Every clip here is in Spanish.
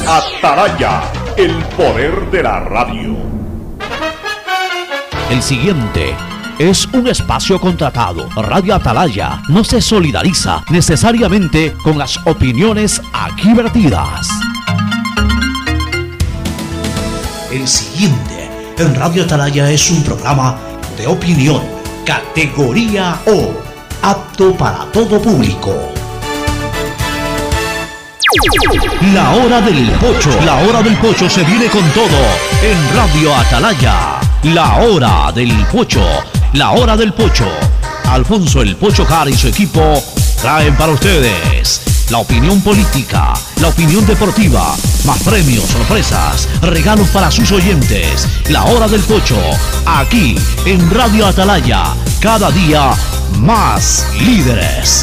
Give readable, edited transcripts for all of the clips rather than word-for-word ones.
Atalaya, el poder de la radio. El siguiente es un espacio contratado. Radio Atalaya no se solidariza necesariamente con las opiniones aquí vertidas. El siguiente en Radio Atalaya es un programa de opinión, categoría O, apto para todo público. La hora del pocho. La hora del pocho se viene con todo en Radio Atalaya. La hora del pocho. La hora del pocho. Alfonso el Pocho Cara y su equipo traen para ustedes la opinión política, la opinión deportiva, más premios, sorpresas, regalos para sus oyentes. La hora del pocho, aquí en Radio Atalaya. Cada día más líderes.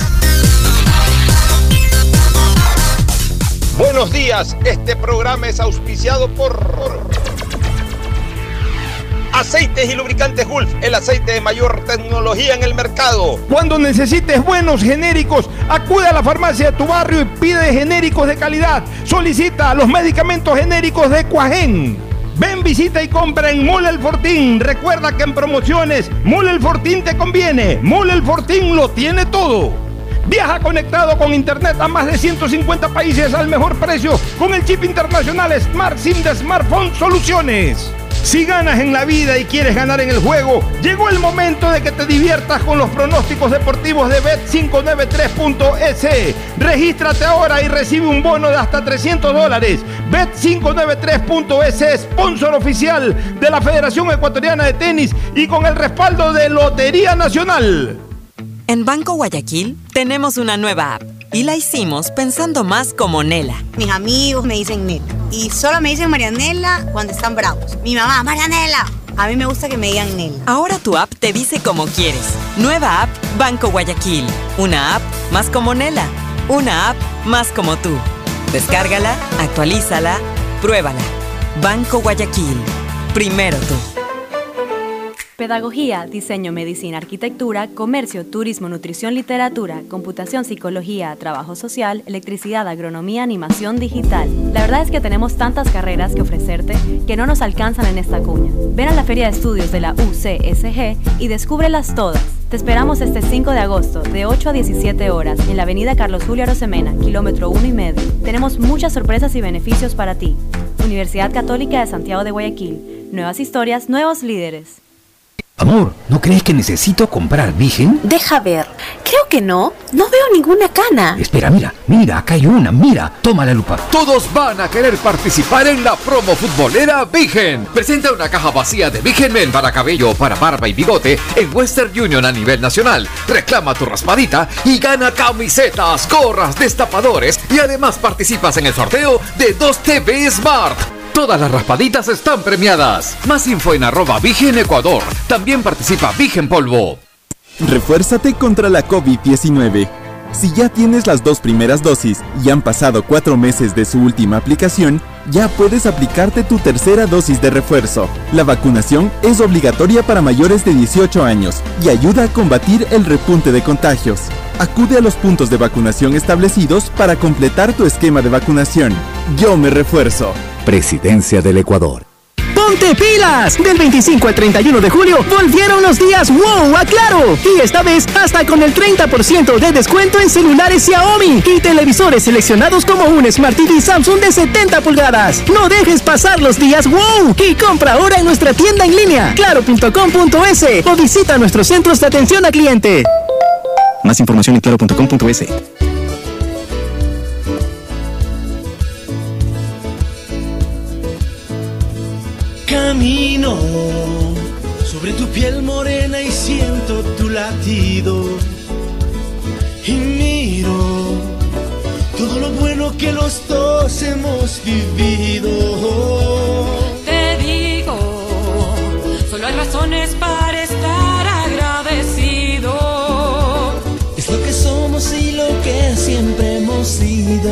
Buenos días, este programa es auspiciado por Aceites y Lubricantes Gulf, el aceite de mayor tecnología en el mercado. Cuando necesites buenos genéricos, acude a la farmacia de tu barrio y pide genéricos de calidad. Solicita los medicamentos genéricos de Cuajén. Ven, visita y compra en Mole El Fortín. Recuerda que en promociones, Mole El Fortín te conviene. Mole El Fortín lo tiene todo. Viaja conectado con internet a más de 150 países al mejor precio con el chip internacional Smart SIM de Smartphone Soluciones. Si ganas en la vida y quieres ganar en el juego, llegó el momento de que te diviertas con los pronósticos deportivos de Bet593.es. Regístrate ahora y recibe un bono de hasta $300. Bet593.es, sponsor oficial de la Federación Ecuatoriana de Tenis y con el respaldo de Lotería Nacional. En Banco Guayaquil tenemos una nueva app y la hicimos pensando más como Nela. Mis amigos me dicen Nela y solo me dicen Marianela cuando están bravos. Mi mamá, Marianela. A mí me gusta que me digan Nela. Ahora tu app te dice como quieres. Nueva app Banco Guayaquil. Una app más como Nela. Una app más como tú. Descárgala, actualízala, pruébala. Banco Guayaquil. Primero tú. Pedagogía, diseño, medicina, arquitectura, comercio, turismo, nutrición, literatura, computación, psicología, trabajo social, electricidad, agronomía, animación digital. La verdad es que tenemos tantas carreras que ofrecerte que no nos alcanzan en esta cuña. Ven a la Feria de Estudios de la UCSG y descúbrelas todas. Te esperamos este 5 de agosto de 8 a 17 horas en la avenida Carlos Julio Arosemena, kilómetro 1,5. Tenemos muchas sorpresas y beneficios para ti. Universidad Católica de Santiago de Guayaquil. Nuevas historias, nuevos líderes. Amor, ¿no crees que necesito comprar Vigen? Deja ver. Creo que no. No veo ninguna cana. Espera, mira, acá hay una, mira. Toma la lupa. Todos van a querer participar en la promo futbolera Vigen. Presenta una caja vacía de Vigen Men para cabello, para barba y bigote en Western Union a nivel nacional. Reclama tu raspadita y gana camisetas, gorras, destapadores y además participas en el sorteo de 2 TV Smart. Todas las raspaditas están premiadas. Más info en @Vigen Ecuador. También participa Vigen Polvo. Refuérzate contra la COVID-19. Si ya tienes las 2 primeras dosis y han pasado 4 meses de su última aplicación, ya puedes aplicarte tu tercera dosis de refuerzo. La vacunación es obligatoria para mayores de 18 años y ayuda a combatir el repunte de contagios. Acude a los puntos de vacunación establecidos para completar tu esquema de vacunación. Yo me refuerzo. Presidencia del Ecuador. ¡Ponte pilas! Del 25 al 31 de julio volvieron los días wow a Claro. Y esta vez hasta con el 30% de descuento en celulares Xiaomi y televisores seleccionados como un Smart TV Samsung de 70 pulgadas. No dejes pasar los días wow y compra ahora en nuestra tienda en línea claro.com.es o visita nuestros centros de atención al cliente. Más información en claro.com.es. Camino sobre tu piel morena y siento tu latido y miro todo lo bueno que los dos hemos vivido. Te digo, solo hay razones para estar agradecido. Es lo que somos y lo que siempre hemos sido.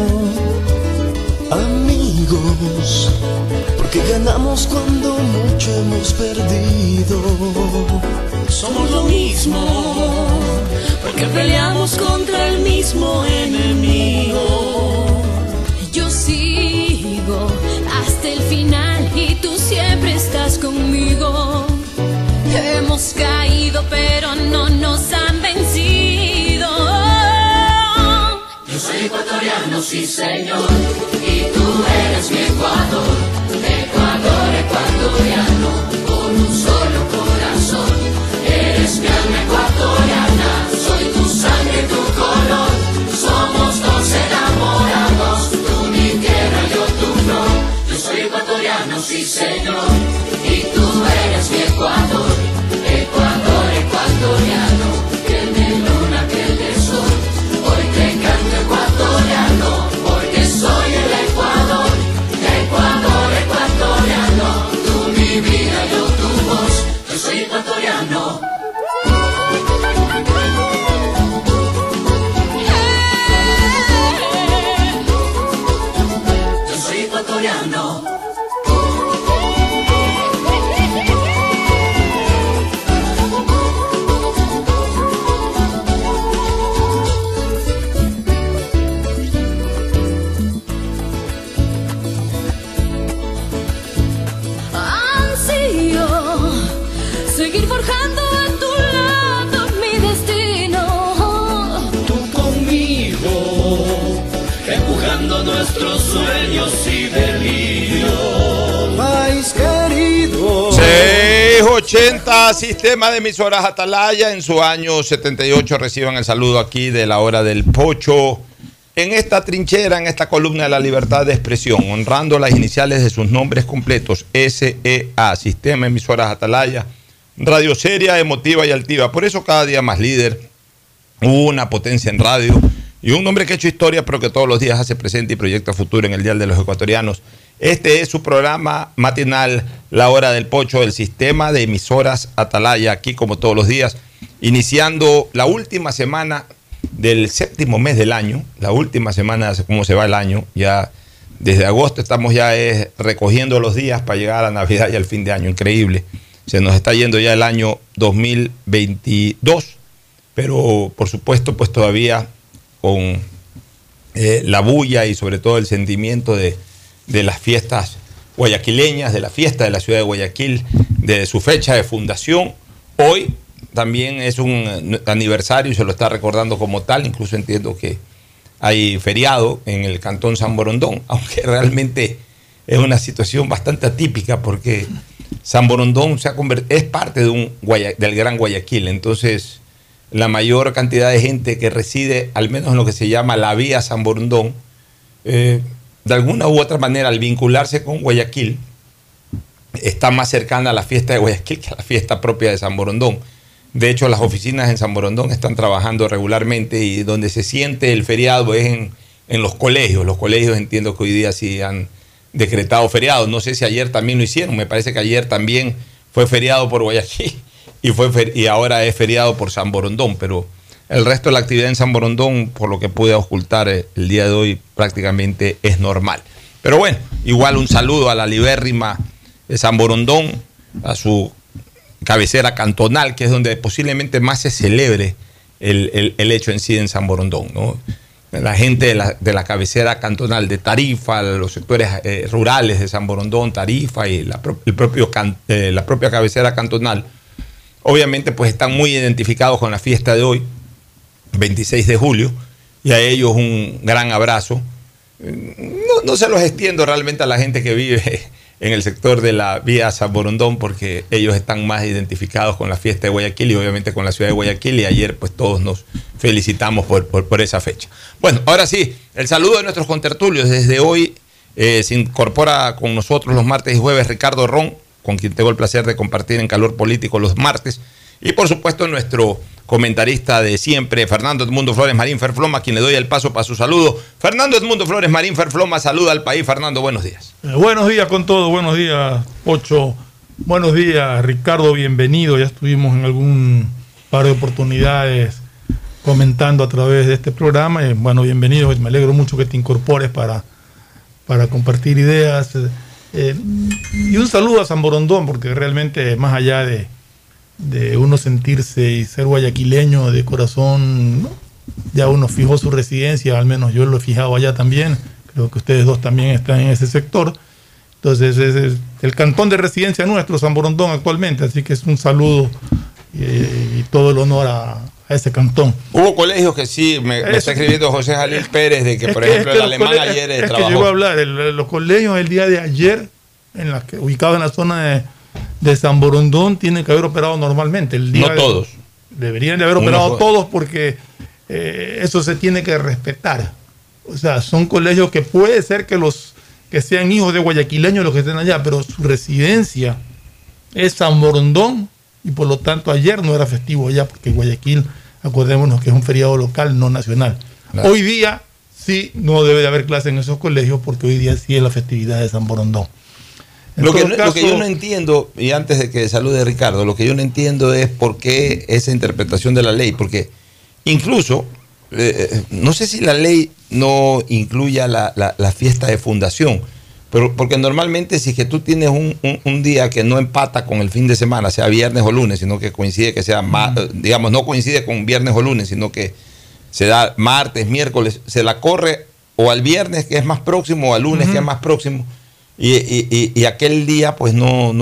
Amigos, porque ganamos cuando mucho hemos perdido. Somos lo mismo, porque peleamos contra el mismo enemigo. Yo sigo ecuatoriano, sí señor, y tú eres mi Ecuador, Ecuador ecuatoriano, con un solo corazón, eres mi alma ecuatoriana, soy tu sangre, tu color, somos dos enamorados, tú mi tierra, yo tu flor, yo soy ecuatoriano, sí señor, y tú eres mi Ecuador, Ecuador ecuatoriano, que de luna, que de sol, hoy te canto ecuatoriano, porque soy el Ecuador, Ecuador ecuatoriano, tú mi vida, yo tu voz, yo soy ecuatoriano. Yo soy ecuatoriano. Seguir forjando a tu lado mi destino. Tú conmigo, empujando nuestros sueños y delirios. País querido. 680 Sistema de Emisoras Atalaya. En su año 78 reciban el saludo aquí de la hora del Pocho. En esta trinchera, en esta columna de la libertad de expresión, honrando las iniciales de sus nombres completos, SEA, Sistema de Emisoras Atalaya. Radio seria, emotiva y altiva. Por eso cada día más líder, una potencia en radio y un hombre que ha hecho historia, pero que todos los días hace presente y proyecta futuro en el Dial de los Ecuatorianos. Este es su programa matinal, La Hora del Pocho, del Sistema de Emisoras Atalaya, aquí como todos los días, iniciando la última semana del séptimo mes del año, la última semana de cómo se va el año. Ya desde agosto estamos ya recogiendo los días para llegar a Navidad y al fin de año. Increíble. Se nos está yendo ya el año 2022, pero por supuesto pues todavía con la bulla y sobre todo el sentimiento de las fiestas guayaquileñas, de la fiesta de la ciudad de Guayaquil, de su fecha de fundación. Hoy también es un aniversario y se lo está recordando como tal. Incluso entiendo que hay feriado en el Cantón San Borondón, aunque realmente es una situación bastante atípica porque San Borondón es parte del Gran Guayaquil. Entonces la mayor cantidad de gente que reside, al menos en lo que se llama la vía San Borondón, de alguna u otra manera, al vincularse con Guayaquil, está más cercana a la fiesta de Guayaquil que a la fiesta propia de San Borondón. De hecho, las oficinas en San Borondón están trabajando regularmente y donde se siente el feriado es en los colegios. Los colegios entiendo que hoy día sí han decretado feriado. No sé si ayer también lo hicieron. Me parece que ayer también fue feriado por Guayaquil y ahora es feriado por San Borondón. Pero el resto de la actividad en San Borondón, por lo que pude ocultar el día de hoy, prácticamente es normal. Pero bueno, igual un saludo a la libérrima de San Borondón, a su cabecera cantonal, que es donde posiblemente más se celebre el hecho en sí en San Borondón, ¿no? La gente de la cabecera cantonal de Tarifa, los sectores rurales de San Borondón, Tarifa y la propia cabecera cantonal, obviamente pues están muy identificados con la fiesta de hoy, 26 de julio, y a ellos un gran abrazo. No se los extiendo realmente a la gente que vive en el sector de la vía San Borondón, porque ellos están más identificados con la fiesta de Guayaquil y obviamente con la ciudad de Guayaquil, y ayer pues todos nos felicitamos por esa fecha. Bueno, ahora sí, el saludo de nuestros contertulios. Desde hoy se incorpora con nosotros los martes y jueves Ricardo Ron, con quien tengo el placer de compartir en Calor Político los martes, y por supuesto nuestro comentarista de siempre, Fernando Edmundo Flores Marín Ferfloma, a quien le doy el paso para su saludo. Fernando Edmundo Flores Marín Ferfloma, saluda al país. Fernando, buenos días. Buenos días con todo, buenos días, Pocho. Buenos días, Ricardo, bienvenido. Ya estuvimos en algún par de oportunidades comentando a través de este programa. Bueno, bienvenido, me alegro mucho que te incorpores para compartir ideas. Y un saludo a San Borondón, porque realmente más allá de uno sentirse y ser guayaquileño de corazón, ¿no? Ya uno fijó su residencia, al menos yo lo he fijado allá también, creo que ustedes dos también están en ese sector. Entonces es el cantón de residencia nuestro, San Borondón, actualmente, así que es un saludo y todo el honor a ese cantón. Hubo colegios que sí, me está escribiendo José Jalil Pérez de que, por ejemplo, el alemán ayer trabajó. Que yo iba a hablar, los colegios el día de ayer, ubicados en la zona de San Borondón, tienen que haber operado normalmente. No todos. Deberían de haber operado todos porque eso se tiene que respetar. O sea, son colegios que puede ser que sean hijos de guayaquileños los que estén allá, pero su residencia es San Borondón y por lo tanto ayer no era festivo allá porque Guayaquil, acordémonos que es un feriado local, no nacional. Claro. Hoy día sí no debe de haber clase en esos colegios porque hoy día sí es la festividad de San Borondón. Lo que yo no entiendo, y antes de que salude Ricardo, lo que yo no entiendo es por qué esa interpretación de la ley, porque incluso, no sé si la ley no incluya la fiesta de fundación, pero porque normalmente si que tú tienes un día que no empata con el fin de semana, sea viernes o lunes, sino que coincide que sea, digamos, no coincide con viernes o lunes, sino que se da martes, miércoles, se la corre o al viernes que es más próximo o al lunes que es más próximo. Y aquel día pues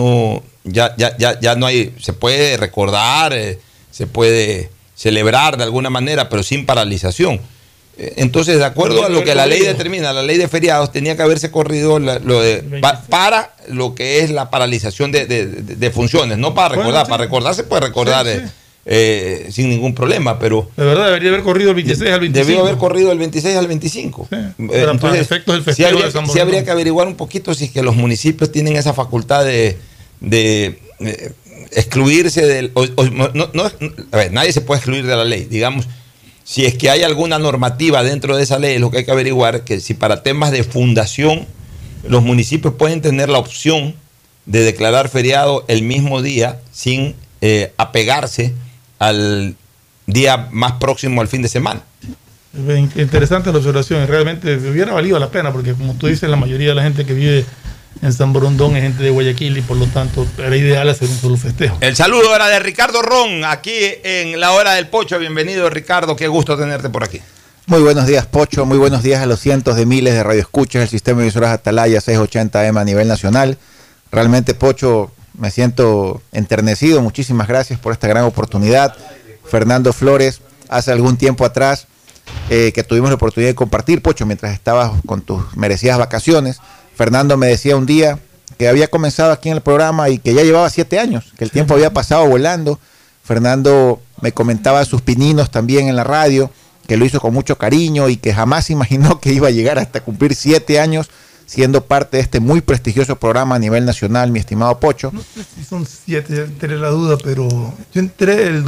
ya no hay, se puede recordar, se puede celebrar de alguna manera, pero sin paralización. Entonces, de acuerdo a lo que la ley determina, la ley de feriados, tenía que haberse corrido para lo que es la paralización de funciones, no para recordar. Para recordar se puede recordar sin ningún problema, pero de verdad debería haber corrido el 26 al 25. Debió haber corrido el 26 al 25. Sí, entonces, efectos del festivo sí habría que averiguar un poquito si es que los municipios tienen esa facultad de excluirse del... a ver, nadie se puede excluir de la ley, digamos. Si es que hay alguna normativa dentro de esa ley, es lo que hay que averiguar, que si para temas de fundación los municipios pueden tener la opción de declarar feriado el mismo día sin apegarse al día más próximo al fin de semana. Interesante la observación, realmente hubiera valido la pena, porque como tú dices, la mayoría de la gente que vive en San Borondón es gente de Guayaquil y por lo tanto era ideal hacer un solo festejo. El saludo era de Ricardo Ron, aquí en la hora del Pocho. Bienvenido, Ricardo, qué gusto tenerte por aquí. Muy buenos días, Pocho, muy buenos días a los cientos de miles de radioescuchas del sistema de emisoras Atalaya 680M a nivel nacional. Realmente, Pocho, me siento enternecido, muchísimas gracias por esta gran oportunidad. Fernando Flores, hace algún tiempo atrás que tuvimos la oportunidad de compartir, Pocho, mientras estabas con tus merecidas vacaciones, Fernando me decía un día que había comenzado aquí en el programa y que ya llevaba 7 años, que el tiempo había pasado volando. Fernando me comentaba sus pininos también en la radio, que lo hizo con mucho cariño y que jamás imaginó que iba a llegar hasta cumplir 7 años siendo parte de este muy prestigioso programa a nivel nacional, mi estimado Pocho. No sé si son 7, entré la duda, pero yo entré el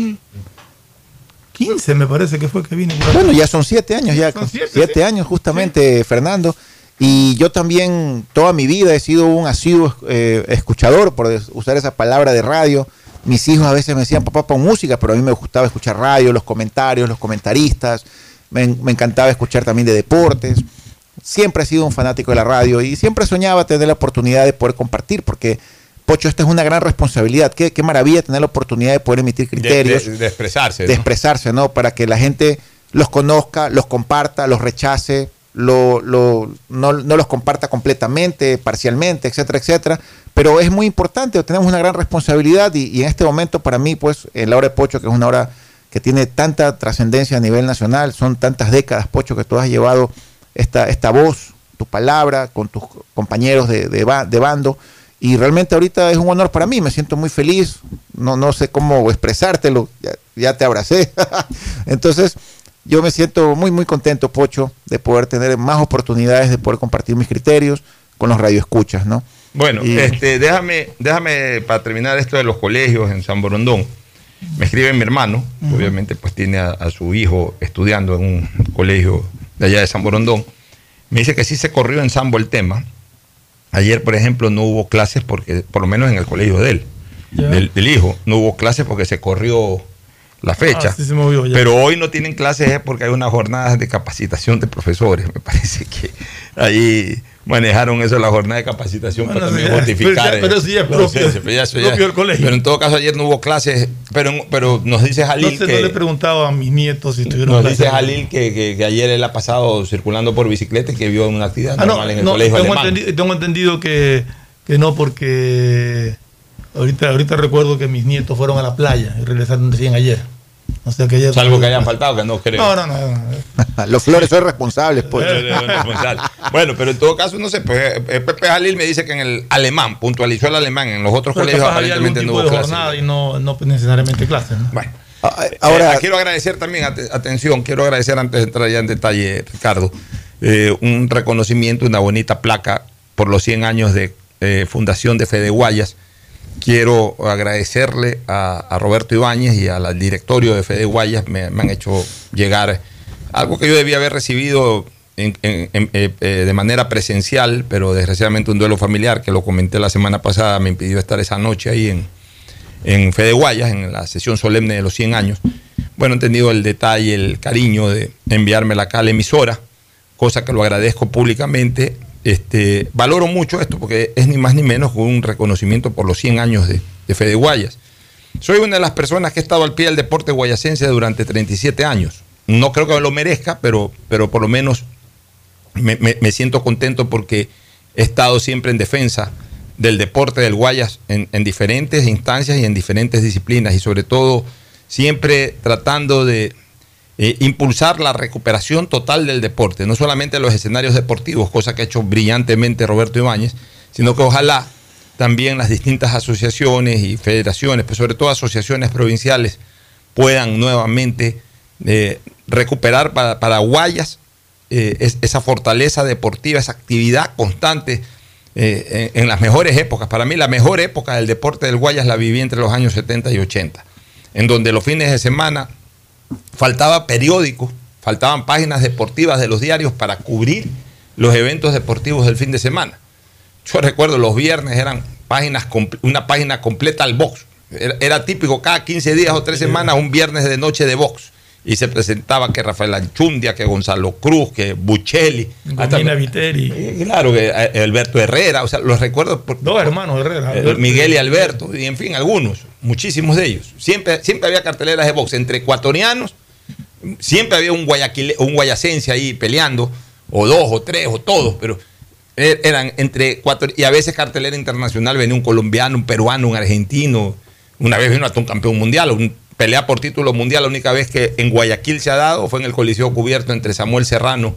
2015, me parece que fue que vine. Bueno, ya son 7 años, ya 7 años justamente, sí. Fernando. Y yo también toda mi vida he sido un asiduo escuchador, por usar esa palabra, de radio. Mis hijos a veces me decían, papá, pon música, pero a mí me gustaba escuchar radio, los comentarios, los comentaristas. Me encantaba escuchar también de deportes. Siempre he sido un fanático de la radio y siempre soñaba tener la oportunidad de poder compartir, porque, Pocho, esta es una gran responsabilidad. Qué maravilla tener la oportunidad de poder emitir criterios. De expresarse. De expresarse, ¿no? Para que la gente los conozca, los comparta, los rechace, no los comparta completamente, parcialmente, etcétera, etcétera, pero es muy importante, tenemos una gran responsabilidad y en este momento para mí, pues, en la hora de Pocho, que es una hora que tiene tanta trascendencia a nivel nacional, son tantas décadas, Pocho, que tú has llevado esta voz, tu palabra, con tus compañeros de bando, y realmente ahorita es un honor para mí, me siento muy feliz, no sé cómo expresártelo, ya te abracé, entonces... Yo me siento muy, muy contento, Pocho, de poder tener más oportunidades de poder compartir mis criterios con los radioescuchas, ¿no? Bueno, déjame para terminar esto de los colegios en San Borondón. Me escribe mi hermano, obviamente pues tiene a su hijo estudiando en un colegio de allá de San Borondón. Me dice que sí se corrió en Sambo el tema. Ayer, por ejemplo, no hubo clases porque, por lo menos en el colegio de él, del hijo, no hubo clases porque se corrió la fecha, sí se movió ya. Pero hoy no tienen clases porque hay unas jornadas de capacitación de profesores. Me parece que ahí manejaron eso, la jornada de capacitación, para también justificar. Pero sí es propio del colegio. Pero en todo caso ayer no hubo clases, pero nos dice Jalil que... No le he preguntado a mis nietos si estuvieron clases. Nos dice Jalil que ayer él ha pasado circulando por bicicleta y que vio una actividad normal en el colegio alemán. Tengo entendido que no, porque... Ahorita recuerdo que mis nietos fueron a la playa y regresaron recién ayer. O sea que ayer salvo que hayan faltado, que no creo. No. Los Flores son responsables, pues. Bueno, pero en todo caso, no sé, pues Pepe Jalil me dice que en el alemán, puntualizó el alemán, en los otros pero colegios aparentemente no hubo clase. Jornada y no necesariamente clases, ¿no? Bueno. Ahora quiero agradecer también, atención, quiero agradecer antes de entrar ya en detalle, Ricardo, un reconocimiento, una bonita placa por los 100 años de fundación de Fede Guayas. Quiero agradecerle a Roberto Ibáñez y al directorio de Fede Guayas. Me han hecho llegar algo que yo debía haber recibido de manera presencial, pero desgraciadamente un duelo familiar, que lo comenté la semana pasada, me impidió estar esa noche ahí en Fede Guayas, en la sesión solemne de los 100 años. Bueno, he tenido el detalle, el cariño de enviármela acá a la emisora, cosa que lo agradezco públicamente. Valoro mucho esto porque es ni más ni menos que un reconocimiento por los 100 años de Fede Guayas. Soy una de las personas que he estado al pie del deporte guayasense durante 37 años. No creo que me lo merezca, pero por lo menos me siento contento porque he estado siempre en defensa del deporte del Guayas en diferentes instancias y en diferentes disciplinas, y sobre todo siempre tratando de impulsar la recuperación total del deporte, no solamente los escenarios deportivos, cosa que ha hecho brillantemente Roberto Ibáñez, sino que ojalá también las distintas asociaciones y federaciones, pero sobre todo asociaciones provinciales, puedan nuevamente recuperar para Guayas esa fortaleza deportiva, esa actividad constante en las mejores épocas. Para mí la mejor época del deporte del Guayas la viví entre los años 70 y 80, en donde los fines de semana faltaba periódico, faltaban páginas deportivas de los diarios para cubrir los eventos deportivos del fin de semana. Yo recuerdo los viernes eran una página completa al box. Era típico cada 15 días o 3 semanas un viernes de noche de box. Y se presentaba que Rafael Anchundia, que Gonzalo Cruz, que Buccelli, Gomina Viteri. Claro, que Alberto Herrera, o sea, los recuerdo por 2 hermanos Herrera. Miguel y Alberto, y en fin, algunos, muchísimos de ellos. Siempre había carteleras de box entre ecuatorianos, siempre había un guayacense ahí peleando, o 2 o 3 o todos, pero eran entre cuatro, y a veces cartelera internacional venía un colombiano, un peruano, un argentino. Una vez vino hasta un campeón mundial, pelea por título mundial. La única vez que en Guayaquil se ha dado fue en el Coliseo Cubierto entre Samuel Serrano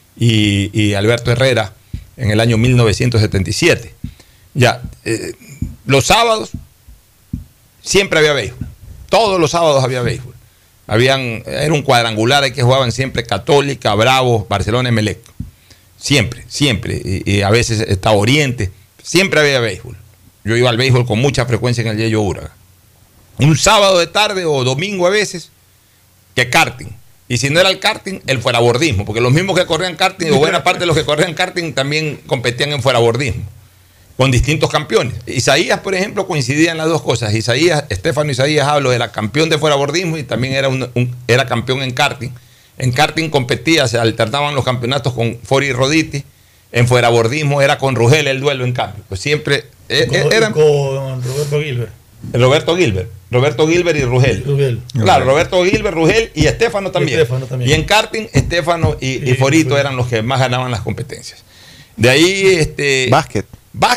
y Alberto Herrera en el año 1977. Ya, los sábados siempre había béisbol. Todos los sábados había béisbol. Era un cuadrangular ahí que jugaban siempre Católica, Bravos, Barcelona, Emelec. Siempre. Y a veces estaba Oriente. Siempre había béisbol. Yo iba al béisbol con mucha frecuencia en el Yello Uraga. Un sábado de tarde o domingo a veces, que karting. Y si no era el karting, el fuerabordismo, porque los mismos que corrían karting, o buena parte de los que corrían karting, también competían en fuerabordismo, con distintos campeones. Isaías, por ejemplo, coincidía en las dos cosas. Estefano Isaías Hablo era campeón de fuerabordismo y también era campeón en karting. En karting competía, se alternaban los campeonatos con Fori Roditi. En fuerabordismo era con Rugel el duelo, en cambio. Pues siempre eran con Roberto Gilbert. Roberto Gilbert y Rugel. Claro, Roberto Gilbert, Rugel y Estefano también. Y en karting, Estefano y Forito eran los que más ganaban las competencias. De ahí, básquet,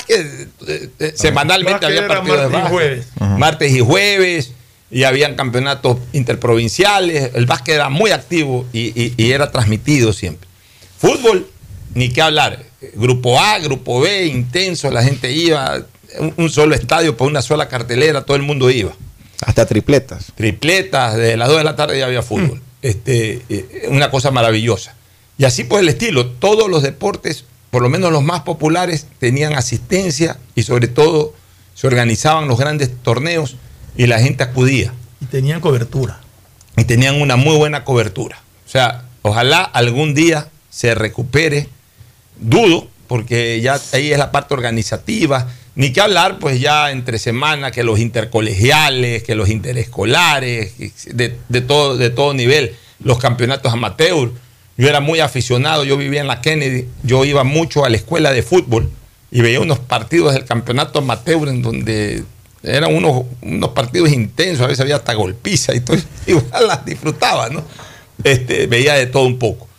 semanalmente había partidos de básquet. Martes y jueves, y habían campeonatos interprovinciales. El básquet era muy activo y era transmitido siempre. Fútbol, ni qué hablar. Grupo A, grupo B, intenso, la gente iba. Un solo estadio por una sola cartelera, todo el mundo iba. Hasta tripletas. Desde las 2 de la tarde ya había fútbol. Una cosa maravillosa. Y así pues el estilo, todos los deportes, por lo menos los más populares, tenían asistencia y sobre todo se organizaban los grandes torneos y la gente acudía. Y tenían cobertura. Y tenían una muy buena cobertura. O sea, ojalá algún día se recupere. Dudo, porque ya ahí es la parte organizativa. Ni que hablar, pues ya entre semana, que los intercolegiales, que los interescolares, de todo nivel, los campeonatos amateur. Yo era muy aficionado, yo vivía en la Kennedy, yo iba mucho a la escuela de fútbol y veía unos partidos del campeonato amateur en donde eran unos partidos intensos, a veces había hasta golpiza y todo, igual las disfrutaba, ¿no? Veía de todo un poco.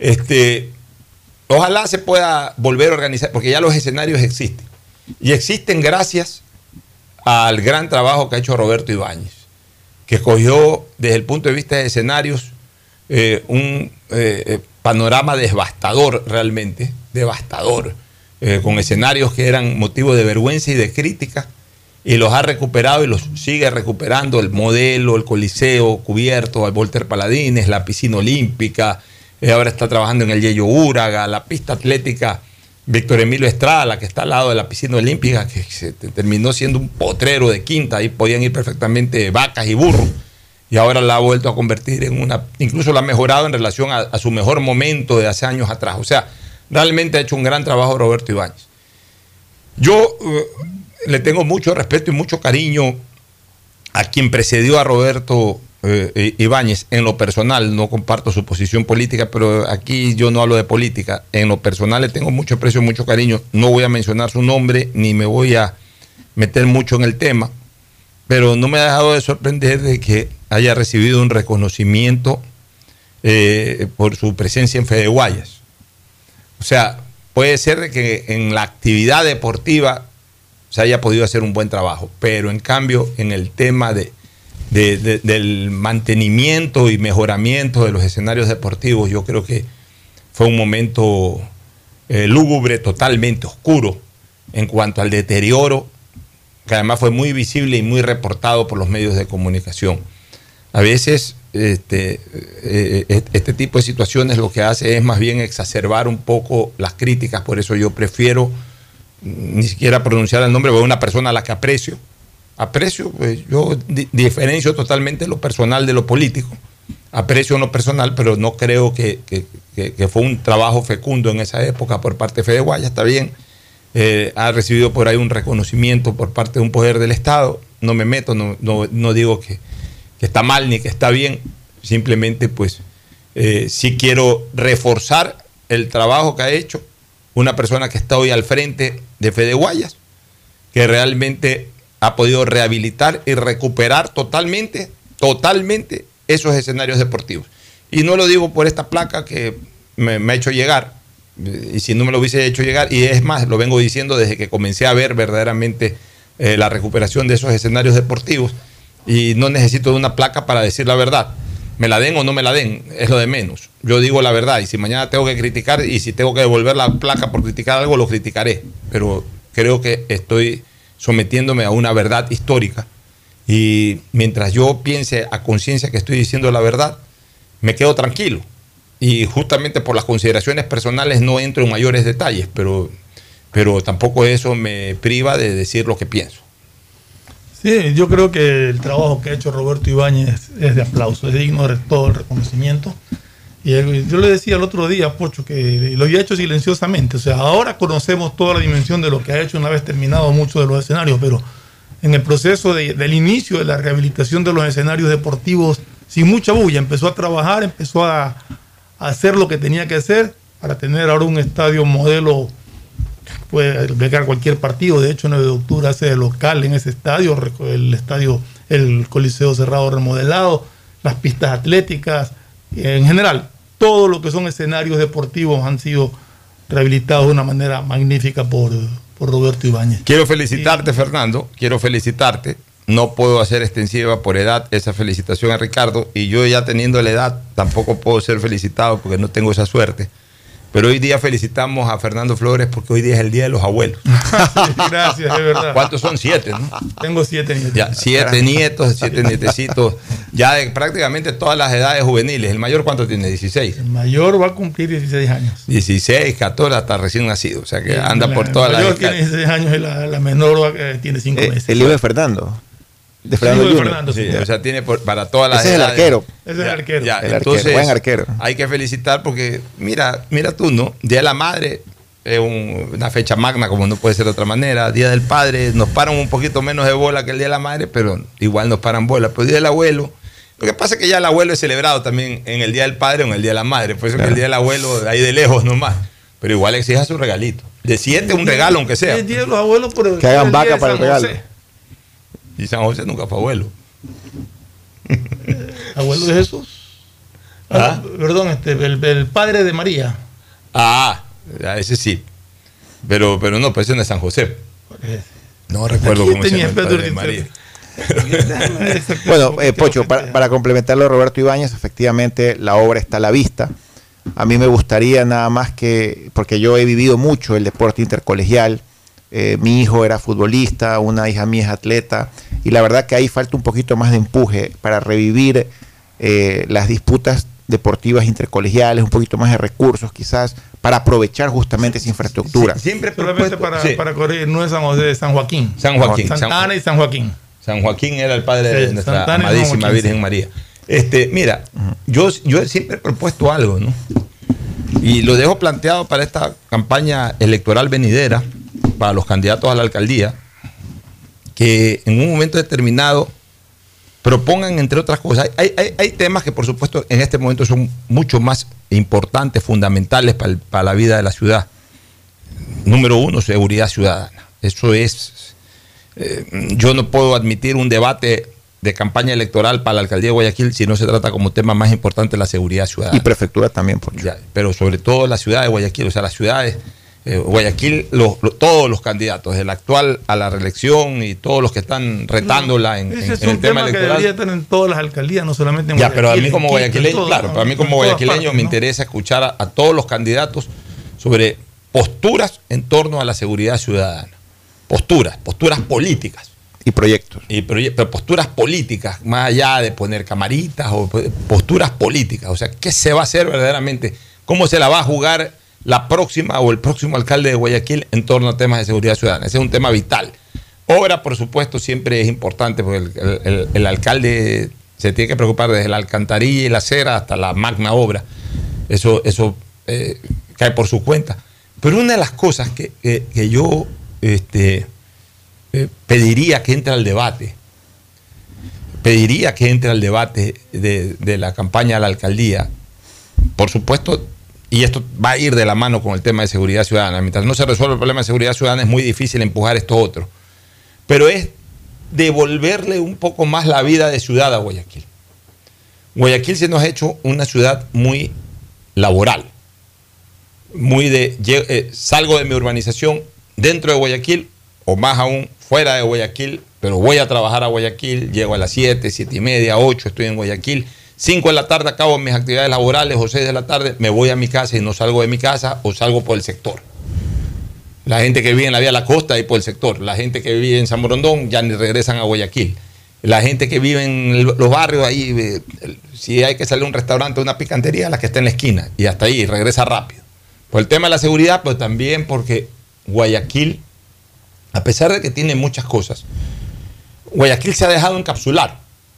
Ojalá se pueda volver a organizar, porque ya los escenarios existen. Y existen gracias al gran trabajo que ha hecho Roberto Ibáñez. que cogió desde el punto de vista de escenarios un panorama devastador realmente, devastador, con escenarios que eran motivo de vergüenza y de crítica, y los ha recuperado y los sigue recuperando, el modelo, el Coliseo cubierto, el Walter Paladines, la piscina olímpica, ahora está trabajando en el Yello Úraga, la pista atlética Víctor Emilio Estrada, la que está al lado de la piscina olímpica, que se terminó siendo un potrero de quinta, ahí podían ir perfectamente vacas y burros, y ahora la ha vuelto a convertir en una, incluso la ha mejorado en relación a su mejor momento de hace años atrás. O sea, realmente ha hecho un gran trabajo Roberto Ibáñez. Yo le tengo mucho respeto y mucho cariño a quien precedió a Roberto Ibáñez. En lo personal, no comparto su posición política, pero aquí yo no hablo de política. En lo personal le tengo mucho aprecio y mucho cariño. No voy a mencionar su nombre ni me voy a meter mucho en el tema, pero no me ha dejado de sorprender de que haya recibido un reconocimiento por su presencia en Fede Guayas. O sea, puede ser de que en la actividad deportiva se haya podido hacer un buen trabajo, pero en cambio en el tema del mantenimiento y mejoramiento de los escenarios deportivos, yo creo que fue un momento lúgubre, totalmente oscuro en cuanto al deterioro, que además fue muy visible y muy reportado por los medios de comunicación. A veces este tipo de situaciones lo que hace es más bien exacerbar un poco las críticas, por eso yo prefiero ni siquiera pronunciar el nombre de una persona a la que aprecio, pues yo diferencio totalmente lo personal de lo político, aprecio en lo personal, pero no creo que fue un trabajo fecundo en esa época por parte de Fede Guayas. Está bien, ha recibido por ahí un reconocimiento por parte de un poder del Estado, no me meto, no digo que está mal ni que está bien, simplemente pues sí quiero reforzar el trabajo que ha hecho una persona que está hoy al frente de Fede Guayas, que realmente ha podido rehabilitar y recuperar totalmente esos escenarios deportivos. Y no lo digo por esta placa que me ha hecho llegar, y si no me lo hubiese hecho llegar, y es más, lo vengo diciendo desde que comencé a ver verdaderamente la recuperación de esos escenarios deportivos, y no necesito de una placa para decir la verdad. Me la den o no me la den, es lo de menos. Yo digo la verdad, y si mañana tengo que criticar, y si tengo que devolver la placa por criticar algo, lo criticaré. Pero creo que estoy sometiéndome a una verdad histórica, y mientras yo piense a conciencia que estoy diciendo la verdad, me quedo tranquilo. Y justamente por las consideraciones personales no entro en mayores detalles, pero tampoco eso me priva de decir lo que pienso. Sí, yo creo que el trabajo que ha hecho Roberto Ibáñez es de aplauso, es digno de todo el reconocimiento. Y yo le decía el otro día, Pocho, que lo había hecho silenciosamente. O sea, ahora conocemos toda la dimensión de lo que ha hecho una vez terminado muchos de los escenarios, pero en el proceso del inicio de la rehabilitación de los escenarios deportivos, sin mucha bulla, empezó a trabajar, empezó a hacer lo que tenía que hacer para tener ahora un estadio modelo. Puede albergar cualquier partido. De hecho, 9 de octubre hace de local en ese estadio, el Coliseo cerrado remodelado, las pistas atléticas, en general, todo lo que son escenarios deportivos han sido rehabilitados de una manera magnífica por Roberto Ibáñez. Quiero felicitarte, Fernando, quiero felicitarte. No puedo hacer extensiva por edad esa felicitación a Ricardo, y yo ya teniendo la edad tampoco puedo ser felicitado porque no tengo esa suerte. Pero hoy día felicitamos a Fernando Flores porque hoy día es el Día de los Abuelos. Gracias, es verdad. ¿Cuántos son? 7, ¿no? Tengo 7 nietos. Ya, 7 nietos, 7 nietecitos, ya de prácticamente todas las edades juveniles. ¿El mayor cuánto tiene? 16. El mayor va a cumplir 16 años. 16, 14, hasta recién nacido. O sea que anda por todas las edades. El mayor tiene 16 años y la menor tiene 5 meses. El hijo de Fernando. De Fernando sí, o sea, tiene para todas las edades. Ese es el arquero. Ese es el arquero. Ya, el entonces, buen arquero. Hay que felicitar porque, mira tú, ¿no? Día de la Madre es una fecha magna, como no puede ser de otra manera. Día del Padre, nos paran un poquito menos de bola que el Día de la Madre, pero igual nos paran bola. Pero el Día del Abuelo, lo que pasa es que ya el abuelo es celebrado también en el Día del Padre o en el Día de la Madre. Por eso que el Día del Abuelo, ahí de lejos nomás. Pero igual exija su regalito. De 7 un regalo, aunque sea. El Día de los Abuelos, pero que hagan vaca para el regalo. Y San José nunca fue abuelo. ¿Abuelo de Jesús? Perdón, el padre de María. Ese sí. Pero no, pues ese no es San José. No recuerdo cómo se llama el padre de María. Bueno, Pocho, para complementarlo, Roberto Ibáñez, efectivamente la obra está a la vista. A mí me gustaría nada más que, porque yo he vivido mucho el deporte intercolegial, mi hijo era futbolista, una hija mía es atleta, y la verdad que ahí falta un poquito más de empuje para revivir las disputas deportivas intercolegiales, un poquito más de recursos quizás, para aprovechar justamente esa infraestructura. Siempre solamente para corregir, no es San José, es San Joaquín. Santa Ana y San Joaquín. San Joaquín era el padre de nuestra amadísima Virgen María. Mira, yo siempre he propuesto algo, ¿no? Y lo dejo planteado para esta campaña electoral venidera, para los candidatos a la alcaldía, que en un momento determinado propongan, entre otras cosas, hay temas que por supuesto en este momento son mucho más importantes, fundamentales para la vida de la ciudad. Número uno, seguridad ciudadana. Eso es, yo no puedo admitir un debate de campaña electoral para la alcaldía de Guayaquil si no se trata como tema más importante la seguridad ciudadana. Y prefectura también, pero sobre todo la ciudad de Guayaquil, o sea, las ciudades, Guayaquil, todos los candidatos, el actual a la reelección y todos los que están retándola en el tema electoral. Que debería estar en todas las alcaldías, no solamente en Guayaquil. Pero a mí como guayaquileño, me interesa escuchar a todos los candidatos sobre posturas en torno a la seguridad ciudadana. Posturas políticas. Y proyectos. Pero posturas políticas, más allá de poner camaritas o posturas políticas. O sea, ¿qué se va a hacer verdaderamente? ¿Cómo se la va a jugar la próxima o el próximo alcalde de Guayaquil en torno a temas de seguridad ciudadana? Ese es un tema vital. Obra, por supuesto, siempre es importante porque el alcalde se tiene que preocupar desde la alcantarilla y la acera hasta la magna obra. Eso cae por su cuenta. Pero una de las cosas que yo pediría que entre al debate de la campaña a la alcaldía, por supuesto, y esto va a ir de la mano con el tema de seguridad ciudadana. Mientras no se resuelva el problema de seguridad ciudadana es muy difícil empujar esto otro. Pero es devolverle un poco más la vida de ciudad a Guayaquil. Guayaquil se nos ha hecho una ciudad muy laboral. Muy salgo de mi urbanización dentro de Guayaquil, o más aún fuera de Guayaquil, pero voy a trabajar a Guayaquil, llego a las 7, 7:30, 8, estoy en Guayaquil. 5 de la tarde acabo mis actividades laborales o 6 de la tarde me voy a mi casa y no salgo de mi casa o salgo por el sector. La gente que vive en la vía de la costa y por el sector. La gente que vive en San Borondón ya ni regresan a Guayaquil. La gente que vive en los barrios ahí, si hay que salir a un restaurante o una picantería, la que está en la esquina y hasta ahí regresa rápido. Por el tema de la seguridad, pero también porque Guayaquil, a pesar de que tiene muchas cosas, Guayaquil se ha dejado encapsular.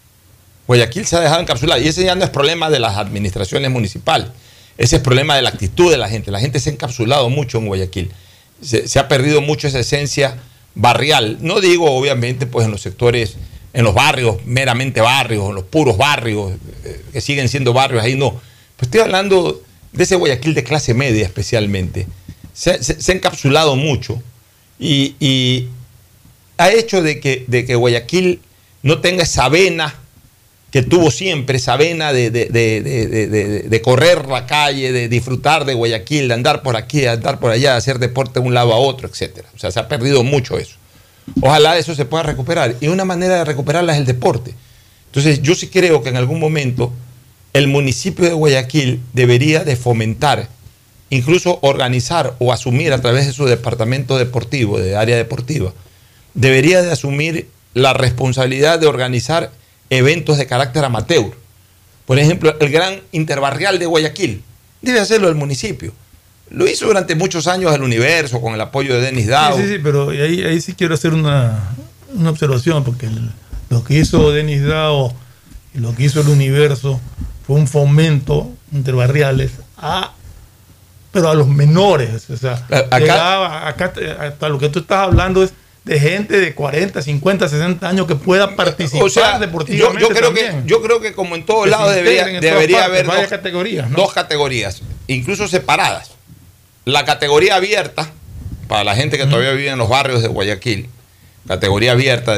Y ese ya no es problema de las administraciones municipales. Ese es problema de la actitud de la gente. La gente se ha encapsulado mucho en Guayaquil. Se ha perdido mucho esa esencia barrial. No digo, obviamente, pues en los sectores, en los barrios, meramente barrios, en los puros barrios, que siguen siendo barrios, ahí no. Pues estoy hablando de ese Guayaquil de clase media especialmente. Se ha encapsulado mucho y ha hecho de que Guayaquil no tenga esa vena que tuvo siempre, esa vena de correr la calle, de disfrutar de Guayaquil, de andar por aquí, de andar por allá, de hacer deporte de un lado a otro, etcétera. O sea, se ha perdido mucho eso. Ojalá eso se pueda recuperar. Y una manera de recuperarla es el deporte. Entonces, yo sí creo que en algún momento el municipio de Guayaquil debería de fomentar, incluso organizar o asumir a través de su departamento deportivo, de área deportiva, debería de asumir la responsabilidad de organizar eventos de carácter amateur. Por ejemplo, el Gran Interbarrial de Guayaquil debe hacerlo el municipio. Lo hizo durante muchos años el Universo con el apoyo de Denis Dao. Sí, pero ahí sí quiero hacer una observación, porque lo que hizo Denis Dao y lo que hizo el Universo fue un fomento interbarriales pero a los menores. O sea, acá hasta lo que tú estás hablando es de gente de 40, 50, 60 años que pueda participar deportivamente. Yo creo que como en todos lados debería haber categorías, ¿no? Dos categorías, incluso separadas. La categoría abierta, para la gente que todavía vive en los barrios de Guayaquil, categoría abierta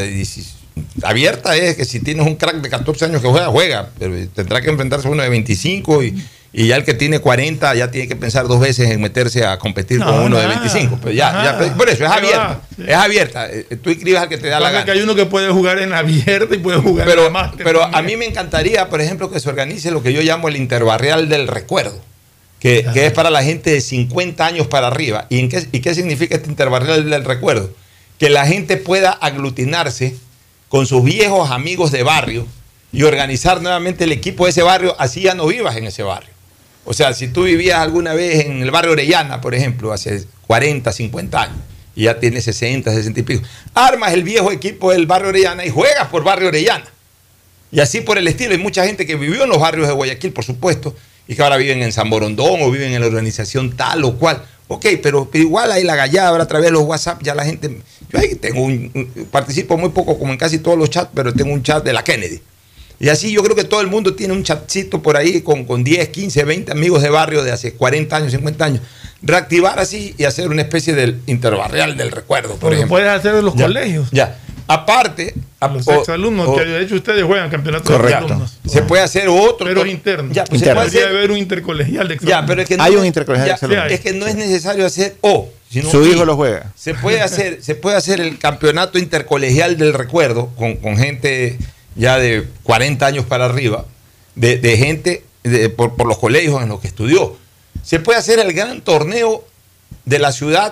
abierta es que si tienes un crack de 14 años que juega, pero tendrá que enfrentarse a uno de 25 y Y ya el que tiene 40 ya tiene que pensar 2 veces en meterse a competir con uno de 25. Pero por eso es abierta. Es abierta. Tú inscribes al que te da la gana. Que hay uno que puede jugar en abierta y puede jugar en la máster. Pero a mí me encantaría, por ejemplo, que se organice lo que yo llamo el interbarrial del recuerdo, que es para la gente de 50 años para arriba. ¿Y qué significa este interbarrial del recuerdo? Que la gente pueda aglutinarse con sus viejos amigos de barrio y organizar nuevamente el equipo de ese barrio, así ya no vivas en ese barrio. O sea, si tú vivías alguna vez en el barrio Orellana, por ejemplo, hace 40, 50 años, y ya tienes 60, 60 y pico, armas el viejo equipo del barrio Orellana y juegas por barrio Orellana. Y así por el estilo. Hay mucha gente que vivió en los barrios de Guayaquil, por supuesto, y que ahora viven en San Borondón o viven en la organización tal o cual. Ok, pero igual hay la gallada a través de los WhatsApp, ya la gente... Yo ahí participo muy poco, como en casi todos los chats, pero tengo un chat de la Kennedy. Y así yo creo que todo el mundo tiene un chatcito por ahí con 10, 15, 20 amigos de barrio de hace 40 años, 50 años. Reactivar así y hacer una especie del interbarrial del recuerdo, por ejemplo. Puedes hacer en los colegios. Ya. Aparte... Los exalumnos, que de hecho ustedes juegan campeonatos de alumnos. Se puede hacer otro. Pero interno. Ya, pues podría haber un intercolegial de exalumnos. Ya, pero es que no hay un intercolegial de exalumnos. Es que no es necesario hacer sino su hijo lo juega. Se puede hacer el campeonato intercolegial del recuerdo con gente ya de 40 años para arriba, de gente por los colegios en los que estudió. Se puede hacer el gran torneo de la ciudad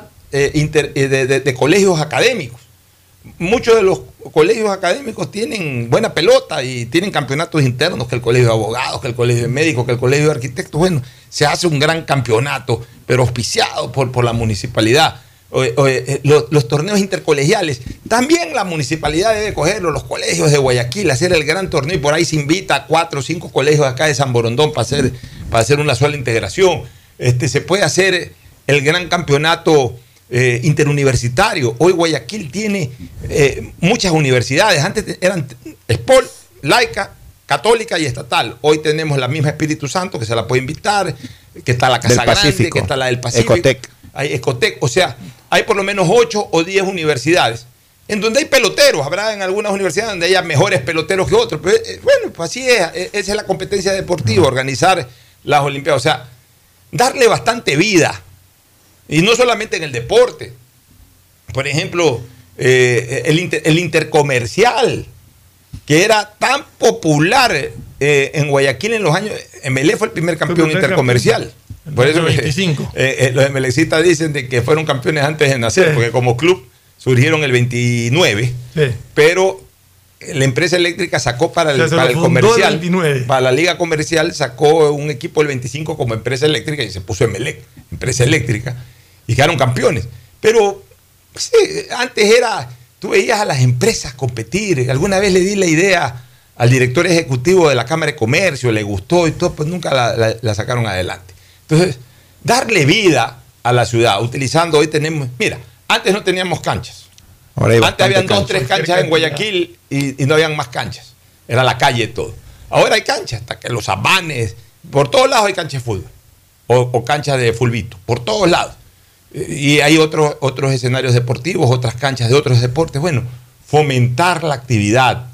de colegios académicos. Muchos de los colegios académicos tienen buena pelota y tienen campeonatos internos, que el colegio de abogados, que el colegio de médicos, que el colegio de arquitectos. Bueno, se hace un gran campeonato, pero auspiciado por la municipalidad. Los torneos intercolegiales, también la municipalidad debe cogerlo, los colegios de Guayaquil, hacer el gran torneo, y por ahí se invita a 4 o 5 colegios acá de San Borondón para hacer una sola integración. Se puede hacer el gran campeonato interuniversitario. Hoy Guayaquil tiene muchas universidades. Antes eran ESPOL, laica, católica y estatal. Hoy tenemos la misma Espíritu Santo, que se la puede invitar, que está la Casa Grande, que está la del Pacífico. Hay Ecotec. O sea, hay por lo menos 8 o 10 universidades en donde hay peloteros. Habrá en algunas universidades donde haya mejores peloteros que otros, pero bueno, pues así es. Esa es la competencia deportiva, organizar las Olimpiadas. O sea, darle bastante vida. Y no solamente en el deporte. Por ejemplo, el intercomercial, que era tan popular en Guayaquil en los años... MLE fue el primer campeón intercomercial. Por eso 25. Los MLEcistas dicen de que fueron campeones antes de nacer, porque como club surgieron el 29, pero la empresa eléctrica sacó para el comercial, para la liga comercial, sacó un equipo del 25 como empresa eléctrica y se puso MLE, empresa eléctrica, y quedaron campeones. Pero sí, antes tú veías a las empresas competir. Alguna vez le di la idea al director ejecutivo de la Cámara de Comercio, le gustó y todo, pues nunca la sacaron adelante. Entonces, darle vida a la ciudad, utilizando, hoy tenemos, mira, antes no teníamos canchas. Antes habían 2 o 3 canchas en Guayaquil y no habían más canchas. Era la calle todo. Ahora hay canchas, hasta que los Abanes, por todos lados hay canchas de fútbol o canchas de fulbito, por todos lados. Y hay otros escenarios deportivos, otras canchas de otros deportes. Bueno, fomentar la actividad,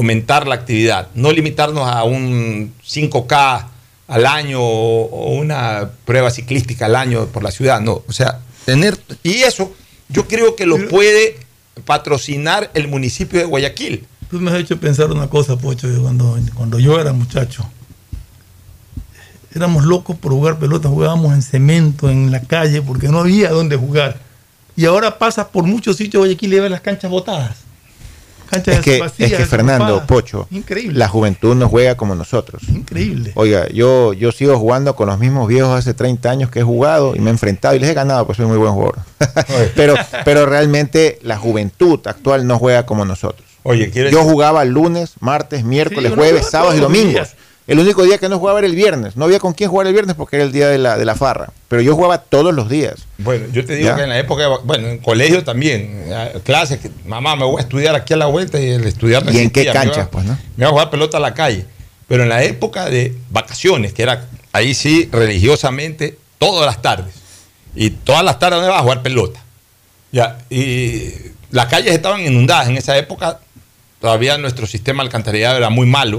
no limitarnos a un 5K al año o una prueba ciclística al año por la ciudad, no. O sea, y eso yo creo que lo puede patrocinar el municipio de Guayaquil. Tú me has hecho pensar una cosa, Pocho, que cuando yo era muchacho, éramos locos por jugar pelota, jugábamos en cemento, en la calle, porque no había dónde jugar. Y ahora pasas por muchos sitios de Guayaquil y ves las canchas botadas. Es que Fernando, Pocho, increíble. La juventud no juega como nosotros. Increíble. Oiga, yo sigo jugando con los mismos viejos hace 30 años que he jugado y me he enfrentado y les he ganado, pues soy muy buen jugador. pero realmente la juventud actual no juega como nosotros. Yo jugaba lunes, martes, miércoles, jueves, sábados y domingos. El único día que no jugaba era el viernes. No había con quién jugar el viernes porque era el día de la farra. Pero yo jugaba todos los días. Bueno, yo te digo que en la época, bueno, en colegio también, clases, que mamá, me voy a estudiar aquí a la vuelta y el estudiar no existía. ¿Y en qué canchas, pues, no? Me iba a jugar pelota a la calle. Pero en la época de vacaciones, que era ahí sí, religiosamente, todas las tardes. Y todas las tardes me iba a jugar pelota. Ya, y las calles estaban inundadas. En esa época todavía nuestro sistema alcantarillado era muy malo.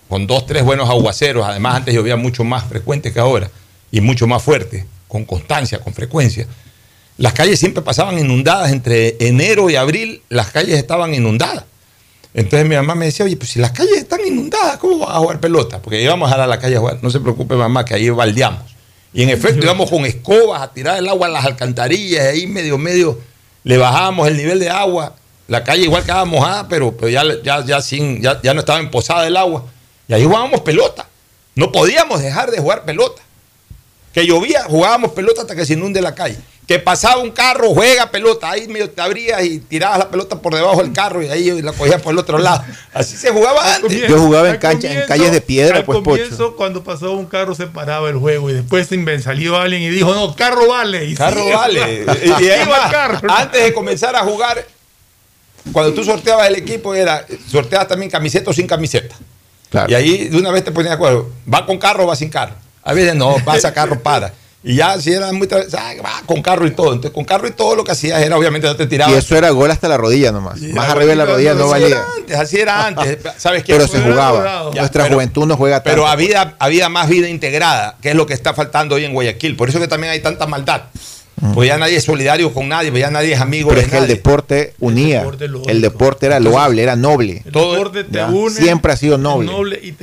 con 2, 3 buenos aguaceros, además antes llovía mucho más frecuente que ahora y mucho más fuerte, con constancia, con frecuencia, las calles siempre pasaban inundadas. Entre enero y abril las calles estaban inundadas. Entonces mi mamá me decía, oye, pues si las calles están inundadas, ¿cómo vas a jugar pelota? Porque íbamos a la calle a jugar. No se preocupe, mamá, que ahí baldeamos. Y en efecto íbamos con escobas a tirar el agua a las alcantarillas, y ahí medio le bajábamos el nivel de agua. La calle igual quedaba mojada, pero ya no estaba emposada el agua. Y ahí jugábamos pelota. No podíamos dejar de jugar pelota. Que llovía, jugábamos pelota hasta que se inunde la calle. Que pasaba un carro, juega pelota. Ahí medio te abrías y tirabas la pelota por debajo del carro y ahí la cogías por el otro lado. Así se jugaba antes. Yo jugaba en calles de piedra, pues, Pocho. Al comienzo, cuando pasaba un carro, se paraba el juego y después salió alguien y dijo, no, carro vale. Y carro vale. Y ahí va el carro. Antes de comenzar a jugar, cuando tú sorteabas el equipo, sorteabas también camiseta o sin camiseta. Claro. Y ahí de una vez te ponías de acuerdo, ¿va con carro o va sin carro? A veces no, pasa carro, para. Y ya si era muy va con carro y todo. Entonces con carro y todo lo que hacías era obviamente no te tirabas. Y eso era gol hasta la rodilla nomás. Más arriba de la rodilla no valía. Así era antes. ¿Sabes qué? Pero se jugaba. Nuestra juventud no juega tanto. Pero había más vida integrada, que es lo que está faltando hoy en Guayaquil. Por eso que también hay tanta maldad. Pues ya nadie es solidario con nadie, pues ya nadie es amigo pero de es que nadie. el deporte unía. El deporte era loable, era noble. El deporte te une. Siempre ha sido noble. Y te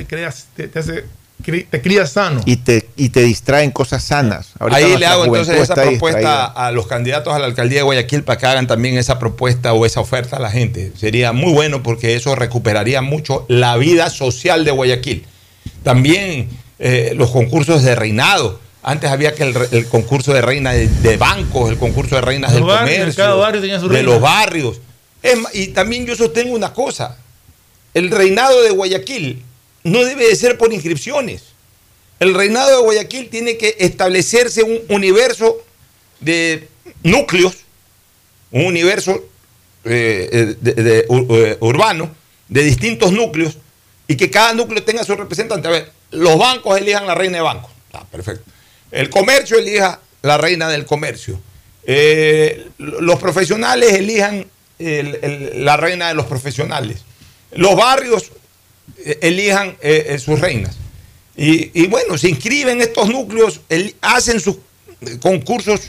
crías sano. Y te distraen cosas sanas. Ahorita ahí le hago entonces esa propuesta a los candidatos a la alcaldía de Guayaquil para que hagan también esa propuesta o esa oferta a la gente. Sería muy bueno porque eso recuperaría mucho la vida social de Guayaquil. También los concursos de reinado. Antes había que el concurso de reinas de bancos, el concurso de reinas del comercio, cada barrio tenía su de reina. Los barrios. Y también yo sostengo una cosa. El reinado de Guayaquil no debe de ser por inscripciones. El reinado de Guayaquil tiene que establecerse un universo de núcleos, un universo urbano de distintos núcleos y que cada núcleo tenga su representante. A ver, los bancos elijan la reina de bancos. Perfecto. El comercio elija la reina del comercio. Los profesionales elijan la reina de los profesionales. Los barrios elijan sus reinas. Y bueno, se inscriben estos núcleos, hacen sus concursos,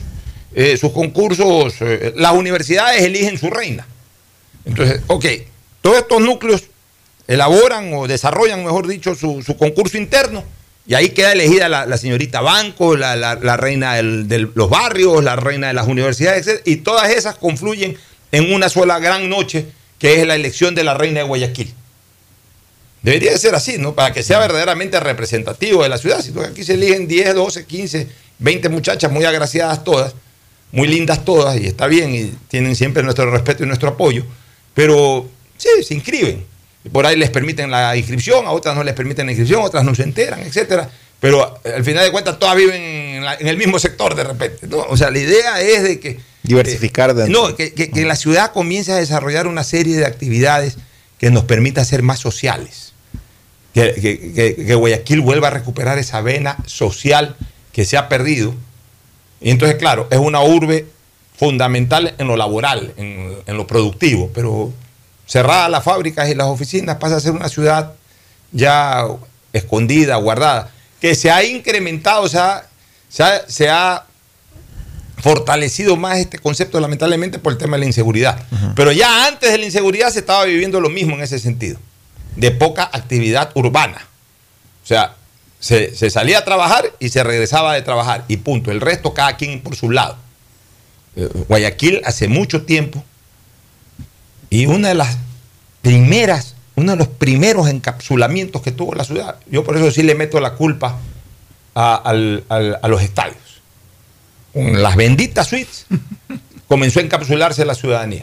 las universidades eligen su reina. Entonces, todos estos núcleos elaboran o desarrollan, mejor dicho, su concurso interno. Y ahí queda elegida la señorita Banco, la reina de los barrios, la reina de las universidades, etc. Y todas esas confluyen en una sola gran noche, que es la elección de la reina de Guayaquil. Debería de ser así, ¿no? Para que sea verdaderamente representativo de la ciudad. Si aquí se eligen 10, 12, 15, 20 muchachas muy agraciadas todas, muy lindas todas, y está bien, y tienen siempre nuestro respeto y nuestro apoyo, pero sí, se inscriben. Por ahí les permiten la inscripción, a otras no les permiten la inscripción, otras no se enteran, etcétera. Pero al final de cuentas todas viven en el mismo sector de repente, ¿no? O sea, la idea es de que diversificar que la ciudad comience a desarrollar una serie de actividades que nos permita ser más sociales. Que Guayaquil vuelva a recuperar esa vena social que se ha perdido. Y entonces, claro, es una urbe fundamental en lo laboral, en lo productivo, pero cerradas las fábricas y las oficinas pasa a ser una ciudad ya escondida, guardada, que se ha incrementado, se ha fortalecido más este concepto, lamentablemente, por el tema de la inseguridad. Pero ya antes de la inseguridad se estaba viviendo lo mismo en ese sentido, de poca actividad urbana. O sea, se salía a trabajar y se regresaba de trabajar y punto. El resto cada quien por su lado. Guayaquil hace mucho tiempo, y uno de los primeros encapsulamientos que tuvo la ciudad, yo por eso sí le meto la culpa a los estadios. Con las benditas suites comenzó a encapsularse la ciudadanía.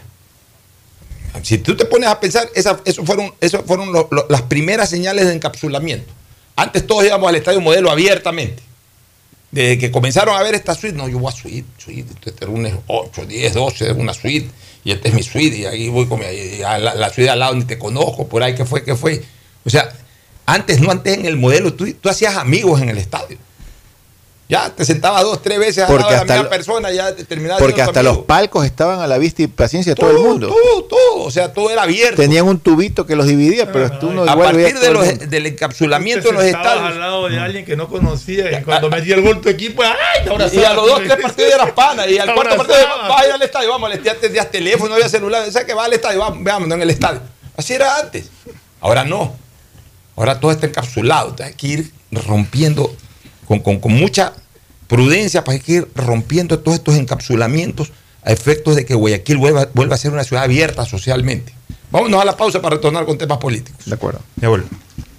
Si tú te pones a pensar, esas fueron las primeras señales de encapsulamiento. Antes todos íbamos al Estadio Modelo abiertamente. Desde que comenzaron a ver esta suite, no, yo voy a suite, este es un 8, 10, 12, una suite, y esta es mi suite, y ahí voy con la suite al lado ni te conozco, por ahí, ¿qué fue? O sea, antes en el Modelo, tú hacías amigos en el estadio. Ya te sentabas 2, 3 veces al lado de la misma persona, ya terminabas. Porque hasta los palcos estaban a la vista y paciencia de todo el mundo. Todo, o sea, todo era abierto. Tenían un tubito que los dividía, pero uno a igual partir del encapsulamiento de los estadios. al lado de alguien que no conocía y cuando metía el gol tu equipo, ¡ay! Te abrazaba. Y a los 2, 3 partidos ya eras pana. Y al cuarto partido, vas a ir al estadio, vamos, ya tenías teléfono, no había celular, o sea que vas al estadio, veamos, no en el estadio. Así era antes. Ahora no. Ahora todo está encapsulado. Hay que ir rompiendo con mucha prudencia, para que ir rompiendo todos estos encapsulamientos a efectos de que Guayaquil vuelva a ser una ciudad abierta socialmente. Vámonos a la pausa para retornar con temas políticos. De acuerdo. Ya vuelvo.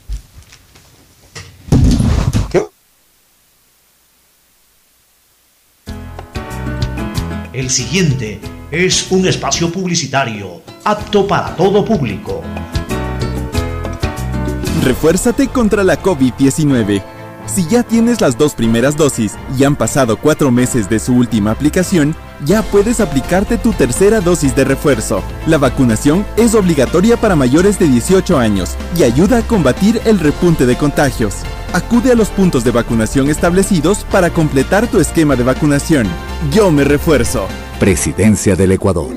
El siguiente es un espacio publicitario apto para todo público. Refuérzate contra la COVID-19. Si ya tienes las 2 primeras dosis y han pasado 4 meses de su última aplicación, ya puedes aplicarte tu tercera dosis de refuerzo. La vacunación es obligatoria para mayores de 18 años y ayuda a combatir el repunte de contagios. Acude a los puntos de vacunación establecidos para completar tu esquema de vacunación. Yo me refuerzo. Presidencia del Ecuador.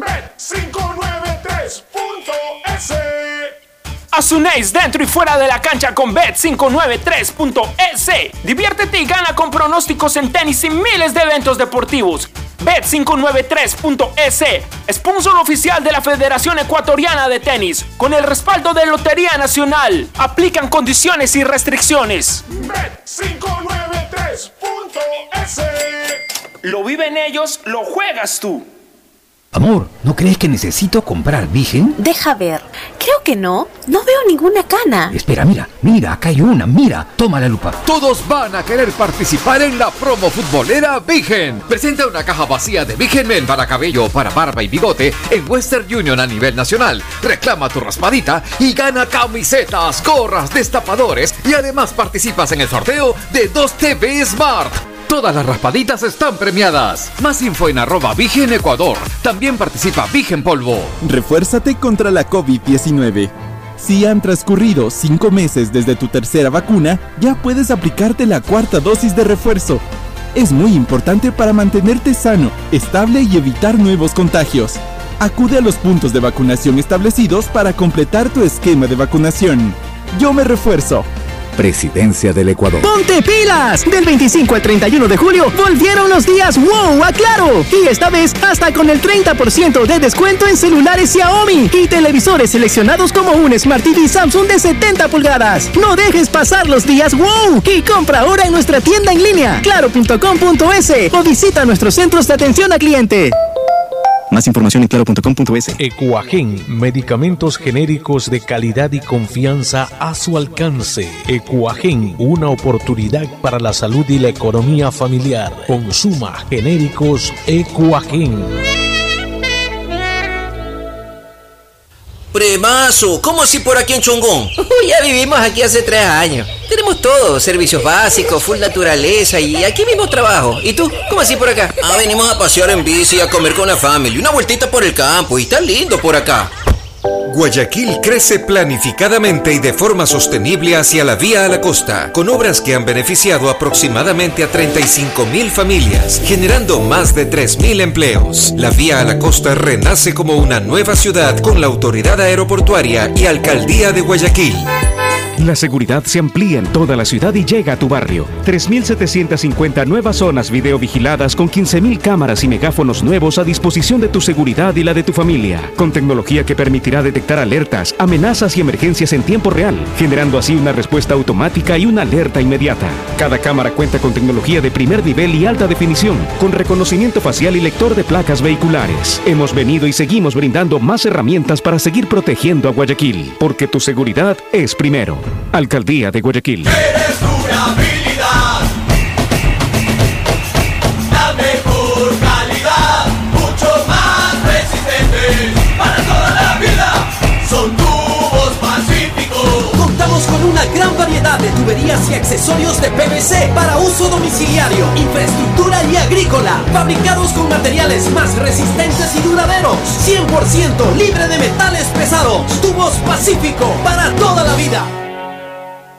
Bet593.es. Haz un ace dentro y fuera de la cancha con Bet593.es. Diviértete y gana con pronósticos en tenis y miles de eventos deportivos. Bet593.es, sponsor oficial de la Federación Ecuatoriana de Tenis, con el respaldo de Lotería Nacional. Aplican condiciones y restricciones. Bet593.es. Lo viven ellos, lo juegas tú. Amor, ¿no crees que necesito comprar Vigen? Deja ver. Creo que no. No veo ninguna cana. Espera, mira, acá hay una, mira. Toma la lupa. Todos van a querer participar en la promo futbolera Vigen. Presenta una caja vacía de Vigen Men para cabello, para barba y bigote en Western Union a nivel nacional. Reclama tu raspadita y gana camisetas, gorras, destapadores y además participas en el sorteo de 2 TV Smart. Todas las raspaditas están premiadas. Más info en @Vigen Ecuador. También participa Vigen Polvo. Refuérzate contra la COVID-19. Si han transcurrido 5 meses desde tu tercera vacuna, ya puedes aplicarte la 4ª dosis de refuerzo. Es muy importante para mantenerte sano, estable y evitar nuevos contagios. Acude a los puntos de vacunación establecidos para completar tu esquema de vacunación. Yo me refuerzo. Presidencia del Ecuador. ¡Ponte pilas! Del 25 al 31 de julio volvieron los días ¡wow! A Claro. Y esta vez hasta con el 30% de descuento en celulares Xiaomi y televisores seleccionados como un Smart TV Samsung de 70 pulgadas. No dejes pasar los días ¡wow! Y compra ahora en nuestra tienda en línea, claro.com.es, o visita nuestros centros de atención a cliente. Más información en claro.com.es. Ecuagen, medicamentos genéricos de calidad y confianza a su alcance. Ecuagen, una oportunidad para la salud y la economía familiar. Consuma genéricos Ecuagen. Premazo, ¿cómo así por aquí en Chongón? Ya vivimos aquí hace 3 años. Tenemos todo, servicios básicos, full naturaleza y aquí mismo trabajo. ¿Y tú? ¿Cómo así por acá? Venimos a pasear en bici y a comer con la familia. Una vueltita por el campo y está lindo por acá. Guayaquil crece planificadamente y de forma sostenible hacia la vía a la costa, con obras que han beneficiado aproximadamente a 35.000 familias, generando más de 3.000 empleos. La vía a la costa renace como una nueva ciudad con la autoridad aeroportuaria y alcaldía de Guayaquil. La seguridad se amplía en toda la ciudad y llega a tu barrio. 3.750 nuevas zonas videovigiladas con 15.000 cámaras y megáfonos nuevos a disposición de tu seguridad y la de tu familia. Con tecnología que permitirá detectar alertas, amenazas y emergencias en tiempo real, generando así una respuesta automática y una alerta inmediata. Cada cámara cuenta con tecnología de primer nivel y alta definición, con reconocimiento facial y lector de placas vehiculares. Hemos venido y seguimos brindando más herramientas para seguir protegiendo a Guayaquil, porque tu seguridad es primero. Alcaldía de Guayaquil. Eres durabilidad, la mejor calidad, mucho más resistentes para toda la vida. Son tubos Pacífico. Contamos con una gran variedad de tuberías y accesorios de PVC para uso domiciliario, infraestructura y agrícola, fabricados con materiales más resistentes y duraderos, 100% libre de metales pesados. Tubos Pacífico para toda la vida.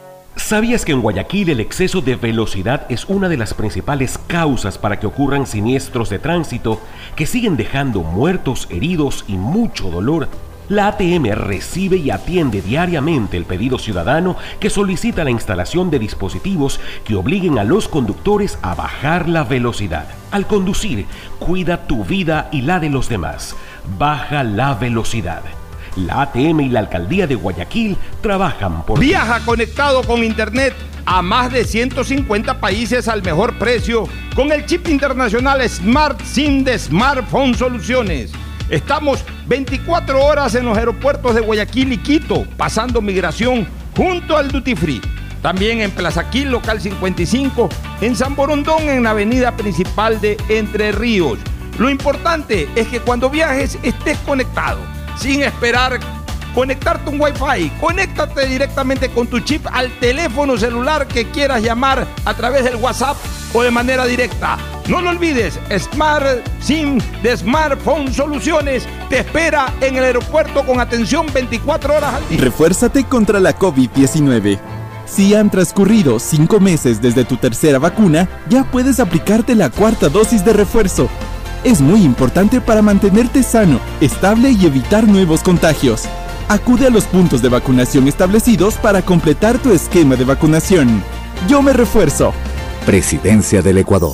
¿Sabías que en Guayaquil el exceso de velocidad es una de las principales causas para que ocurran siniestros de tránsito que siguen dejando muertos, heridos y mucho dolor? La ATM recibe y atiende diariamente el pedido ciudadano que solicita la instalación de dispositivos que obliguen a los conductores a bajar la velocidad. Al conducir, cuida tu vida y la de los demás. Baja la velocidad. La ATM y la Alcaldía de Guayaquil trabajan por... Viaja conectado con Internet a más de 150 países al mejor precio con el chip internacional Smart SIM de Smartphone Soluciones. Estamos 24 horas en los aeropuertos de Guayaquil y Quito, pasando migración junto al Duty Free. También en Plaza Quil, local 55, en San Borondón, en la avenida principal de Entre Ríos. Lo importante es que cuando viajes estés conectado, sin esperar conectarte un Wi-Fi. Conéctate directamente con tu chip al teléfono celular que quieras llamar a través del WhatsApp o de manera directa. No lo olvides, Smart SIM de Smartphone Soluciones te espera en el aeropuerto con atención 24 horas al día. Refuérzate contra la COVID-19. Si han transcurrido 5 meses desde tu tercera vacuna, ya puedes aplicarte la cuarta dosis de refuerzo. Es muy importante para mantenerte sano, estable y evitar nuevos contagios. Acude a los puntos de vacunación establecidos para completar tu esquema de vacunación. Yo me refuerzo. Presidencia del Ecuador.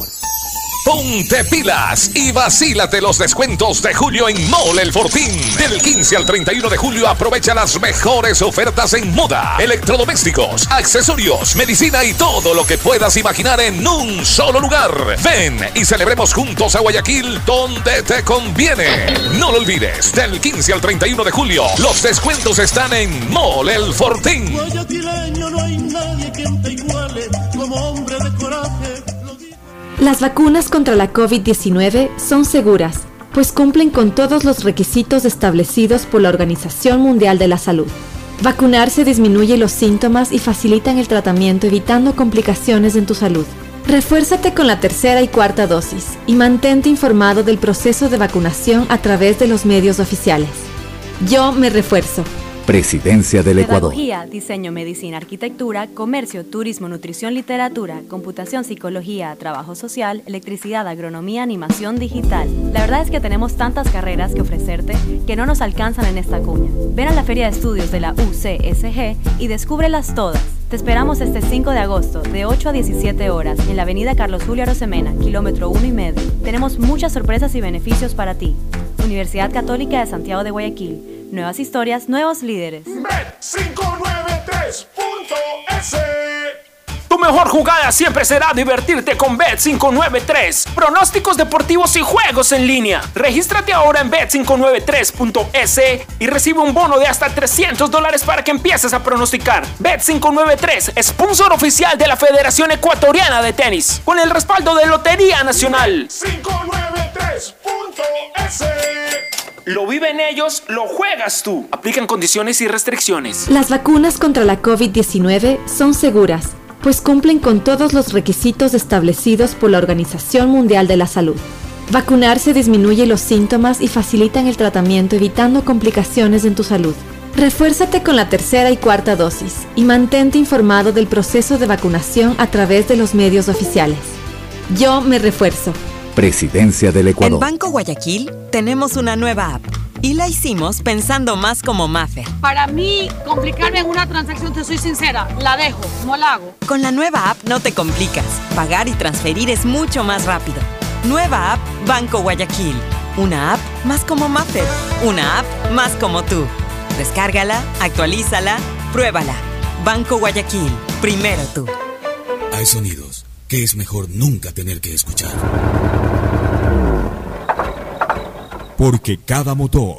Ponte pilas y vacílate los descuentos de julio en Mall El Fortín. Del 15 al 31 de julio aprovecha las mejores ofertas en moda, electrodomésticos, accesorios, medicina y todo lo que puedas imaginar en un solo lugar. Ven y celebremos juntos a Guayaquil donde te conviene. No lo olvides, del 15 al 31 de julio los descuentos están en Mall El Fortín. Guayaquileño, no hay nadie quien te iguale como hombre de coraje. Las vacunas contra la COVID-19 son seguras, pues cumplen con todos los requisitos establecidos por la Organización Mundial de la Salud. Vacunarse disminuye los síntomas y facilitan el tratamiento, evitando complicaciones en tu salud. Refuérzate con la tercera y cuarta dosis y mantente informado del proceso de vacunación a través de los medios oficiales. Yo me refuerzo. Presidencia del Ecuador. Pedagogía, diseño, medicina, arquitectura, comercio, turismo, nutrición, literatura, computación, psicología, trabajo social, electricidad, agronomía, animación digital. La verdad es que tenemos tantas carreras que ofrecerte que no nos alcanzan en esta cuña. Ven a la Feria de Estudios de la UCSG y descúbrelas todas. Te esperamos este 5 de agosto de 8 a 17 horas en la avenida Carlos Julio Arosemena, kilómetro 1,5. Tenemos muchas sorpresas y beneficios para ti. Universidad Católica de Santiago de Guayaquil. Nuevas historias, nuevos líderes. Bet593.es. Tu mejor jugada siempre será divertirte con Bet593. Pronósticos deportivos y juegos en línea. Regístrate ahora en Bet593.es y recibe un bono de hasta $300 para que empieces a pronosticar. Bet593, sponsor oficial de la Federación Ecuatoriana de Tenis, con el respaldo de Lotería Nacional. Bet593.es. Lo viven ellos, lo juegas tú. Aplican condiciones y restricciones. Las vacunas contra la COVID-19 son seguras, pues cumplen con todos los requisitos establecidos por la Organización Mundial de la Salud. Vacunarse disminuye los síntomas y facilitan el tratamiento, evitando complicaciones en tu salud. Refuérzate con la tercera y cuarta dosis y mantente informado del proceso de vacunación a través de los medios oficiales. Yo me refuerzo. Presidencia del Ecuador. En Banco Guayaquil tenemos una nueva app y la hicimos pensando más como Maffer. Para mí, complicarme en una transacción, te soy sincera, la dejo, no la hago. Con la nueva app no te complicas. Pagar y transferir es mucho más rápido. Nueva app Banco Guayaquil. Una app más como Maffer. Una app más como tú. Descárgala, actualízala, pruébala. Banco Guayaquil. Primero tú. Hay sonidos que es mejor nunca tener que escuchar. Porque cada motor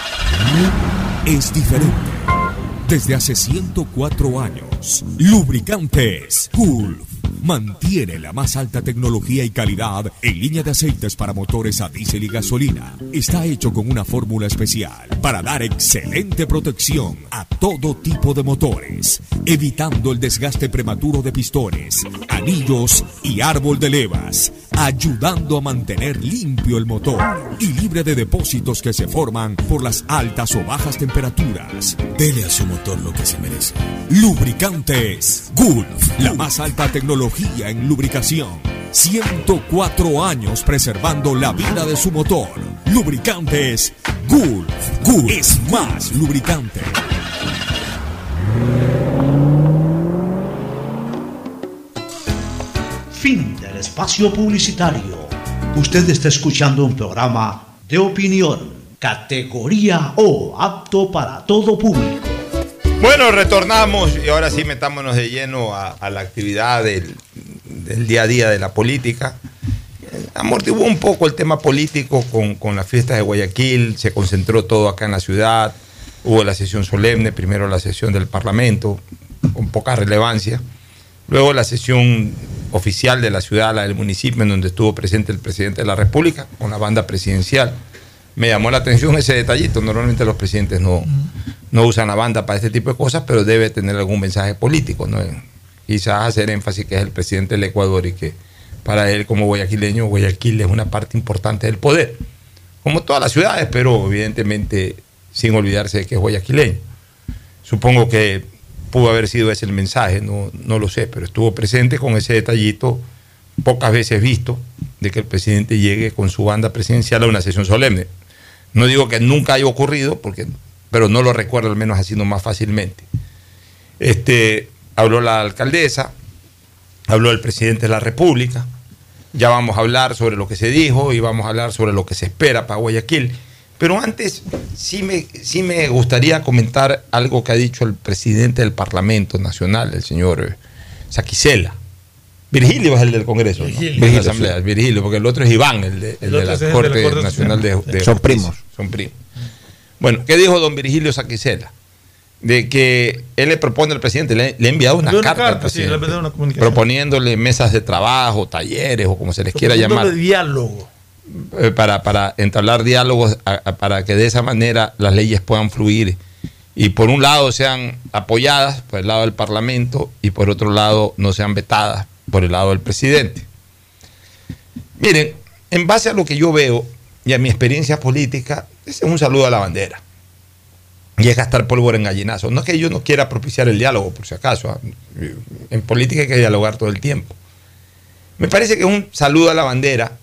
es diferente. Desde hace 104 años, Lubricantes Gulf mantiene la más alta tecnología y calidad en línea de aceites para motores a diésel y gasolina. Está hecho con una fórmula especial para dar excelente protección a todo tipo de motores, evitando el desgaste prematuro de pistones, anillos y árbol de levas, ayudando a mantener limpio el motor y libre de depósitos que se forman por las altas o bajas temperaturas. Dele a su motor lo que se merece. Lubricantes Gulf, la más alta tecnología en lubricación. 104 años preservando la vida de su motor. Lubricantes Gulf. Gulf es más lubricante. Fin del espacio publicitario. Usted está escuchando un programa de opinión, categoría O, apto para todo público. Bueno, retornamos y ahora sí metámonos de lleno a la actividad del día a día de la política. Amortiguó un poco el tema político con las fiestas de Guayaquil, se concentró todo acá en la ciudad, hubo la sesión solemne, primero la sesión del Parlamento, con poca relevancia, luego la sesión oficial de la ciudad, la del municipio, en donde estuvo presente el presidente de la República, con la banda presidencial. Me llamó la atención ese detallito, normalmente los presidentes no usan la banda para este tipo de cosas, pero debe tener algún mensaje político, ¿no? Quizás hacer énfasis que es el presidente del Ecuador y que para él como guayaquileño, Guayaquil es una parte importante del poder, como todas las ciudades, pero evidentemente sin olvidarse de que es guayaquileño. Supongo que pudo haber sido ese el mensaje, no lo sé, pero estuvo presente con ese detallito pocas veces visto, de que el presidente llegue con su banda presidencial a una sesión solemne. No digo que nunca haya ocurrido, pero no lo recuerdo, al menos así más fácilmente. Habló la alcaldesa, habló el presidente de la República, ya vamos a hablar sobre lo que se dijo y vamos a hablar sobre lo que se espera para Guayaquil. Pero antes sí me gustaría comentar algo que ha dicho el presidente del Parlamento Nacional, el señor Saquicela. Virgilio es el del Congreso, Virgilio, ¿no? De la Asamblea, sí. Virgilio, porque el otro es Iván, el de la Corte Nacional de Son primos. Son primos. Bueno, ¿qué dijo don Virgilio Saquicela? De que él le propone al presidente, le ha enviado una carta al presidente, sí, una comunicación, proponiéndole mesas de trabajo, talleres o como se les quiera llamar. Diálogo. Para entablar diálogos, para que de esa manera las leyes puedan fluir y por un lado sean apoyadas por el lado del Parlamento y por otro lado no sean vetadas por el lado del presidente. Miren, en base a lo que yo veo y a mi experiencia política, ese es un saludo a la bandera. Y es gastar pólvora en gallinazo. No es que yo no quiera propiciar el diálogo, por si acaso. En política hay que dialogar todo el tiempo. Me parece que es un saludo a la bandera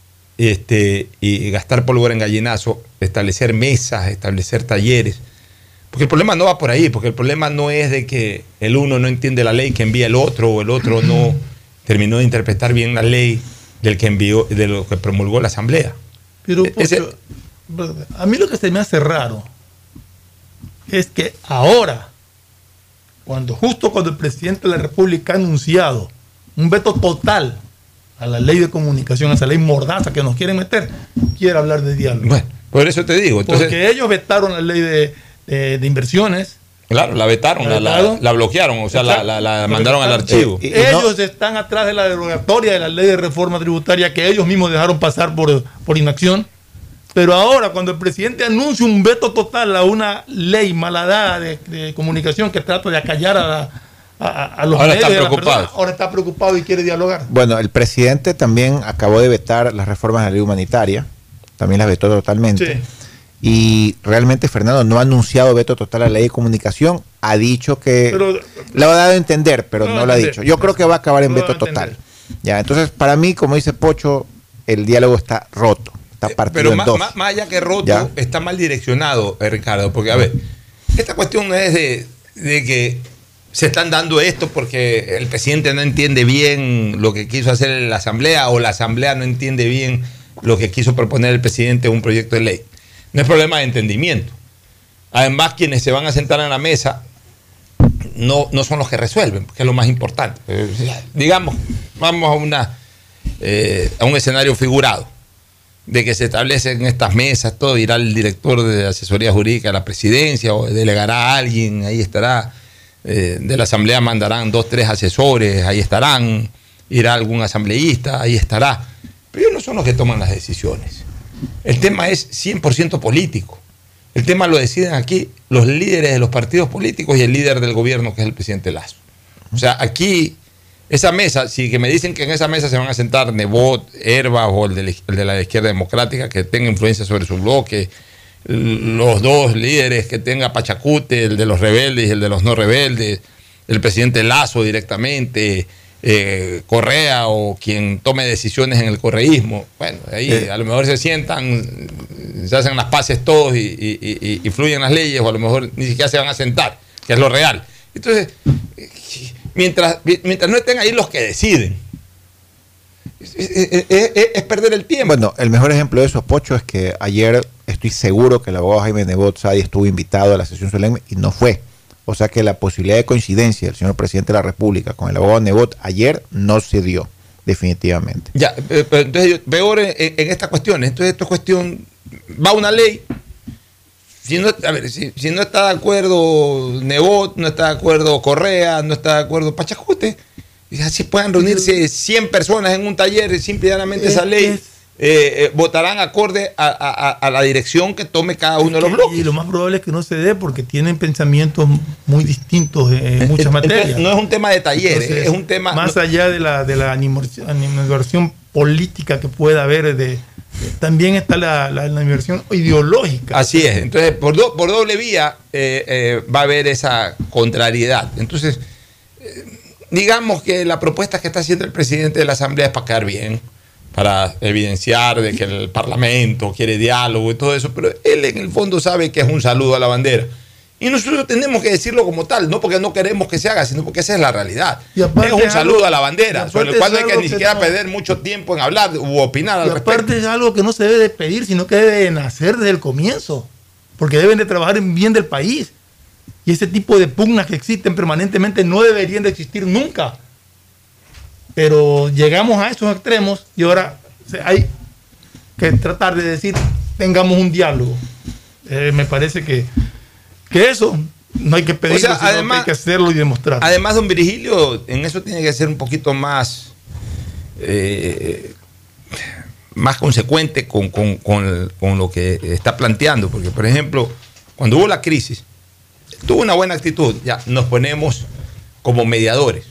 y gastar pólvora en gallinazo, establecer mesas, establecer talleres. Porque el problema no va por ahí, porque el problema no es de que el uno no entiende la ley que envía el otro, o el otro no terminó de interpretar bien la ley del que envió, de lo que promulgó la Asamblea. Pero a mí lo que se me hace raro es que ahora, justo cuando el presidente de la República ha anunciado un veto total a la ley de comunicación, a esa ley mordaza que nos quieren meter, quiere hablar de diálogo. Bueno, por eso te digo. Entonces, porque ellos vetaron la ley de inversiones. Claro, la vetaron, la bloquearon, o sea, la mandaron al archivo. Ellos están atrás de la derogatoria de la ley de reforma tributaria que ellos mismos dejaron pasar por inacción. Pero ahora, cuando el presidente anuncia un veto total a una ley malhadada de comunicación que trata de acallar a los ahora medios, está preocupado. Ahora está preocupado y quiere dialogar. Bueno, el presidente también acabó de vetar las reformas de la ley humanitaria, también las vetó totalmente. Sí. Y realmente Fernando no ha anunciado veto total a la ley de comunicación, ha dicho que lo ha dado a entender, pero no lo ha dicho. Yo creo que va a acabar en veto total. Ya, entonces, para mí, como dice Pocho, el diálogo está roto. Está partido en dos. Más allá que roto, está mal direccionado, Ricardo, porque a ver, esta cuestión no es de que se están dando esto porque el presidente no entiende bien lo que quiso hacer en la Asamblea o la Asamblea no entiende bien lo que quiso proponer el presidente en un proyecto de ley. No es problema de entendimiento. Además, quienes se van a sentar en la mesa no son los que resuelven, porque es lo más importante. Digamos, vamos a un escenario figurado de que se establecen estas mesas, todo, irá el director de asesoría jurídica a la presidencia o delegará a alguien, ahí estará, de la asamblea mandarán 2, 3 asesores, ahí estarán, irá algún asambleísta, ahí estará, pero ellos no son los que toman las decisiones. El tema es 100% político El tema lo deciden aquí los líderes de los partidos políticos y el líder del gobierno, que es el presidente Lasso. O sea, aquí, esa mesa, si que me dicen que en esa mesa se van a sentar Nebot, Herbas o el de la izquierda democrática, que tenga influencia sobre su bloque, los dos líderes que tenga Pachacute, el de los rebeldes y el de los no rebeldes, el presidente Lasso directamente, Correa o quien tome decisiones en el correísmo, bueno, ahí a lo mejor se sientan, se hacen las paces todos y fluyen las leyes, o a lo mejor ni siquiera se van a sentar, que es lo real. Entonces, mientras no estén ahí los que deciden, es perder el tiempo. Bueno, el mejor ejemplo de eso, Pocho, es que ayer estoy seguro que el abogado Jaime Nebot Sadi estuvo invitado a la sesión solemne y no fue. O sea que la posibilidad de coincidencia del señor presidente de la República con el abogado Nebot ayer no se dio, definitivamente. Ya, pero entonces yo veo en estas cuestiones, entonces esto es cuestión, va una ley, si no está de acuerdo Nebot, no está de acuerdo Correa, no está de acuerdo Pachacute, y así puedan reunirse 100 personas en un taller, simplemente esa ley votarán acorde a la dirección que tome cada uno de los bloques. Y lo más probable es que no se dé porque tienen pensamientos muy distintos en muchas materias. Entonces, no es un tema de talleres, entonces, es un tema... Más allá de la animación política que pueda haber, también está la animación ideológica. Así es, entonces por doble vía va a haber esa contrariedad. Entonces, digamos que la propuesta que está haciendo el presidente de la Asamblea es para quedar bien, para evidenciar de que el Parlamento quiere diálogo y todo eso, pero él en el fondo sabe que es un saludo a la bandera. Y nosotros tenemos que decirlo como tal, no porque no queremos que se haga, sino porque esa es la realidad. Es un saludo a la bandera, sobre el cual no hay que ni siquiera perder mucho tiempo en hablar u opinar al respecto. Aparte es algo que no se debe de pedir, sino que debe de nacer desde el comienzo, porque deben de trabajar en bien del país. Y ese tipo de pugnas que existen permanentemente no deberían de existir nunca. Pero llegamos a esos extremos y ahora hay que tratar de decir, tengamos un diálogo. Me parece que eso no hay que pedirlo, sino además, que hay que hacerlo y demostrarlo. Además, don Virgilio, en eso tiene que ser un poquito más consecuente con lo que está planteando. Porque, por ejemplo, cuando hubo la crisis, tuvo una buena actitud. Ya nos ponemos como mediadores.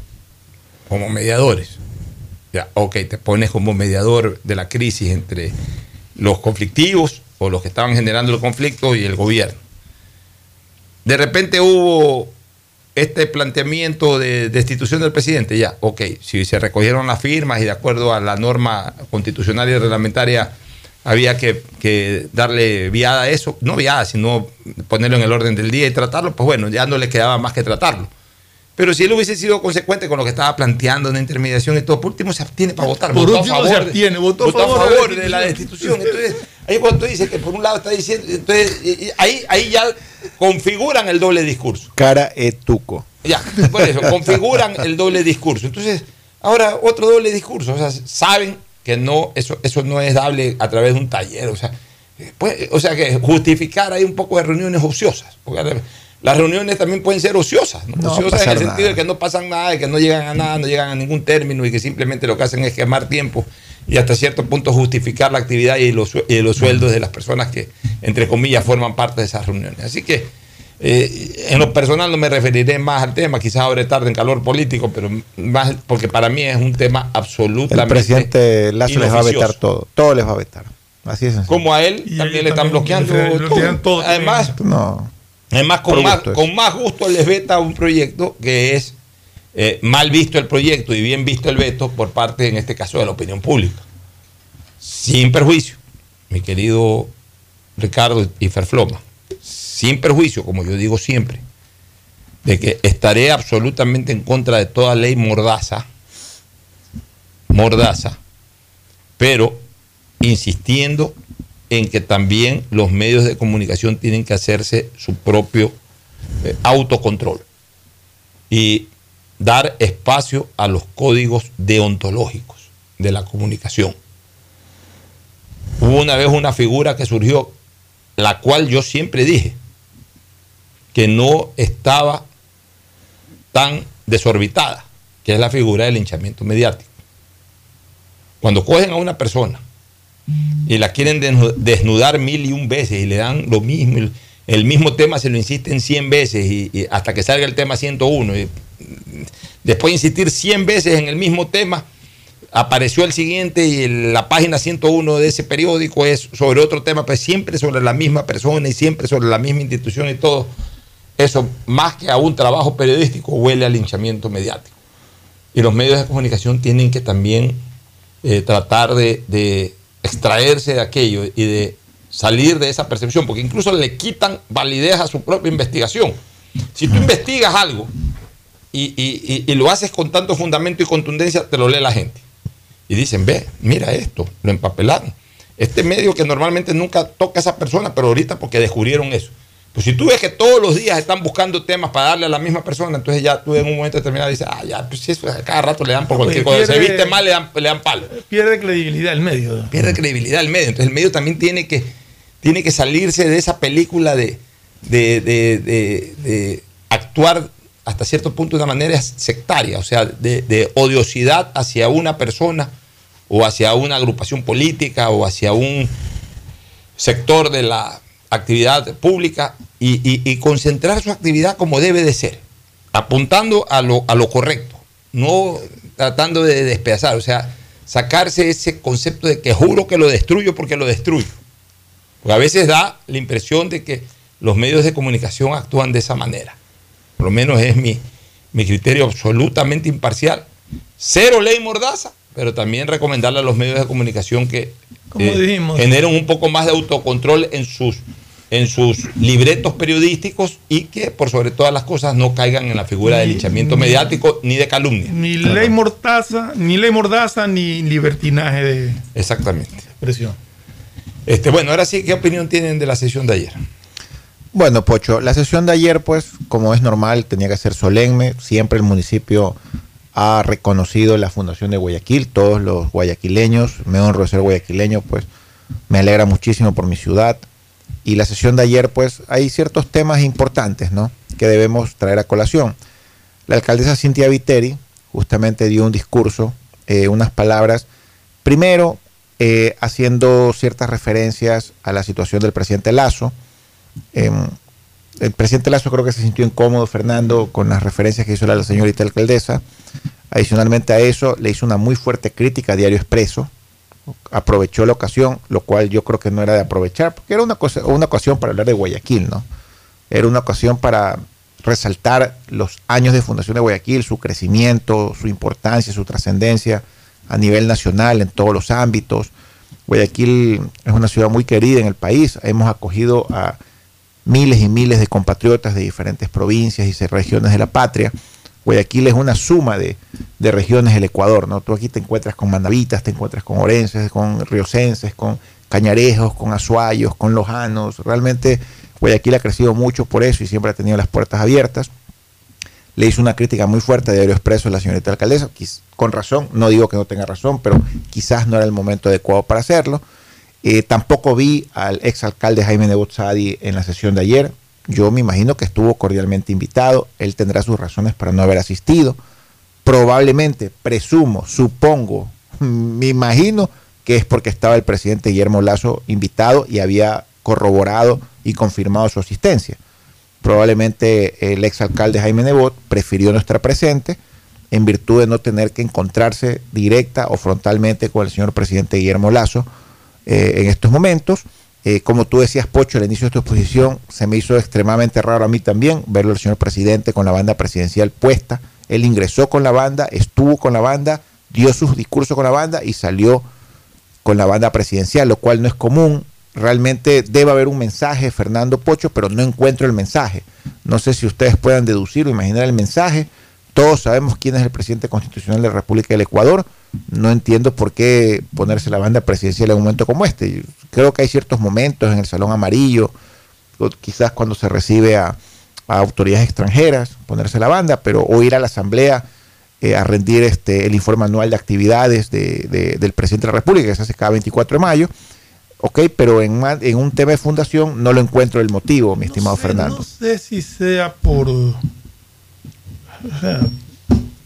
Ya, ok, te pones como mediador de la crisis entre los conflictivos o los que estaban generando el conflicto y el gobierno. De repente hubo este planteamiento de destitución del presidente. Ya, ok, si se recogieron las firmas y de acuerdo a la norma constitucional y reglamentaria había que darle viada a eso, no viada, sino ponerlo en el orden del día y tratarlo, pues bueno, ya no le quedaba más que tratarlo. Pero si él hubiese sido consecuente con lo que estaba planteando en la intermediación y todo, por último se abstiene para votar. Votó a favor de la destitución. Entonces, ahí cuando tú dices que por un lado está diciendo, entonces ahí ya configuran el doble discurso. Cara etuco. Ya, por eso, configuran el doble discurso. Entonces, ahora otro doble discurso. O sea, saben que no, eso no es dable a través de un taller. O sea que justificar ahí un poco de reuniones ociosas. Porque las reuniones también pueden ser ociosas, ¿no? Ociosas en el sentido de que no pasan nada, de que no llegan a nada, no llegan a ningún término y que simplemente lo que hacen es quemar tiempo y hasta cierto punto justificar la actividad y los sueldos de las personas que, entre comillas, forman parte de esas reuniones. Así que en lo personal no me referiré más al tema, quizás ahora es tarde en calor político, pero más porque para mí es un tema absolutamente el presidente Lasso les va a vetar todo les va a vetar. Así es. Como a él también le están bloqueando todo. Además, con más gusto les veta un proyecto que es mal visto el proyecto y bien visto el veto por parte, en este caso, de la opinión pública. Sin perjuicio, mi querido Ricardo y Ferfloma, sin perjuicio, como yo digo siempre, de que estaré absolutamente en contra de toda ley mordaza, pero insistiendo en que también los medios de comunicación tienen que hacerse su propio autocontrol y dar espacio a los códigos deontológicos de la comunicación. Hubo una vez una figura que surgió, la cual yo siempre dije que no estaba tan desorbitada, que es la figura del linchamiento mediático. Cuando cogen a una persona y la quieren desnudar 1001 veces y le dan lo mismo, el mismo tema se lo insisten 100 veces y hasta que salga el tema 101. Y después de insistir 100 veces en el mismo tema, apareció el siguiente y la página 101 de ese periódico es sobre otro tema, pues siempre sobre la misma persona y siempre sobre la misma institución y todo. Eso, más que a un trabajo periodístico, huele al linchamiento mediático. Y los medios de comunicación tienen que también tratar de extraerse de aquello y de salir de esa percepción, porque incluso le quitan validez a su propia investigación. Si tú investigas algo y lo haces con tanto fundamento y contundencia, te lo lee la gente. Y dicen, ve, mira esto, lo empapelaron. Este medio que normalmente nunca toca a esa persona, pero ahorita porque descubrieron eso. Pues si tú ves que todos los días están buscando temas para darle a la misma persona, entonces ya tú en un momento determinado dices, ya, pues eso, cada rato le dan por cualquier cosa. Se viste mal, le dan palo. Pierde credibilidad el medio. Pierde credibilidad el medio. Entonces el medio también tiene que salirse de esa película de actuar hasta cierto punto de una manera sectaria, o sea, de odiosidad hacia una persona o hacia una agrupación política o hacia un sector de la actividad pública y concentrar su actividad como debe de ser, apuntando a lo correcto, no tratando de despedazar, o sea, sacarse ese concepto de que juro que lo destruyo porque lo destruyo. Porque a veces da la impresión de que los medios de comunicación actúan de esa manera. Por lo menos es mi criterio absolutamente imparcial. Cero ley mordaza, pero también recomendarle a los medios de comunicación que generen un poco más de autocontrol en sus libretos periodísticos y que, por sobre todas las cosas, no caigan en la figura de linchamiento mediático ni de calumnia. Ni ley mordaza, ni libertinaje de expresión. Bueno, ahora sí, ¿qué opinión tienen de la sesión de ayer? Bueno, Pocho, la sesión de ayer, pues, como es normal, tenía que ser solemne. Siempre el municipio ha reconocido la Fundación de Guayaquil, todos los guayaquileños. Me honro de ser guayaquileño, pues, me alegra muchísimo por mi ciudad. Y la sesión de ayer, pues, hay ciertos temas importantes, ¿no?, que debemos traer a colación. La alcaldesa Cintia Viteri justamente dio un discurso, unas palabras, primero haciendo ciertas referencias a la situación del presidente Lasso. El presidente Lasso creo que se sintió incómodo, Fernando, con las referencias que hizo la señorita alcaldesa. Adicionalmente a eso, le hizo una muy fuerte crítica a Diario Expreso. Aprovechó la ocasión, lo cual yo creo que no era de aprovechar, porque era una ocasión para hablar de Guayaquil, ¿no? Era una ocasión para resaltar los años de fundación de Guayaquil, su crecimiento, su importancia, su trascendencia a nivel nacional en todos los ámbitos. Guayaquil es una ciudad muy querida en el país. Hemos acogido a miles y miles de compatriotas de diferentes provincias y regiones de la patria. Guayaquil es una suma de regiones del Ecuador, ¿no? Tú aquí te encuentras con manavitas, te encuentras con orenses, con riocenses, con cañarejos, con azuayos, con lojanos. Realmente Guayaquil ha crecido mucho por eso y siempre ha tenido las puertas abiertas. Le hizo una crítica muy fuerte a Diario Expreso a la señorita alcaldesa, con razón, no digo que no tenga razón, pero quizás no era el momento adecuado para hacerlo. Tampoco vi al exalcalde Jaime Nebot Sadi en la sesión de ayer. Yo me imagino que estuvo cordialmente invitado. Él tendrá sus razones para no haber asistido. Probablemente, presumo, supongo, me imagino que es porque estaba el presidente Guillermo Lasso invitado y había corroborado y confirmado su asistencia. Probablemente el exalcalde Jaime Nebot prefirió no estar presente en virtud de no tener que encontrarse directa o frontalmente con el señor presidente Guillermo Lasso en estos momentos. Como tú decías, Pocho, al inicio de tu exposición, se me hizo extremadamente raro a mí también verlo al señor presidente con la banda presidencial puesta. Él ingresó con la banda, estuvo con la banda, dio sus discursos con la banda y salió con la banda presidencial, lo cual no es común. Realmente debe haber un mensaje, Fernando, Pocho, pero no encuentro el mensaje. No sé si ustedes puedan deducir o imaginar el mensaje. Todos sabemos quién es el presidente constitucional de la República del Ecuador. No entiendo por qué ponerse la banda presidencial en un momento como este. Creo que hay ciertos momentos en el Salón Amarillo, quizás cuando se recibe a autoridades extranjeras, ponerse la banda, pero o ir a la Asamblea a rendir el informe anual de actividades del presidente de la República, que se hace cada 24 de mayo. Ok, pero en un tema de fundación no lo encuentro el motivo, mi estimado Fernando. No sé si sea por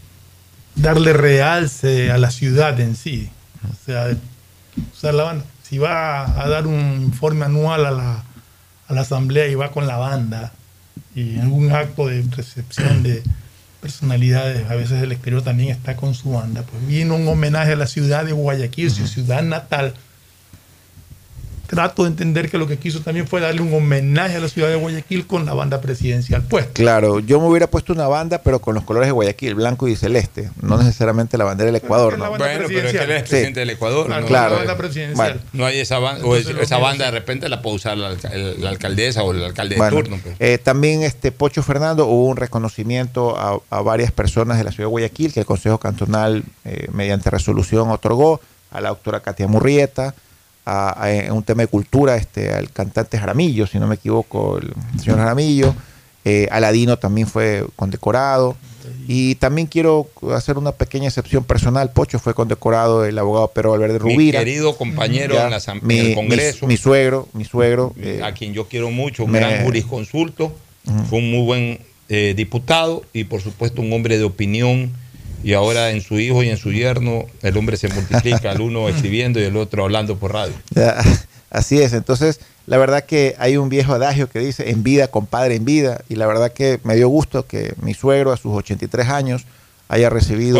darle realce a la ciudad en sí. O sea, usar la banda. si va a dar un informe anual a la asamblea y va con la banda y en algún acto de recepción de personalidades, a veces del exterior también está con su banda, pues vino un homenaje a la ciudad de Guayaquil, su ciudad natal. Trato de entender que lo que quiso también fue darle un homenaje a la ciudad de Guayaquil con la banda presidencial puesta. Claro, yo me hubiera puesto una banda, pero con los colores de Guayaquil, blanco y celeste, no necesamente la bandera del Ecuador. ¿No? Bueno, pero es que él es presidente del Ecuador. Claro, la banda presidencial. No hay esa banda, o esa banda de repente la puede usar la alcaldesa o el alcalde de turno. Pues. También Pocho Fernando, hubo un reconocimiento a varias personas de la ciudad de Guayaquil que el Consejo Cantonal mediante resolución otorgó, a la doctora Katia Murrieta, en un tema de cultura, al cantante Jaramillo, si no me equivoco, el señor Jaramillo. Aladino también fue condecorado. Y también quiero hacer una pequeña excepción personal. Pocho fue condecorado el abogado Pedro Valverde Rubira. Mi querido compañero en el Congreso. Mi suegro. A quien yo quiero mucho, un gran jurisconsulto. Fue un muy buen diputado y por supuesto un hombre de opinión. Y ahora en su hijo y en su yerno el hombre se multiplica, el uno escribiendo y el otro hablando por radio. Así es, entonces la verdad que hay un viejo adagio que dice en vida, compadre, en vida, y la verdad que me dio gusto que mi suegro a sus 83 años haya recibido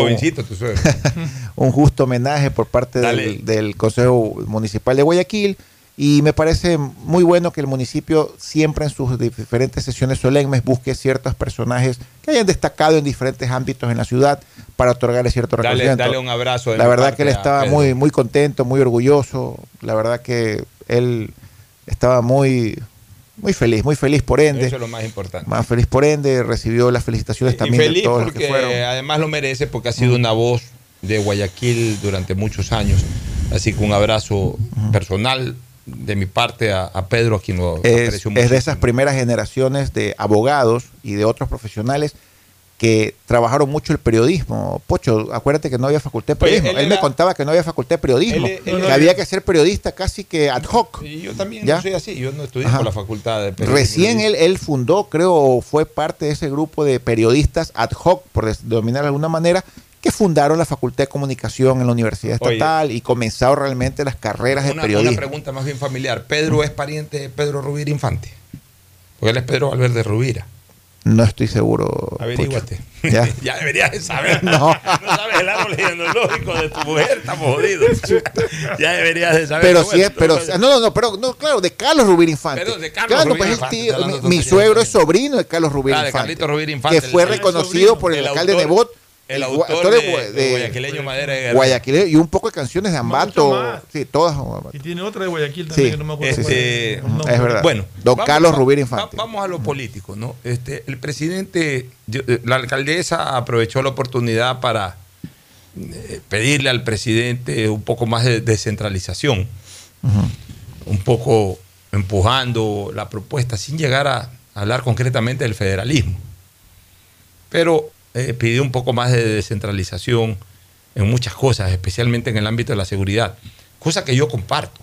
un justo homenaje por parte del Consejo Municipal de Guayaquil. Y me parece muy bueno que el municipio siempre en sus diferentes sesiones solemnes busque ciertos personajes que hayan destacado en diferentes ámbitos en la ciudad para otorgarle cierto reconocimiento. Dale un abrazo. La verdad que él estaba muy contento, muy orgulloso. La verdad que él estaba muy feliz por ende. Eso es lo más importante. Más feliz por ende, recibió las felicitaciones también feliz de todos porque los que fueron. Además lo merece porque ha sido una voz de Guayaquil durante muchos años. Así que un abrazo personal de mi parte a Pedro, a quien lo aprecio mucho. Es de esas primeras generaciones de abogados y de otros profesionales que trabajaron mucho el periodismo. Pocho, acuérdate que no había facultad de periodismo. Él me contaba que no había facultad de periodismo, que había que ser periodista casi que ad hoc. Y yo también no soy así, yo no estudié por la facultad de periodismo. Recién él fundó, creo, fue parte de ese grupo de periodistas ad hoc, por denominar de alguna manera, que fundaron la Facultad de Comunicación en la Universidad Estatal y comenzaron realmente las carreras de periodismo. Una pregunta más bien familiar. ¿Pedro es pariente de Pedro Rubira Infante? Porque él es Pedro Valverde Rubira. No estoy seguro. Averíguate. Ya deberías de saber. No sabes el árbol genealógico de tu mujer, estamos jodidos. Ya deberías de saber. Pero sí, claro, de Carlos Rubira Infante. Pero de Carlos Rubira Infante. Mi suegro es sobrino de Carlos Rubira Infante. De Carlito Rubira Infante. Que fue reconocido por el alcalde Nebot. El autor de Guayaquileño Madera de Guerrero. Guayaquileño y un poco de canciones de Ambato. Sí, todas. Y tiene otra de Guayaquil también que no me acuerdo. Es verdad. Bueno, don Carlos Rubira Infante. Vamos a lo político, ¿no? El presidente, la alcaldesa aprovechó la oportunidad para pedirle al presidente un poco más de descentralización, un poco empujando la propuesta sin llegar a hablar concretamente del federalismo. Pero pidió un poco más de descentralización en muchas cosas, especialmente en el ámbito de la seguridad, cosa que yo comparto.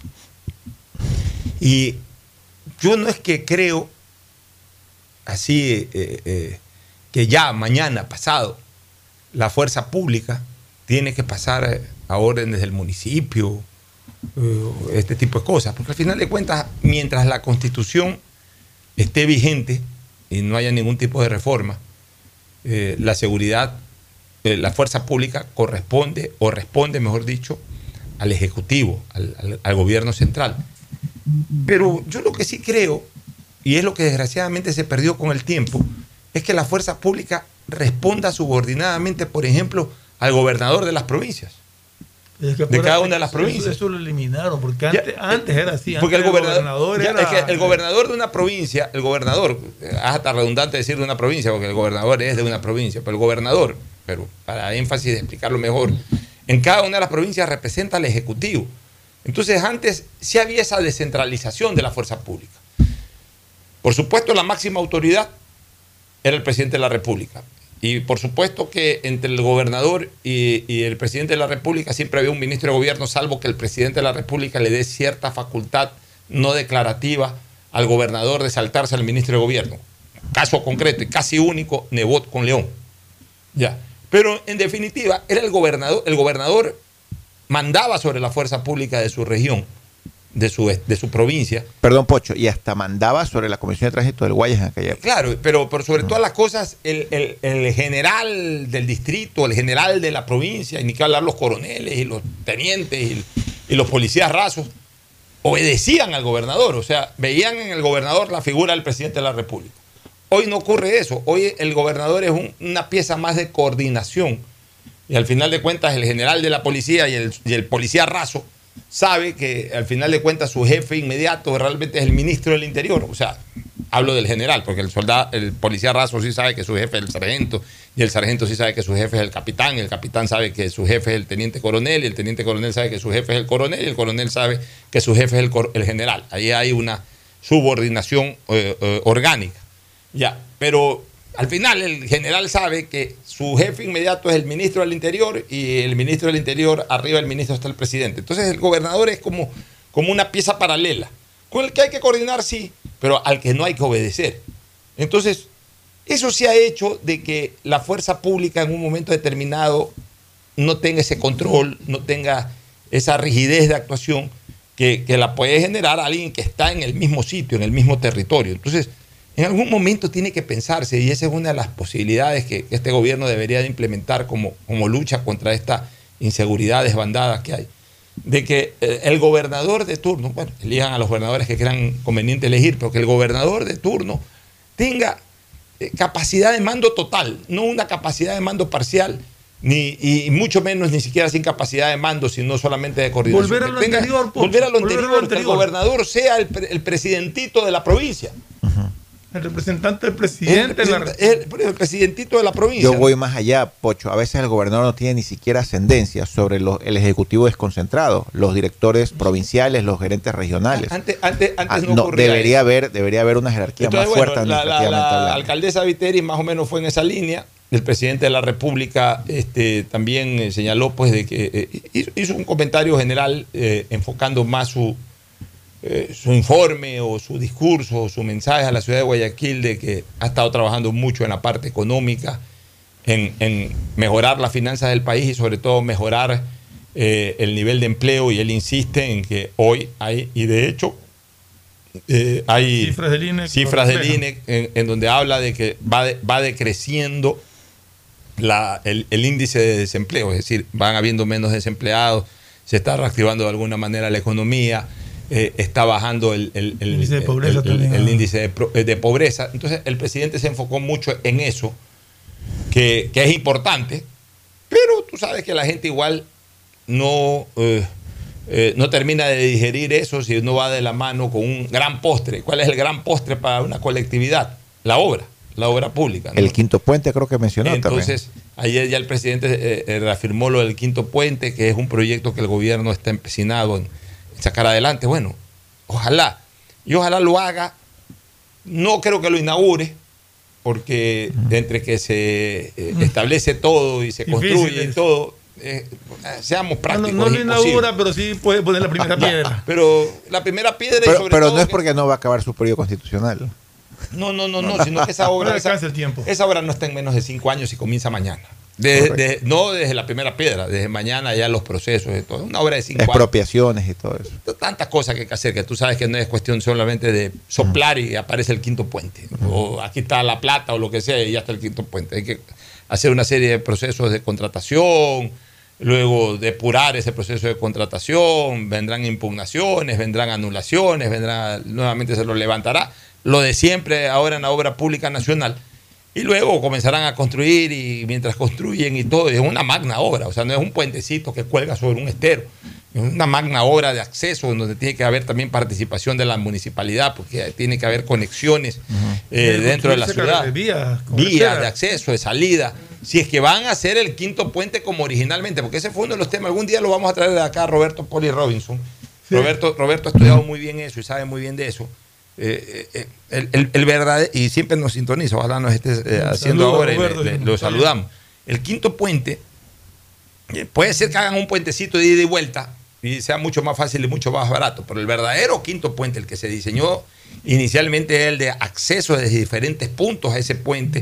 Y yo no es que creo así que ya mañana, pasado, la fuerza pública tiene que pasar a órdenes del municipio, este tipo de cosas, porque al final de cuentas, mientras la Constitución esté vigente y no haya ningún tipo de reforma, la seguridad, la fuerza pública corresponde o responde, mejor dicho, al Ejecutivo, al gobierno central. Pero yo lo que sí creo, y es lo que desgraciadamente se perdió con el tiempo, es que la fuerza pública responda subordinadamente, por ejemplo, al gobernador de las provincias. De cada una de las provincias. Eso lo eliminaron, porque antes era así. Porque el gobernador era... Es que el gobernador de una provincia, hasta redundante decir de una provincia, porque el gobernador es de una provincia, pero el gobernador, pero para énfasis de explicarlo mejor, en cada una de las provincias representa al Ejecutivo. Entonces antes sí había esa descentralización de la fuerza pública. Por supuesto, la máxima autoridad era el presidente de la República. Y por supuesto que entre el gobernador y el presidente de la República siempre había un ministro de gobierno, salvo que el presidente de la República le dé cierta facultad no declarativa al gobernador de saltarse al ministro de gobierno. Caso concreto y casi único, Nebot con León. Ya. Pero en definitiva, era el gobernador mandaba sobre la fuerza pública de su región de su provincia. Perdón, Pocho, y hasta mandaba sobre la Comisión de Tránsito del Guayas en aquella época. Claro, pero sobre todas las cosas, el general del distrito, el general de la provincia, y ni que hablar los coroneles y los tenientes y los policías rasos, obedecían al gobernador, o sea, veían en el gobernador la figura del presidente de la República. Hoy no ocurre eso, hoy el gobernador es una pieza más de coordinación, y al final de cuentas el general de la policía y el policía raso sabe que al final de cuentas su jefe inmediato realmente es el ministro del Interior. O sea, hablo del general, porque el policía raso sí sabe que su jefe es el sargento, y el sargento sí sabe que su jefe es el capitán sabe que su jefe es el teniente coronel, y el teniente coronel sabe que su jefe es el coronel, y el coronel sabe que su jefe es el general. Ahí hay una subordinación orgánica. Ya, pero al final el general sabe que su jefe inmediato es el ministro del Interior, y el ministro del Interior, arriba del ministro está el presidente. Entonces el gobernador es como una pieza paralela, con el que hay que coordinar, sí, pero al que no hay que obedecer. Entonces, eso sí ha hecho de que la fuerza pública en un momento determinado no tenga ese control, no tenga esa rigidez de actuación que la puede generar alguien que está en el mismo sitio, en el mismo territorio. Entonces, en algún momento tiene que pensarse, y esa es una de las posibilidades que este gobierno debería de implementar como lucha contra esta inseguridad desbandada que hay, de que el gobernador de turno, bueno, elijan a los gobernadores que crean conveniente elegir, pero que el gobernador de turno tenga capacidad de mando total, no una capacidad de mando parcial, y mucho menos ni siquiera sin capacidad de mando, sino solamente de coordinación. Volver a lo anterior, que el gobernador sea el presidentito de la provincia. El representante del presidente. El presidentito de la provincia. Yo voy más allá, Pocho. A veces el gobernador no tiene ni siquiera ascendencia sobre el ejecutivo desconcentrado, los directores provinciales, los gerentes regionales. Antes no ocurría debería haber una jerarquía. Entonces, más fuerte. La alcaldesa Viteri más o menos fue en esa línea. El presidente de la República también señaló pues de que hizo un comentario general enfocando más su informe o su discurso o su mensaje a la ciudad de Guayaquil, de que ha estado trabajando mucho en la parte económica, en mejorar las finanzas del país y sobre todo mejorar el nivel de empleo, y él insiste en que hoy hay, y de hecho hay cifras del INE en donde habla de que va decreciendo el índice de desempleo, es decir, van habiendo menos desempleados, se está reactivando de alguna manera la economía, está bajando el índice de pobreza, el índice de pobreza. Entonces el presidente se enfocó mucho en eso, que es importante, pero tú sabes que la gente igual no termina de digerir eso si no va de la mano con un gran postre. ¿Cuál es el gran postre para una colectividad? La obra pública, ¿no? El quinto puente creo que mencionó. Entonces, también. Ayer ya el presidente reafirmó lo del quinto puente, que es un proyecto que el gobierno está empecinado en sacar adelante. Bueno, ojalá lo haga. No creo que lo inaugure, porque entre que se establece todo y se construye y todo, seamos prácticos. No lo inaugura, pero sí puede poner la primera piedra. Pero la primera piedra, pero no es porque no va a acabar su periodo constitucional. No, sino que esa obra no está en menos de 5 años y comienza mañana. No desde la primera piedra, desde mañana ya los procesos y todo. Una obra de 5 años. Expropiaciones y todo eso. Tantas cosas que hay que hacer, que tú sabes que no es cuestión solamente de soplar y aparece el quinto puente. O aquí está la plata o lo que sea y ya está el quinto puente. Hay que hacer una serie de procesos de contratación, luego depurar ese proceso de contratación, vendrán impugnaciones, vendrán anulaciones, nuevamente se lo levantará. Lo de siempre ahora en la obra pública nacional, y luego comenzarán a construir, y mientras construyen y todo, es una magna obra, o sea, no es un puentecito que cuelga sobre un estero, es una magna obra de acceso en donde tiene que haber también participación de la municipalidad, porque tiene que haber conexiones dentro de la ciudad, vías de acceso, de salida, si es que van a hacer el quinto puente como originalmente, porque ese fue uno de los temas. Algún día lo vamos a traer de acá a Roberto Poli Robinson. Sí. Roberto ha estudiado muy bien eso y sabe muy bien de eso. El verdadero, y siempre nos sintoniza, ojalá nos esté haciendo ahora, Roberto, y lo saludamos. El quinto puente, puede ser que hagan un puentecito de ida y vuelta y sea mucho más fácil y mucho más barato, pero el verdadero quinto puente, el que se diseñó inicialmente, el de acceso desde diferentes puntos a ese puente,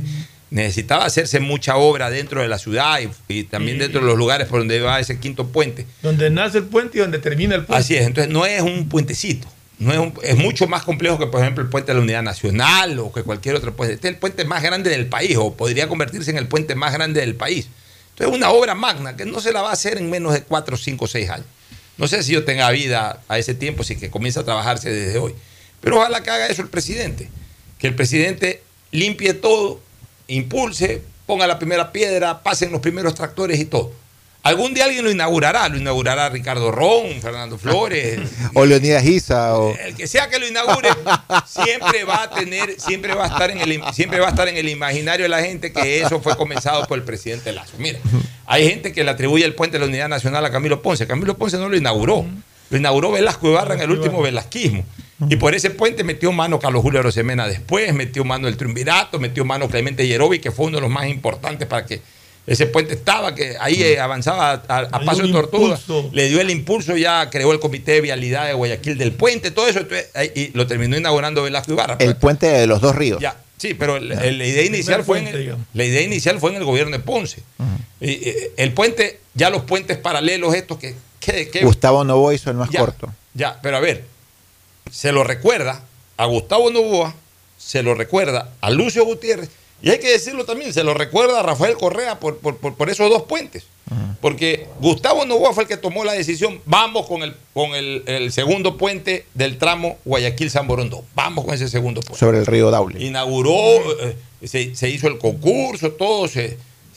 necesitaba hacerse mucha obra dentro de la ciudad y también dentro de los lugares por donde va ese quinto puente. Donde nace el puente y donde termina el puente. Así es, entonces no es un puentecito. Es mucho más complejo que, por ejemplo, el puente de la Unidad Nacional o que cualquier otro puente. Este es el puente más grande del país, o podría convertirse en el puente más grande del país. Entonces es una obra magna que no se la va a hacer en menos de 4, 5, 6 años. No sé si yo tenga vida a ese tiempo, si que comienza a trabajarse desde hoy. Pero ojalá que haga eso el presidente. Que el presidente limpie todo, impulse, ponga la primera piedra, pasen los primeros tractores y todo. Algún día alguien lo inaugurará Ricardo Ron, Fernando Flores. O Leonidas Giza. El que sea que lo inaugure, siempre va a estar en el imaginario de la gente que eso fue comenzado por el presidente Lazo. Mira, hay gente que le atribuye el puente de la Unidad Nacional a Camilo Ponce. Camilo Ponce no lo inauguró. Lo inauguró Velasco Ibarra en el último velasquismo. Y por ese puente metió mano Carlos Julio Arosemena después, metió mano el Triunvirato, metió mano Clemente Yerovi, que fue uno de los más importantes para que ese puente estaba, que ahí avanzaba a paso de tortuga, le dio el impulso, ya creó el Comité de Vialidad de Guayaquil del puente, todo eso, y lo terminó inaugurando Velasco Ibarra. El puente de los dos ríos. Ya, sí, pero la idea inicial fue en el gobierno de Ponce. El puente, ya los puentes paralelos estos que Gustavo Novoa hizo el más corto. Ya, pero a ver, se lo recuerda a Gustavo Novoa, se lo recuerda a Lucio Gutiérrez, y hay que decirlo también, se lo recuerda a Rafael Correa por esos dos puentes. Porque Gustavo Novoa fue el que tomó la decisión, vamos con el segundo puente del tramo Guayaquil-San Borondón, vamos con ese segundo puente. Sobre el río Daule. Inauguró, se hizo el concurso, todo, se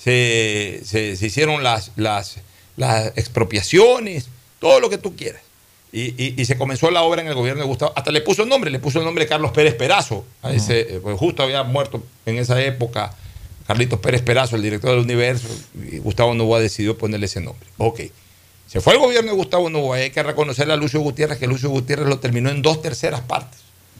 hicieron las expropiaciones, todo lo que tú quieras. Y se comenzó la obra en el gobierno de Gustavo. Hasta le puso el nombre de Carlos Pérez Perazo. Pues justo había muerto en esa época Carlitos Pérez Perazo, el director del Universo, y Gustavo Novoa decidió ponerle ese nombre. Ok. Se fue el gobierno de Gustavo Novoa, y hay que reconocerle a Lucio Gutiérrez que Lucio Gutiérrez lo terminó en 2/3 partes.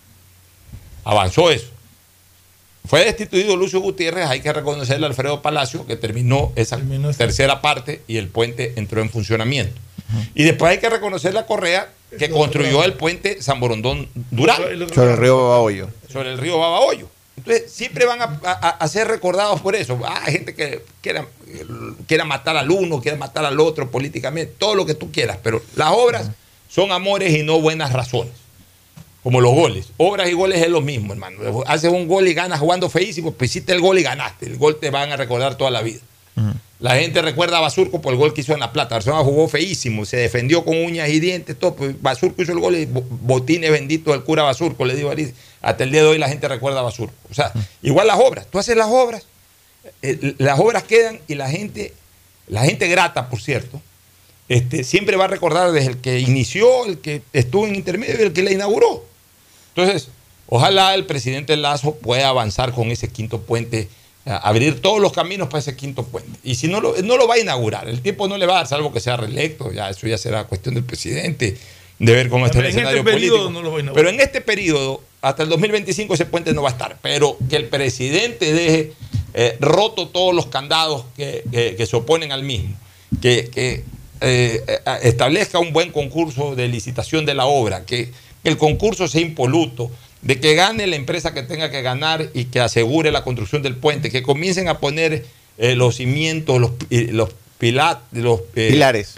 Avanzó eso. Fue destituido Lucio Gutiérrez, hay que reconocerle a Alfredo Palacio que terminó esa tercera parte y el puente entró en funcionamiento. Y después hay que reconocerle a Correa que construyó el puente San Borondón-Durán. Sobre el río Babahoyo. Sobre el río Babahoyo. Entonces siempre van a ser recordados por eso. Hay gente que quiera matar al uno, quiera matar al otro políticamente, todo lo que tú quieras, pero las obras son amores y no buenas razones. Como los goles. Obras y goles es lo mismo, hermano. Haces un gol y ganas jugando feísimo, pues hiciste el gol y ganaste. El gol te van a recordar toda la vida. La gente recuerda a Basurco por el gol que hizo en La Plata. Barcelona jugó feísimo, se defendió con uñas y dientes, todo. Pues Basurco hizo el gol y botines benditos del cura Basurco, le digo. Hasta el día de hoy la gente recuerda a Basurco. O sea, igual las obras. Tú haces las obras quedan y la gente grata, por cierto, siempre va a recordar desde el que inició, el que estuvo en intermedio y el que la inauguró. Entonces, ojalá el presidente Lazo pueda avanzar con ese quinto puente, abrir todos los caminos para ese quinto puente. Y si no lo va a inaugurar, el tiempo no le va a dar, salvo que sea reelecto, eso ya será cuestión del presidente, de ver cómo está el escenario político. No lo va a inaugurar. Pero en este periodo, hasta el 2025, ese puente no va a estar. Pero que el presidente deje roto todos los candados que se oponen al mismo, que establezca un buen concurso de licitación de la obra, que el concurso sea impoluto, de que gane la empresa que tenga que ganar y que asegure la construcción del puente, que comiencen a poner los cimientos, los pilares,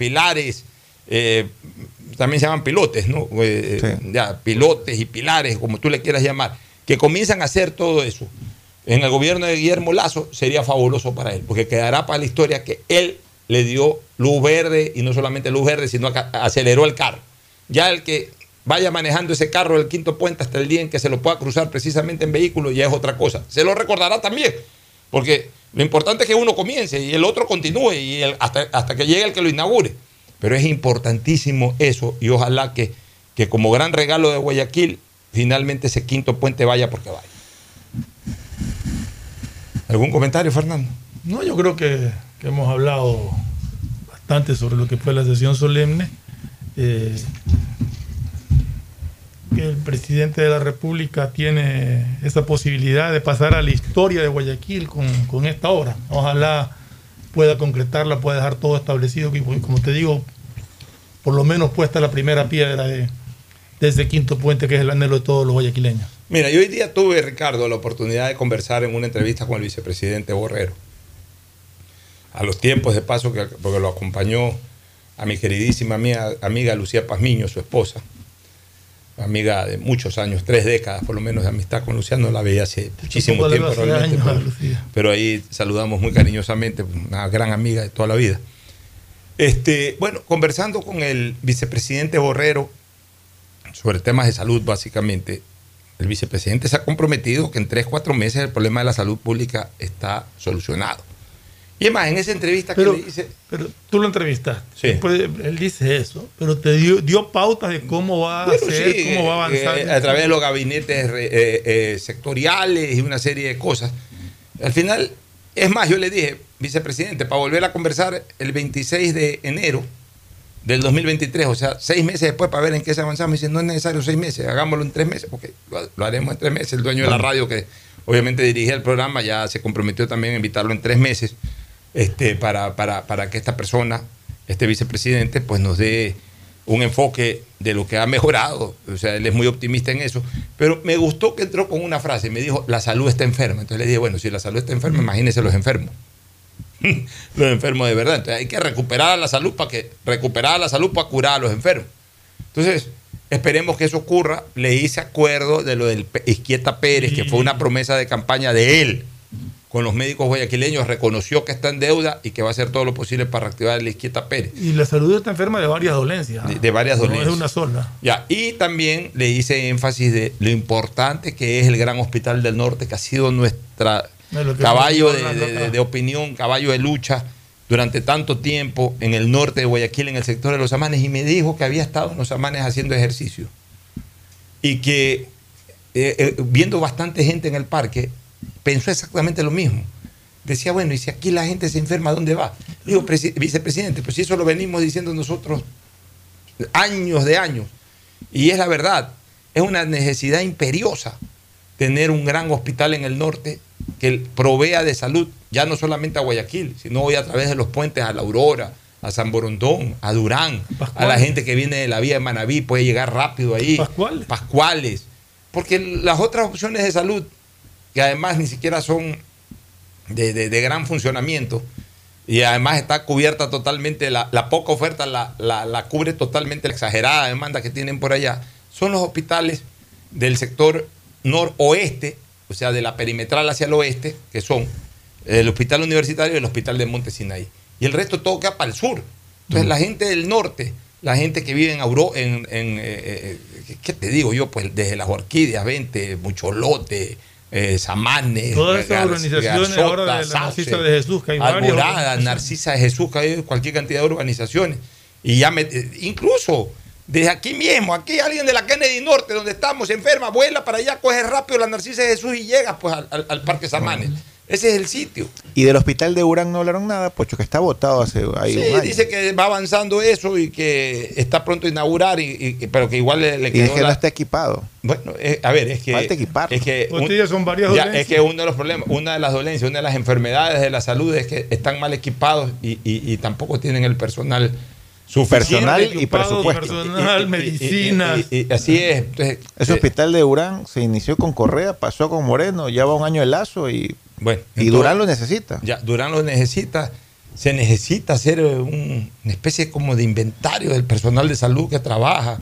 también se llaman pilotes, ¿no? Ya, pilotes y pilares, como tú le quieras llamar, que comiencen a hacer todo eso. En el gobierno de Guillermo Lazo sería fabuloso para él, porque quedará para la historia que él le dio luz verde, y no solamente luz verde, sino que aceleró el carro. Ya el que vaya manejando ese carro del quinto puente hasta el día en que se lo pueda cruzar precisamente en vehículo, ya es otra cosa. Se lo recordará también, porque lo importante es que uno comience y el otro continúe y hasta que llegue el que lo inaugure. Pero es importantísimo eso, y ojalá que como gran regalo de Guayaquil, finalmente ese quinto puente vaya porque vaya. ¿Algún comentario, Fernando? No, yo creo que hemos hablado bastante sobre lo que fue la sesión solemne. Que el presidente de la República tiene esa posibilidad de pasar a la historia de Guayaquil con esta obra. Ojalá pueda concretarla, pueda dejar todo establecido, y como te digo, por lo menos puesta la primera piedra de ese quinto puente, que es el anhelo de todos los guayaquileños. Mira, yo hoy día tuve, Ricardo, la oportunidad de conversar en una entrevista con el vicepresidente Borrero. A los tiempos de paso, porque lo acompañó a mi queridísima amiga Lucía Pazmiño, su esposa, amiga de muchos años, 3 décadas por lo menos de amistad con Lucía, no la veía hace muchísimo tiempo realmente, pero ahí saludamos muy cariñosamente, una gran amiga de toda la vida. Bueno, conversando con el vicepresidente Borrero sobre temas de salud básicamente, el vicepresidente se ha comprometido que en 3-4 meses el problema de la salud pública está solucionado. Y además, en esa entrevista que le dice... Pero tú lo entrevistaste. Sí. Después, él dice eso, pero te dio pautas de cómo va a hacer, cómo va a avanzar. A través de los gabinetes sectoriales y una serie de cosas. Al final, es más, yo le dije, vicepresidente, para volver a conversar el 26 de enero del 2023, o sea, 6 meses después para ver en qué se avanzamos. Me dice, no es necesario 6 meses, hagámoslo en 3 meses. Ok, lo haremos en 3 meses. El dueño de la radio que obviamente dirigía el programa ya se comprometió también a invitarlo en 3 meses. Para que esta persona, este vicepresidente, pues nos dé un enfoque de lo que ha mejorado. O sea, él es muy optimista en eso. Pero me gustó que entró con una frase, me dijo, la salud está enferma. Entonces le dije, bueno, si la salud está enferma, imagínense los enfermos. Los enfermos de verdad. Entonces hay que recuperar la salud para curar a los enfermos. Entonces, esperemos que eso ocurra. Le hice acuerdo de lo del Izquieta Pérez, que fue una promesa de campaña de él con los médicos guayaquileños, reconoció que está en deuda y que va a hacer todo lo posible para reactivar la Izquieta Pérez. Y la salud está enferma de varias dolencias. De varias dolencias. No es una sola. Ya, y también le hice énfasis de lo importante que es el Gran Hospital del Norte, que ha sido nuestra caballo de opinión, caballo de lucha durante tanto tiempo en el norte de Guayaquil, en el sector de los Samanes, y me dijo que había estado en los Samanes haciendo ejercicio y que viendo bastante gente en el parque, pensó exactamente lo mismo. Decía, bueno, y si aquí la gente se enferma, ¿a dónde va? Digo, vicepresidente, pues si eso lo venimos diciendo nosotros años de años, y es la verdad, es una necesidad imperiosa tener un gran hospital en el norte que provea de salud, ya no solamente a Guayaquil, sino hoy a través de los puentes a La Aurora, a San Borondón, a Durán, a la gente que viene de la vía de Manabí, puede llegar rápido ahí. Pascuales. Porque las otras opciones de salud, que además ni siquiera son de gran funcionamiento, y además está cubierta totalmente, la poca oferta la cubre totalmente la exagerada demanda que tienen por allá, son los hospitales del sector noroeste, o sea, de la perimetral hacia el oeste, que son el hospital universitario y el hospital de Monte Sinaí. Y el resto todo queda para el sur. Entonces la gente del norte, la gente que vive ¿qué te digo yo? Pues desde las Orquídeas, 20, Mucholote, Samanes, todas esas organizaciones ahora de la Narcisa de Jesús, que hay Alborada, Narcisa de Jesús, que hay cualquier cantidad de organizaciones. Y ya incluso desde aquí mismo, aquí alguien de la Kennedy Norte, donde estamos, se enferma, vuela para allá, coge rápido la Narcisa de Jesús y llega pues al Parque Samanes. Ese es el sitio. Y del hospital de Urán no hablaron nada, Pocho, que está botado hace un año. Dice que va avanzando eso y que está pronto a inaugurar, pero que igual le quedó. Y es que no está equipado. Bueno, a ver, es que. Falta equiparlo. Es que son varias dolencias. Es que uno de los problemas, una de las dolencias, una de las enfermedades de la salud es que están mal equipados y tampoco tienen el personal suficiente. Personal y presupuesto. Personal, medicina. Y así es. Entonces, ese hospital de Urán se inició con Correa, pasó con Moreno, ya va un año de Lazo y. Bueno, y Durán lo necesita. Ya, Durán lo necesita. Se necesita hacer una especie como de inventario del personal de salud que trabaja,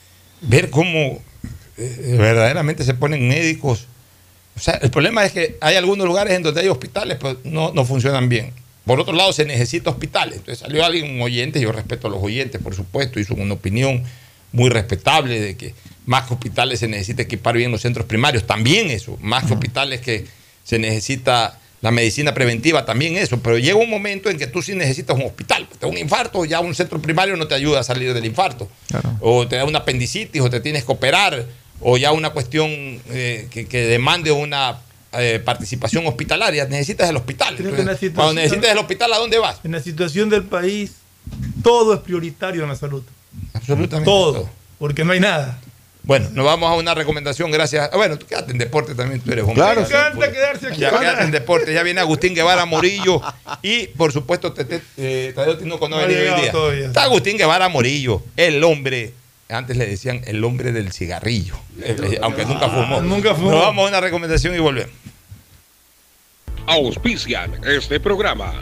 ver cómo verdaderamente se ponen médicos. O sea, el problema es que hay algunos lugares en donde hay hospitales, pero no funcionan bien. Por otro lado, se necesita hospitales. Entonces salió alguien, un oyente, yo respeto a los oyentes, por supuesto, hizo una opinión muy respetable de que más que hospitales se necesita equipar bien los centros primarios. También eso, más que hospitales que se necesita la medicina preventiva, también eso, pero llega un momento en que tú sí necesitas un hospital. Te da un infarto, ya un centro primario no te ayuda a salir del infarto. Claro. O te da una apendicitis, o te tienes que operar, o ya una cuestión que demande una participación hospitalaria, necesitas el hospital. Entonces, cuando necesitas el hospital, ¿a dónde vas? En la situación del país, todo es prioritario en la salud. Absolutamente todo. Porque no hay nada. Bueno, nos vamos a una recomendación, gracias. Bueno, tú quédate en deporte también, tú eres hombre. Claro, me encanta quedarse aquí. Ya quédate en deporte, ya viene Agustín Guevara Morillo y, por supuesto, Tadeo Tinoco no ha venido hoy día. Está Agustín Guevara Morillo, el hombre antes le decían el hombre del cigarrillo, aunque nunca fumó. Nunca fumó. Nos vamos a una recomendación y volvemos. Auspician este programa.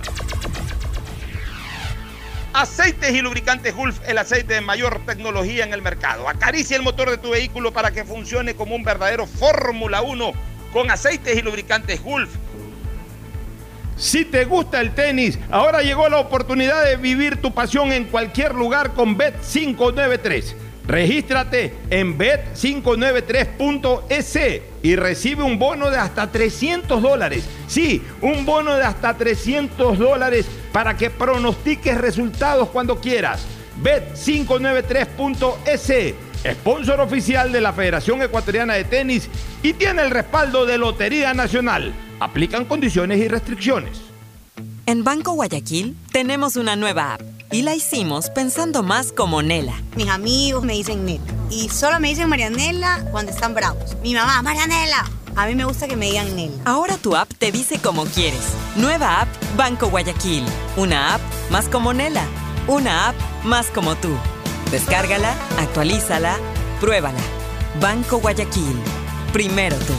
Aceites y lubricantes Gulf, el aceite de mayor tecnología en el mercado. Acaricia el motor de tu vehículo para que funcione como un verdadero Fórmula 1 con aceites y lubricantes Gulf. Si te gusta el tenis, ahora llegó la oportunidad de vivir tu pasión en cualquier lugar con Bet593. Regístrate en bet593.es y recibe un bono de hasta $300. Sí, un bono de hasta $300 para que pronostiques resultados cuando quieras. Bet593.es, sponsor oficial de la Federación Ecuatoriana de Tenis y tiene el respaldo de Lotería Nacional. Aplican condiciones y restricciones. En Banco Guayaquil tenemos una nueva app y la hicimos pensando más como Nela. Mis amigos me dicen Nela y solo me dicen Marianela cuando están bravos. Mi mamá, Marianela. A mí me gusta que me digan Nela. Ahora tu app te dice como quieres. Nueva app Banco Guayaquil. Una app más como Nela. Una app más como tú. Descárgala, actualízala, pruébala. Banco Guayaquil. Primero tú.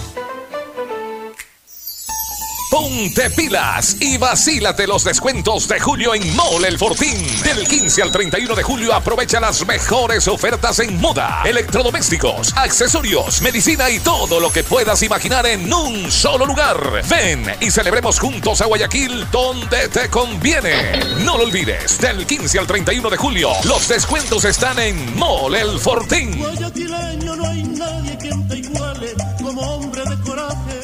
Ponte pilas y vacílate los descuentos de julio en Mall El Fortín. Del 15 al 31 de julio aprovecha las mejores ofertas en moda, electrodomésticos, accesorios, medicina y todo lo que puedas imaginar en un solo lugar. Ven y celebremos juntos a Guayaquil donde te conviene. No lo olvides, del 15 al 31 de julio los descuentos están en Mall El Fortín. Guayaquileño, no hay nadie quien te iguale como hombre de coraje.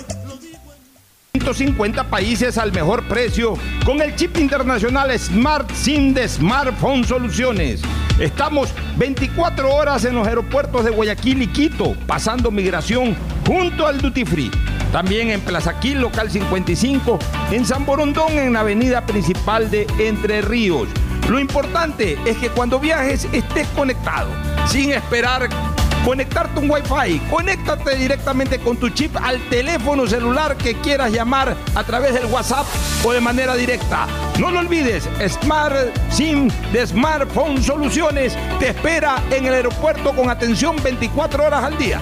150 países al mejor precio con el chip internacional Smart SIM de Smartphone Soluciones. Estamos 24 horas en los aeropuertos de Guayaquil y Quito, pasando migración junto al Duty Free. También en Plaza Quil, local 55, en San Borondón, en la avenida principal de Entre Ríos. Lo importante es que cuando viajes estés conectado, sin esperar conectarte un Wi-Fi. Conéctate directamente con tu chip al teléfono celular que quieras llamar a través del WhatsApp o de manera directa. No lo olvides, Smart SIM de Smartphone Soluciones te espera en el aeropuerto con atención 24 horas al día.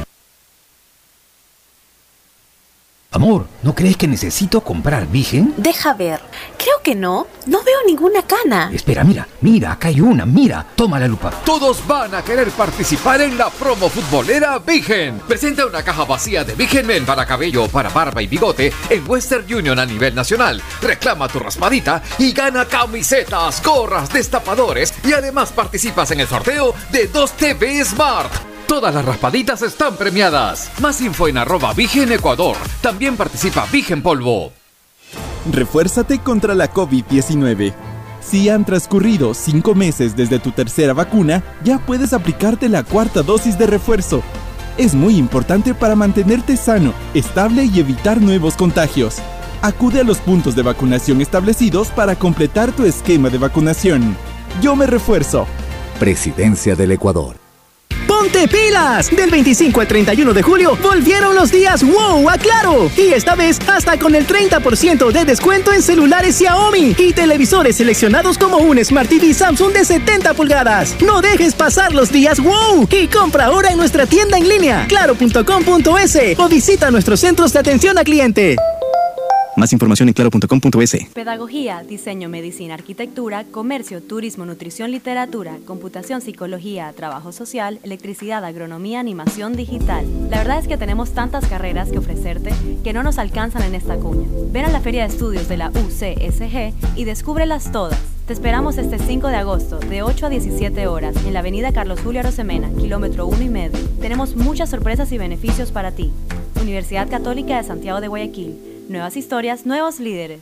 Amor, ¿no crees que necesito comprar Vigen? Deja ver. Creo que no. No veo ninguna cana. Espera, mira, acá hay una, mira. Toma la lupa. Todos van a querer participar en la promo futbolera Vigen. Presenta una caja vacía de Vigen Men para cabello, para barba y bigote en Western Union a nivel nacional. Reclama tu raspadita y gana camisetas, gorras, destapadores y además participas en el sorteo de 2 TV Smart. Todas las raspaditas están premiadas. Más info en @Vigen Ecuador. También participa Vigen Polvo. Refuérzate contra la COVID-19. Si han transcurrido 5 meses desde tu tercera vacuna, ya puedes aplicarte la 4ª dosis de refuerzo. Es muy importante para mantenerte sano, estable y evitar nuevos contagios. Acude a los puntos de vacunación establecidos para completar tu esquema de vacunación. Yo me refuerzo. Presidencia del Ecuador. ¡Ponte pilas! Del 25 al 31 de julio volvieron los días WOW a Claro. Y esta vez hasta con el 30% de descuento en celulares Xiaomi y televisores seleccionados como un Smart TV Samsung de 70 pulgadas. No dejes pasar los días WOW y compra ahora en nuestra tienda en línea claro.com.es o visita nuestros centros de atención a cliente. Más información en claro.com.es. Pedagogía, diseño, medicina, arquitectura, comercio, turismo, nutrición, literatura, computación, psicología, trabajo social, electricidad, agronomía, animación digital. La verdad es que tenemos tantas carreras que ofrecerte que no nos alcanzan en esta cuña. Ven a la Feria de Estudios de la UCSG y descúbrelas todas. Te esperamos este 5 de agosto, de 8 a 17 horas, en la avenida Carlos Julio Arosemena, kilómetro 1,5. Tenemos muchas sorpresas y beneficios para ti. Universidad Católica de Santiago de Guayaquil. Nuevas historias, nuevos líderes.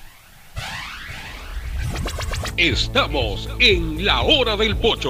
Estamos en la hora del pocho.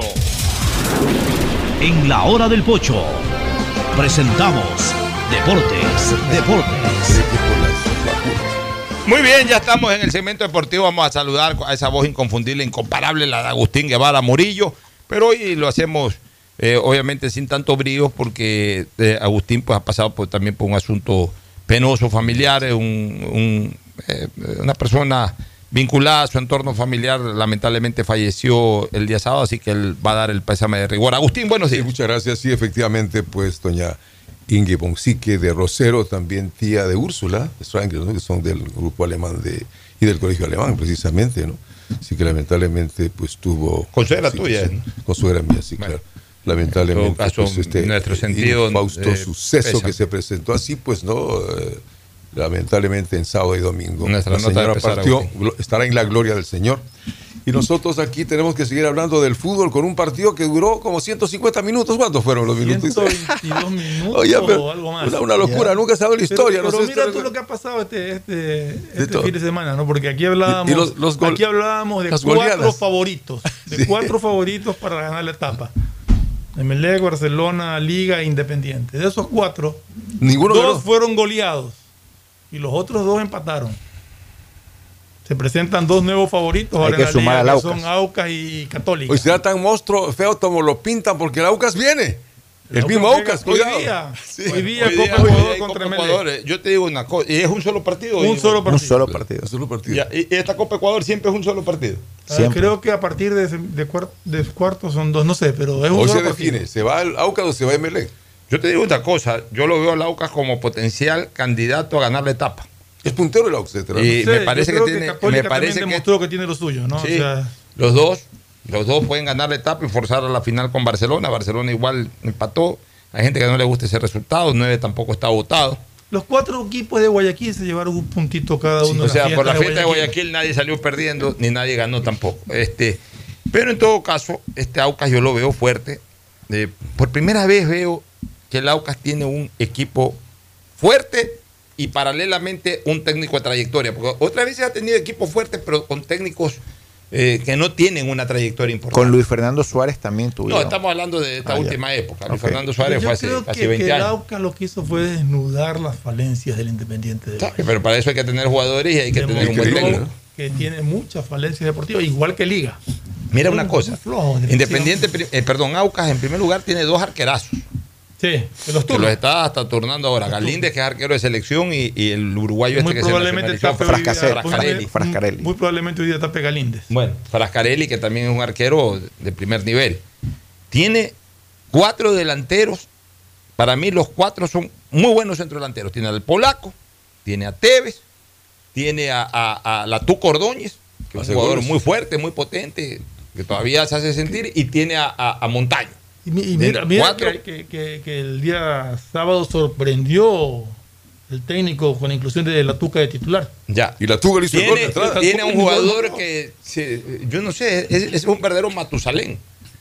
En la hora del pocho presentamos Deportes. Muy bien, ya estamos en el segmento deportivo. Vamos a saludar a esa voz inconfundible, incomparable, la de Agustín Guevara Murillo. Pero hoy lo hacemos obviamente sin tanto brío porque Agustín pues ha pasado también por un asunto penoso familiar, una persona vinculada a su entorno familiar, lamentablemente falleció el día sábado, así que él va a dar el pésame de rigor. Agustín, buenos días. Sí, muchas gracias. Sí, efectivamente, pues doña Inge Bonsique de Rosero, también tía de Úrsula Strangler, ¿no? Que son del grupo alemán y del colegio alemán, precisamente, ¿no? Así que lamentablemente, pues tuvo... Consuegra tuya, ¿no? Consuegra mía, sí, bueno, claro. Lamentablemente, en todo caso, pues nuestro sentido, infausto suceso que se presentó así, pues, ¿no? Lamentablemente en sábado y domingo. Nuestra la señora partió, Agustín. estará en la gloria del Señor. Y nosotros aquí tenemos que seguir hablando del fútbol con un partido que duró como 150 minutos. ¿Cuántos fueron los minutos? 122 minutos. Oye, o algo más. Una locura, ya. Nunca se sabe la historia. Pero no sé mira tú lo que ha pasado este fin de semana, ¿no? Porque aquí hablábamos, aquí hablábamos de cuatro favoritos. De cuatro favoritos para ganar la etapa. Emelec, Barcelona, Liga e Independiente. De esos cuatro, dos fueron goleados y los otros dos empataron. Se presentan dos nuevos favoritos ahora en la Liga, que son Aucas y Católica. Hoy será tan monstruo feo como lo pintan, porque el Aucas viene. El mismo Aucas, cuidado. Hoy día Copa Ecuador contra Emelec. Yo te digo una cosa, ¿y es un solo partido? Un solo partido. ¿Y esta Copa Ecuador siempre es un solo partido? Creo que a partir de cuartos son dos, no sé, pero es un solo partido. Hoy se define, ¿se va el Aucas o se va Emelec? Yo te digo una cosa, yo lo veo al Aucas como potencial candidato a ganar la etapa. Es puntero el Aucas. Y me parece que tiene, me parece que demostró que tiene lo suyo, ¿no? Sí, o sea, los dos pueden ganar la etapa y forzar a la final con Barcelona. Barcelona igual empató. Hay gente que no le gusta ese resultado. 9 tampoco está votado. Los 4 equipos de Guayaquil se llevaron un puntito cada uno. O sea, por la fiesta de Guayaquil nadie salió perdiendo ni nadie ganó tampoco. Pero en todo caso, este Aucas yo lo veo fuerte. Por primera vez veo que el Aucas tiene un equipo fuerte y paralelamente un técnico de trayectoria, porque otras veces ha tenido equipos fuertes pero con técnicos que no tienen una trayectoria importante. Con Luis Fernando Suárez también tuvieron. No, estamos hablando de esta última época. Luis Fernando Suárez fue hace 20 años. Yo creo que el Aucas lo que hizo fue desnudar las falencias del Independiente de Valle. Pero para eso hay que tener jugadores y hay que tener un buen técnico. Que tiene muchas falencias deportivas, igual que Liga. Mira una cosa, Independiente, Aucas en primer lugar tiene 2 arquerazos. Sí, que los está hasta turnando ahora. Galíndez, que es arquero de selección, y el uruguayo muy que probablemente se Frascarelli. Muy probablemente hoy día tape Galíndez. Bueno, Frascarelli, que también es un arquero de primer nivel. Tiene 4 delanteros. Para mí los 4 son muy buenos centrodelanteros. Tiene al polaco, tiene a Tevez, tiene a Latuco Ordóñez, que es un jugador muy fuerte, muy potente, que todavía se hace sentir, y tiene a Montaño. Y mira que el día sábado sorprendió el técnico con la inclusión de la Tuca de titular. Ya. Y la Tuca le hizo el gol. Tiene un jugador que, yo no sé, es un verdadero Matusalén.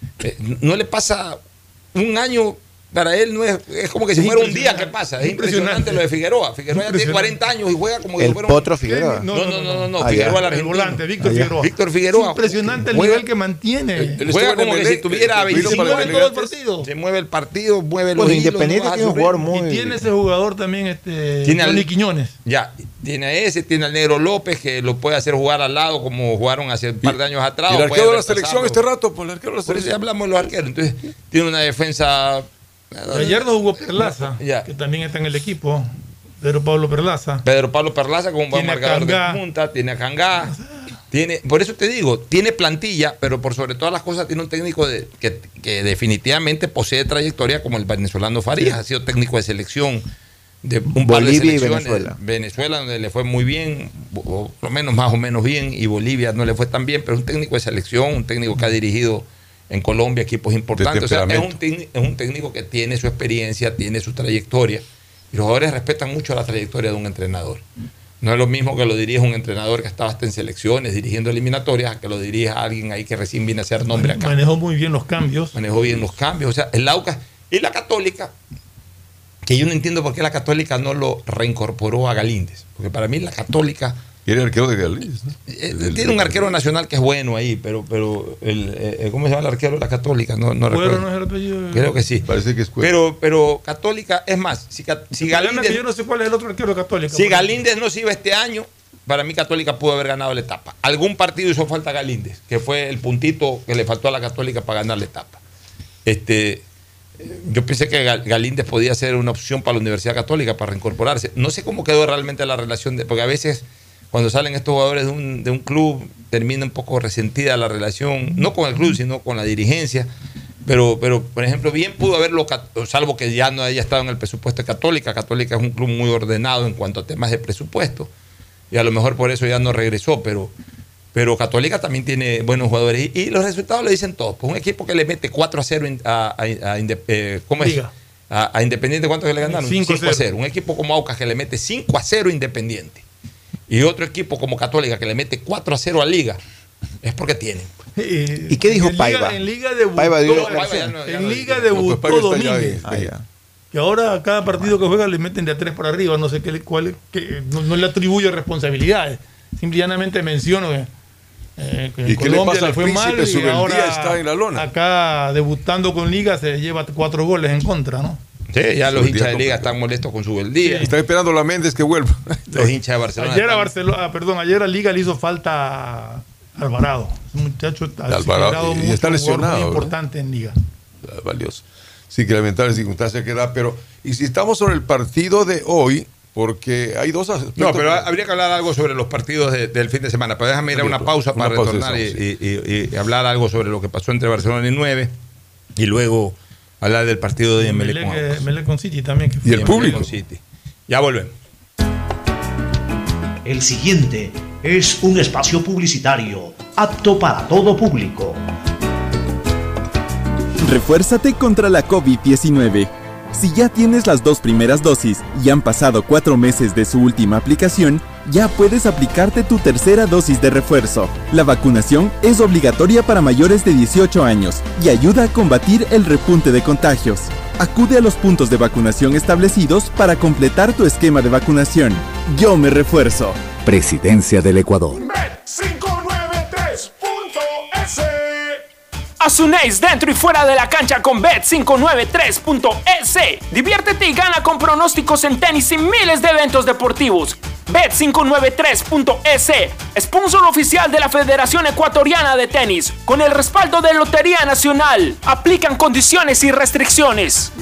No le pasa un año. Para él no es como que si fuera un día que pasa. Es impresionante lo de Figueroa. Figueroa ya tiene 40 años y juega como si fuera un... ¿Potro Figueroa? No. Figueroa el argentino. Volante, Víctor Figueroa. Es impresionante el nivel que mantiene. Juega como que si tuviera 25 años todo el partido. Se mueve el partido, mueve los hilos. Independiente tiene un jugador muy... Y tiene ese jugador también, Johnny Quiñones. Ya, tiene a ese, tiene al Negro López, que lo puede hacer jugar al lado como jugaron hace un par de años atrás. Y el arquero de la selección este rato, pues el arquero de la selección. Hablamos de los arqueros. Entonces, tiene una defensa... Ayer no jugó Perlaza, que también está en el equipo. Pedro Pablo Perlaza con un buen marcador de punta, tiene a Cangá. Por eso te digo, tiene plantilla, pero por sobre todas las cosas tiene un técnico que definitivamente posee trayectoria, como el venezolano Farías. Ha sido técnico de selección de un par de selecciones. Venezuela, donde le fue muy bien, o por lo menos más o menos bien, y Bolivia no le fue tan bien, pero un técnico de selección, un técnico que ha dirigido en Colombia equipos importantes. O sea, es un técnico que tiene su experiencia, tiene su trayectoria, y los jugadores respetan mucho la trayectoria de un entrenador. No es lo mismo que lo dirija un entrenador que estaba hasta en selecciones dirigiendo eliminatorias, a que lo dirija alguien ahí que recién viene a hacer nombre acá. Manejó muy bien los cambios. O sea, el Aucas y la Católica, que yo no entiendo por qué la Católica no lo reincorporó a Galíndez, porque para mí la Católica... Tiene arquero de Galíndez, ¿no? Tiene un arquero nacional que es bueno ahí, pero ¿cómo se llama el arquero de la Católica? No recuerdo. No es el apellido. Creo que sí. Parece que es Cuero. Pero Católica, es más, si Galíndez... Yo no sé cuál es el otro arquero de Católica. Si Galíndez no se iba este año, para mí Católica pudo haber ganado la etapa. Algún partido hizo falta Galíndez, que fue el puntito que le faltó a la Católica para ganar la etapa. Yo pensé que Galíndez podía ser una opción para la Universidad Católica para reincorporarse. No sé cómo quedó realmente la relación, porque a veces cuando salen estos jugadores de un club, termina un poco resentida la relación, no con el club, sino con la dirigencia. Pero, por ejemplo, bien pudo haberlo, salvo que ya no haya estado en el presupuesto de Católica. Católica es un club muy ordenado en cuanto a temas de presupuesto. Y a lo mejor por eso ya no regresó, pero Católica también tiene buenos jugadores. Y los resultados le dicen todos. Pues un equipo que le mete 4-0 a Independiente, ¿cuánto que le ganaron? 5-0. Un equipo como Aucas que le mete 5-0 a Independiente. Y otro equipo como Católica que le mete 4-0 a Liga. Es porque tienen. ¿Y qué dijo Paiva? En Liga debutó. En Liga debutó Domínguez. Y ahora cada partido que juega le meten de a 3 por arriba. No sé no le atribuyo responsabilidades. Simplemente menciono que en Colombia le fue mal y ahora está en la lona. Acá debutando con Liga se lleva 4 goles en contra, ¿no? Sí, ya los hinchas de Liga están molestos con su Beldía. Sí. Están esperando a Méndez que vuelva. Los hinchas de Barcelona. Ayer a Liga le hizo falta a Alvarado. Un muchacho y está lesionado, muy importante en Liga. Valioso. Sí, que lamentable circunstancia que da, pero y si estamos sobre el partido de hoy, porque hay dos aspectos. No, pero habría que hablar algo sobre los partidos del fin de semana. Pero déjame ir a una pausa para retornar y hablar algo sobre lo que pasó entre Barcelona y 9 y luego hablar del partido de Emelec con City también. Y el público. Ya volvemos. El siguiente es un espacio publicitario apto para todo público. Refuérzate contra la COVID-19. Si ya tienes las 2 primeras dosis y han pasado 4 meses de su última aplicación, ya puedes aplicarte tu tercera dosis de refuerzo. La vacunación es obligatoria para mayores de 18 años y ayuda a combatir el repunte de contagios. Acude a los puntos de vacunación establecidos para completar tu esquema de vacunación. Yo me refuerzo. Presidencia del Ecuador. Bet593.es. Asunéis dentro y fuera de la cancha con Bet593.es. Diviértete y gana con pronósticos en tenis y miles de eventos deportivos. Bet593.es, sponsor oficial de la Federación Ecuatoriana de Tenis, con el respaldo de Lotería Nacional. Aplican condiciones y restricciones.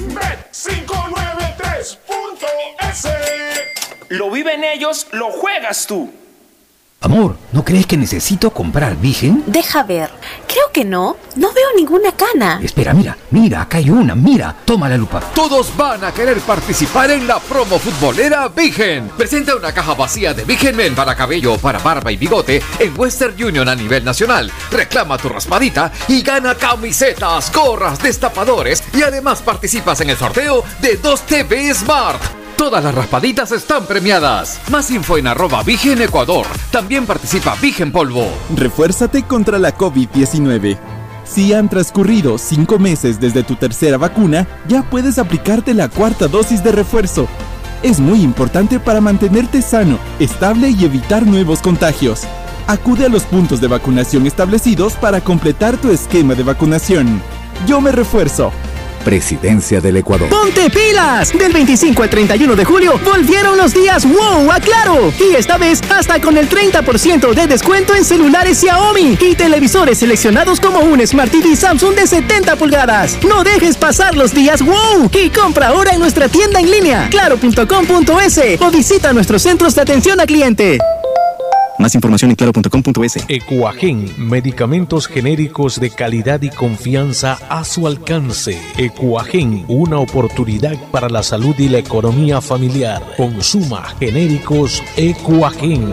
Bet593.es. Lo viven ellos, lo juegas tú. Amor, ¿no crees que necesito comprar Vigen? Deja ver. Creo que no. No veo ninguna cana. Espera, mira, acá hay una, mira. Toma la lupa. Todos van a querer participar en la promo futbolera Vigen. Presenta una caja vacía de Vigen Men para cabello, para barba y bigote en Western Union a nivel nacional. Reclama tu raspadita y gana camisetas, gorras, destapadores y además participas en el sorteo de 2 TV Smart. Todas las raspaditas están premiadas. Más info en @Vigen Ecuador. También participa Vigen Polvo. Refuérzate contra la COVID-19. Si han transcurrido 5 meses desde tu tercera vacuna, ya puedes aplicarte la 4ª dosis de refuerzo. Es muy importante para mantenerte sano, estable y evitar nuevos contagios. Acude a los puntos de vacunación establecidos para completar tu esquema de vacunación. Yo me refuerzo. Presidencia del Ecuador. ¡Ponte pilas! Del 25 al 31 de julio volvieron los días WOW a Claro. Y esta vez hasta con el 30% de descuento en celulares Xiaomi y televisores seleccionados como un Smart TV Samsung de 70 pulgadas. No dejes pasar los días WOW y compra ahora en nuestra tienda en línea claro.com.es o visita nuestros centros de atención al cliente. Más información en claro.com.es. Ecuagen, medicamentos genéricos de calidad y confianza a su alcance. Ecuagen, una oportunidad para la salud y la economía familiar. Consuma genéricos Ecuagen.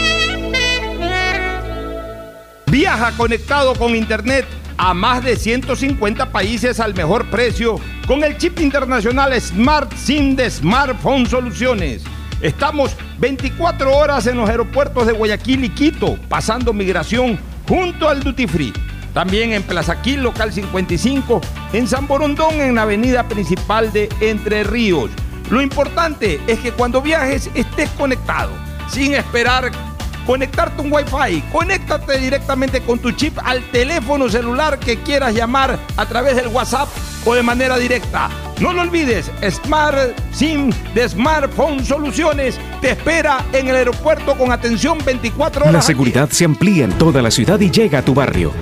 Viaja conectado con Internet a más de 150 países al mejor precio con el chip internacional Smart SIM de Smartphone Soluciones. Estamos 24 horas en los aeropuertos de Guayaquil y Quito, pasando migración junto al Duty Free. También en Plaza Quil, local 55, en San Borondón, en la avenida principal de Entre Ríos. Lo importante es que cuando viajes estés conectado, sin esperar conectarte un Wi-Fi. Conéctate directamente con tu chip al teléfono celular que quieras llamar a través del WhatsApp o de manera directa. No lo olvides, Smart SIM de Smartphone Soluciones te espera en el aeropuerto con atención 24 horas. La seguridad se amplía en toda la ciudad y llega a tu barrio.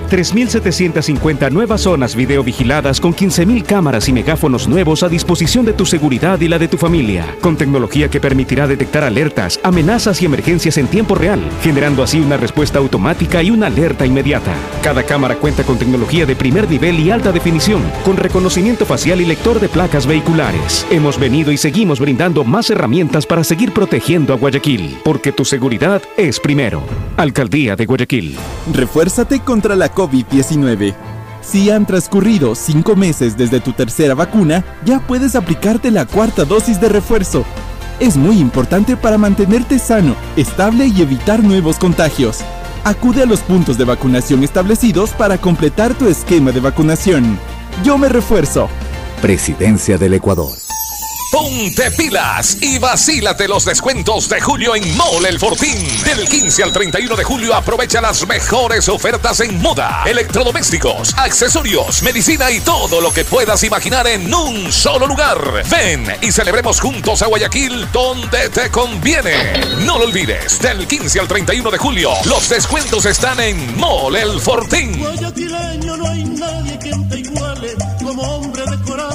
3.750 nuevas zonas videovigiladas con 15.000 cámaras y megáfonos nuevos a disposición de tu seguridad y la de tu familia. Con tecnología que permitirá detectar alertas, amenazas y emergencias en tiempo real, generando así una respuesta automática y una alerta inmediata. Cada cámara cuenta con tecnología de primer nivel y alta definición, con reconocimiento facial y lector de placas vehiculares. Hemos venido y seguimos brindando más herramientas para seguir protegiendo a Guayaquil, porque tu seguridad es primero. Alcaldía de Guayaquil. Refuérzate contra la COVID-19. Si han transcurrido 5 meses desde tu tercera vacuna, ya puedes aplicarte la cuarta dosis de refuerzo. Es muy importante para mantenerte sano, estable y evitar nuevos contagios. Acude a los puntos de vacunación establecidos para completar tu esquema de vacunación. Yo me refuerzo. Presidencia del Ecuador. Ponte pilas y vacílate los descuentos de julio en Mall El Fortín. Del 15 al 31 de julio aprovecha las mejores ofertas en moda, electrodomésticos, accesorios, medicina y todo lo que puedas imaginar en un solo lugar. Ven y celebremos juntos a Guayaquil donde te conviene. No lo olvides, del 15 al 31 de julio los descuentos están en Mall El Fortín. Guayaquileño, no hay nadie que te iguale como hombre de coraje.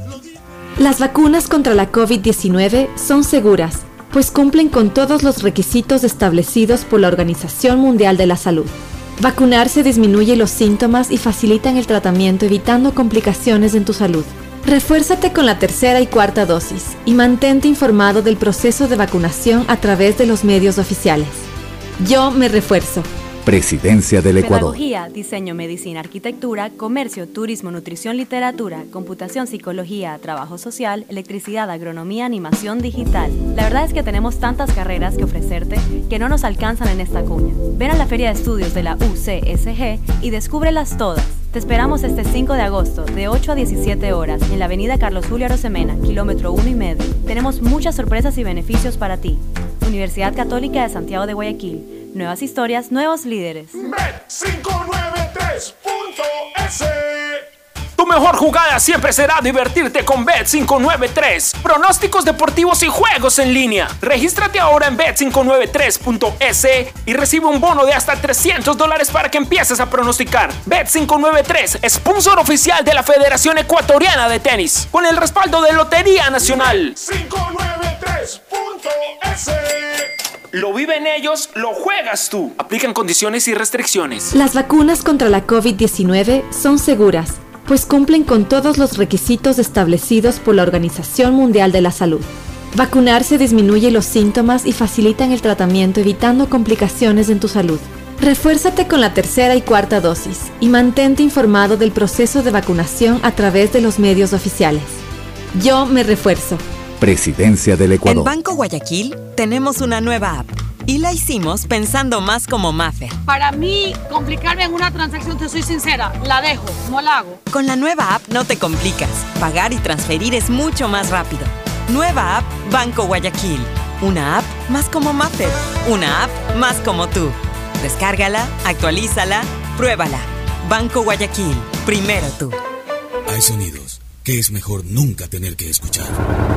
Las vacunas contra la COVID-19 son seguras, pues cumplen con todos los requisitos establecidos por la Organización Mundial de la Salud. Vacunarse disminuye los síntomas y facilitan el tratamiento, evitando complicaciones en tu salud. Refuérzate con la tercera y cuarta dosis y mantente informado del proceso de vacunación a través de los medios oficiales. Yo me refuerzo. Presidencia del Ecuador. Pedagogía, diseño, medicina, arquitectura, comercio, turismo, nutrición, literatura, computación, psicología, trabajo social, electricidad, agronomía, animación digital. La verdad es que tenemos tantas carreras que ofrecerte que no nos alcanzan en esta cuña. Ven a la Feria de Estudios de la UCSG y descúbrelas todas. Te esperamos este 5 de agosto de 8 a 17 horas en la avenida Carlos Julio Arosemena, kilómetro 1,5. Tenemos muchas sorpresas y beneficios para ti. Universidad Católica de Santiago de Guayaquil. Nuevas historias, nuevos líderes. Bet593.es. Tu mejor jugada siempre será divertirte con Bet593. Pronósticos deportivos y juegos en línea. Regístrate ahora en Bet593.es y recibe un bono de hasta $300 para que empieces a pronosticar. Bet593, sponsor oficial de la Federación Ecuatoriana de Tenis, con el respaldo de Lotería Nacional. Bet593.es. Lo viven ellos, lo juegas tú. Aplican condiciones y restricciones. Las vacunas contra la COVID-19 son seguras, pues cumplen con todos los requisitos establecidos por la Organización Mundial de la Salud. Vacunarse disminuye los síntomas y facilitan el tratamiento, evitando complicaciones en tu salud. Refuérzate con la tercera y cuarta dosis y mantente informado del proceso de vacunación a través de los medios oficiales. Yo me refuerzo. Presidencia del Ecuador. En Banco Guayaquil tenemos una nueva app y la hicimos pensando más como Maffer. Para mí, complicarme en una transacción, te soy sincera, la dejo, no la hago. Con la nueva app no te complicas. Pagar y transferir es mucho más rápido. Nueva app Banco Guayaquil. Una app más como Maffer. Una app más como tú. Descárgala, actualízala, pruébala. Banco Guayaquil. Primero tú. Hay sonidos que es mejor nunca tener que escuchar.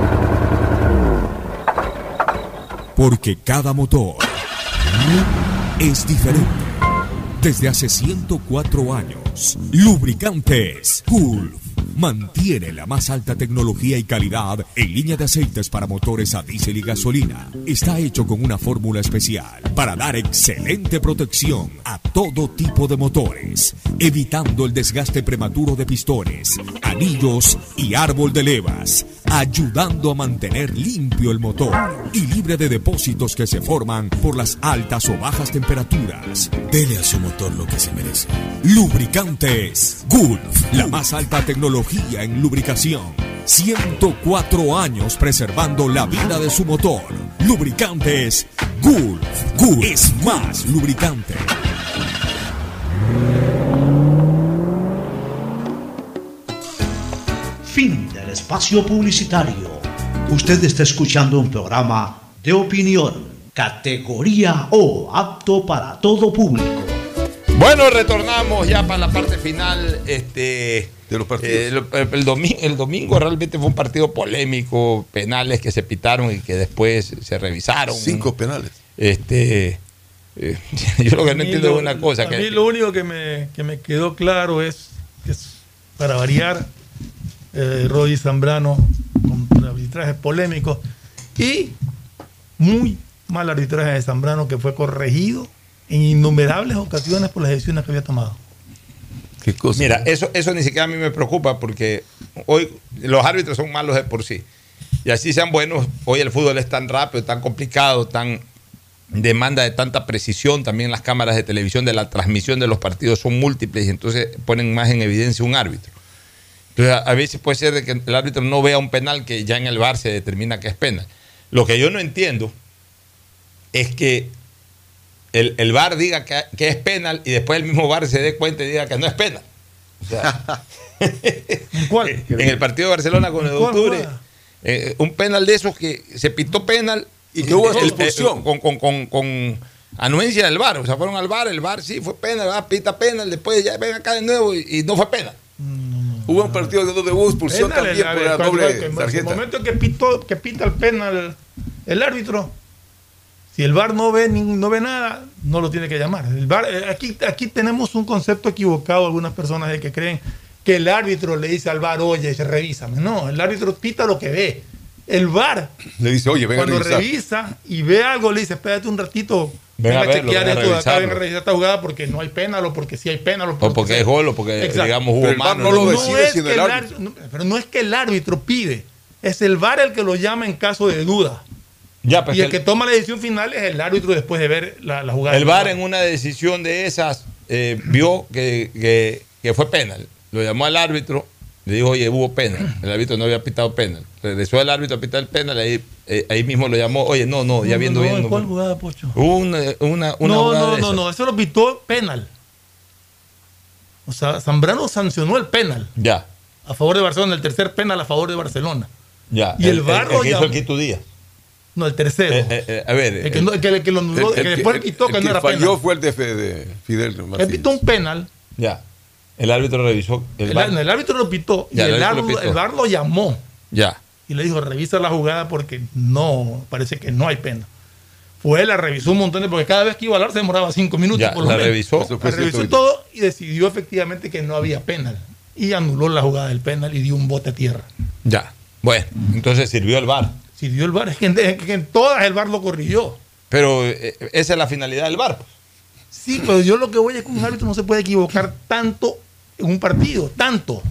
Porque cada motor es diferente. Desde hace 104 años, Lubricantes Gulf mantiene la más alta tecnología y calidad en línea de aceites para motores a diésel y gasolina. Está hecho con una fórmula especial para dar excelente protección a todo tipo de motores, evitando el desgaste prematuro de pistones, anillos y árbol de levas, ayudando a mantener limpio el motor y libre de depósitos que se forman por las altas o bajas temperaturas. Dele a su motor lo que se merece. Lubricantes Gulf, la más alta tecnología en lubricación. 104 años preservando la vida de su motor. Lubricantes Gulf. Gulf es más lubricante. Fin del espacio publicitario. Usted está escuchando un programa de opinión, categoría O, apto para todo público. Bueno, retornamos ya para la parte final. de los partidos. El domingo realmente fue un partido polémico, penales que se pitaron y que después se revisaron. 5 penales. Yo lo que no entiendo es una cosa. A mí lo único que me quedó claro es que, para variar, Rodi Zambrano con arbitrajes polémicos y muy mal arbitraje de Zambrano, que fue corregido en innumerables ocasiones por las decisiones que había tomado. ¿Qué cosa? Mira, eso ni siquiera a mí me preocupa, porque hoy los árbitros son malos de por sí. Y así sean buenos, hoy el fútbol es tan rápido, tan complicado, tan demanda de tanta precisión. También las cámaras de televisión de la transmisión de los partidos son múltiples y entonces ponen más en evidencia un árbitro. Entonces a veces puede ser de que el árbitro no vea un penal que ya en el VAR se determina que es penal. Lo que yo no entiendo es que el VAR diga que es penal y después el mismo VAR se dé cuenta y diga que no es penal. O sea, ¿cuál? En el partido de Barcelona con el de octubre, un penal de esos que se pitó penal y que hubo expulsión con anuencia del VAR. O sea, fueron al VAR, el VAR sí fue penal, pita penal, después ya ven acá de nuevo y no fue penal. Hubo un partido donde hubo expulsión penal, también por la doble tarjeta. En el momento que pita el penal el árbitro, si el VAR no ve nada, no lo tiene que llamar. El VAR, aquí tenemos un concepto equivocado, algunas personas de que creen que el árbitro le dice al VAR, oye, revísame. No, el árbitro pita lo que ve. El VAR le dice, oye, venga, cuando revisa y ve algo, le dice, espérate un ratito, venga a chequear esto de acá, venga a revisar esta jugada porque no hay penal, o porque sí hay penal, o porque es gol, o porque digamos hubo mano. No lo decide sino el árbitro. Pero no es que el árbitro pide, es el VAR el que lo llama en caso de duda. Ya, pues y el que toma la decisión final es el árbitro después de ver la jugada. El VAR en una decisión de esas vio que fue penal. Lo llamó al árbitro, le dijo, oye, hubo penal. El árbitro no había pitado penal. Regresó el árbitro a pitar el penal, ahí mismo lo llamó, oye, no, ya viendo. ¿Cuál jugada, Pocho? Una jugada no, eso lo pitó penal. O sea, Zambrano sancionó el penal. Ya. A favor de Barcelona, el tercer penal a favor de Barcelona. Ya. Y el VAR lo llamó. ¿Qué hizo Díaz? No, el tercero. A ver. El que lo anuló, que después pitó que no era penal. El que falló fue el de Fidel Martínez. Él pitó un penal. Ya. El árbitro revisó. El árbitro lo pitó y el VAR lo llamó. Ya. Y le dijo, revisa la jugada porque no, parece que no hay pena. Fue, la revisó un montón porque cada vez que iba a hablar se demoraba 5 minutos. Ya, por lo menos. revisó. La revisó todo y decidió efectivamente que no había penal. Y anuló la jugada del penal y dio un bote a tierra. Ya. Bueno, entonces sirvió el VAR. Sirvió el VAR. Es que en todas el VAR lo corrigió. Pero esa es la finalidad del VAR. Sí, pero yo lo que voy es que un árbitro no se puede equivocar tanto en un partido. Tanto.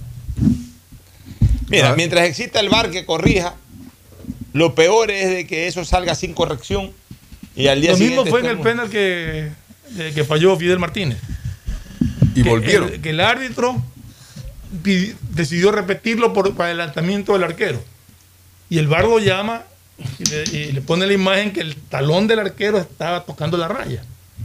Mira, mientras exista el VAR que corrija, lo peor es de que eso salga sin corrección y al día siguiente... Lo mismo fue en el penal que falló Fidel Martínez. Y volvieron. Que el árbitro decidió repetirlo por adelantamiento del arquero. Y el VAR lo llama y le pone la imagen que el talón del arquero estaba tocando la raya.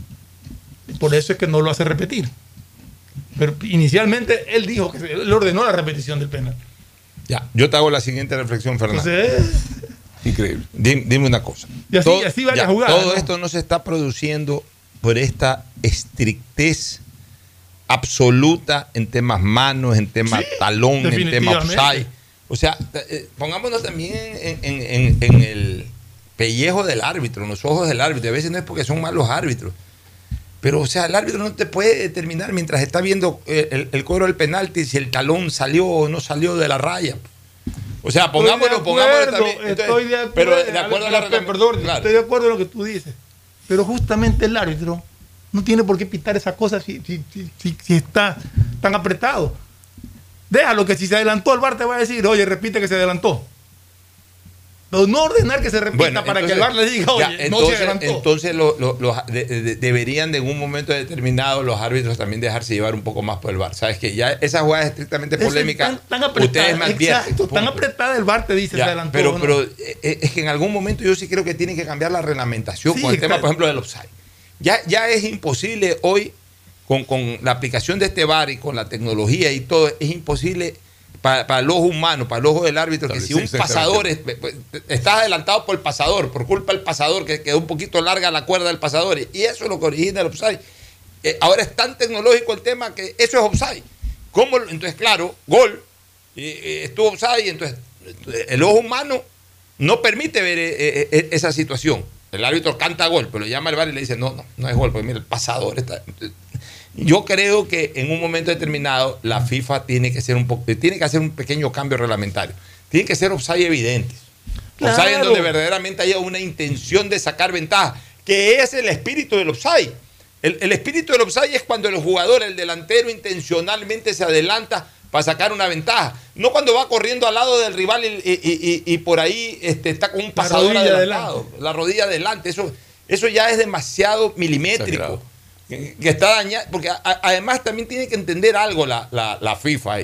Y por eso es que no lo hace repetir. Pero inicialmente él dijo que él ordenó la repetición del penal. Ya, yo te hago la siguiente reflexión, Fernando. Increíble. Dime una cosa. Y así va la jugada. Todo esto no se está produciendo por esta estrictez absoluta en temas manos, en temas talón, en temas offside. O sea, pongámonos también en el pellejo del árbitro, en los ojos del árbitro. A veces no es porque son malos árbitros. Pero, o sea, el árbitro no te puede determinar mientras está viendo el cobro del penalti si el talón salió o no salió de la raya. O sea, pongámoslo también. Estoy de acuerdo. Pero de acuerdo a la perdón, claro. Estoy de acuerdo en lo que tú dices. Pero justamente el árbitro no tiene por qué pitar esa cosa si está tan apretado. Déjalo, que si se adelantó el VAR te va a decir, oye, repite que se adelantó. Pero no ordenar que se repita para que el VAR le diga, oye, no se adelantó. Entonces deberían de en un momento determinado los árbitros también dejarse llevar un poco más por el VAR. Sabes que ya esa jugada es estrictamente polémica. Ustedes me advierten. Exacto, tan apretada el VAR te dice se adelantó. Pero es que en algún momento yo sí creo que tienen que cambiar la reglamentación con el tema, por ejemplo, del offside. Ya es imposible hoy, con la aplicación de este VAR y con la tecnología y todo, es imposible para el ojo humano, para el ojo del árbitro, que si un pasador está adelantado por el pasador, por culpa del pasador, que quedó un poquito larga la cuerda del pasador, y eso es lo que origina el offside. Ahora es tan tecnológico el tema que eso es offside. ¿Cómo? Entonces, claro, gol, estuvo offside, entonces el ojo humano no permite ver esa situación. El árbitro canta gol, pero lo llama el VAR y le dice, no es gol, porque mira, el pasador está... Yo creo que en un momento determinado la FIFA tiene que hacer un pequeño cambio reglamentario. Tiene que ser offside evidentes. Claro. Offside en donde verdaderamente haya una intención de sacar ventaja, que es el espíritu del offside. El espíritu del offside es cuando el jugador, el delantero, intencionalmente se adelanta para sacar una ventaja. No cuando va corriendo al lado del rival y por ahí está con un pasador adelantado. La rodilla adelante. Eso ya es demasiado milimétrico. Que está dañado. Porque además también tiene que entender algo la FIFA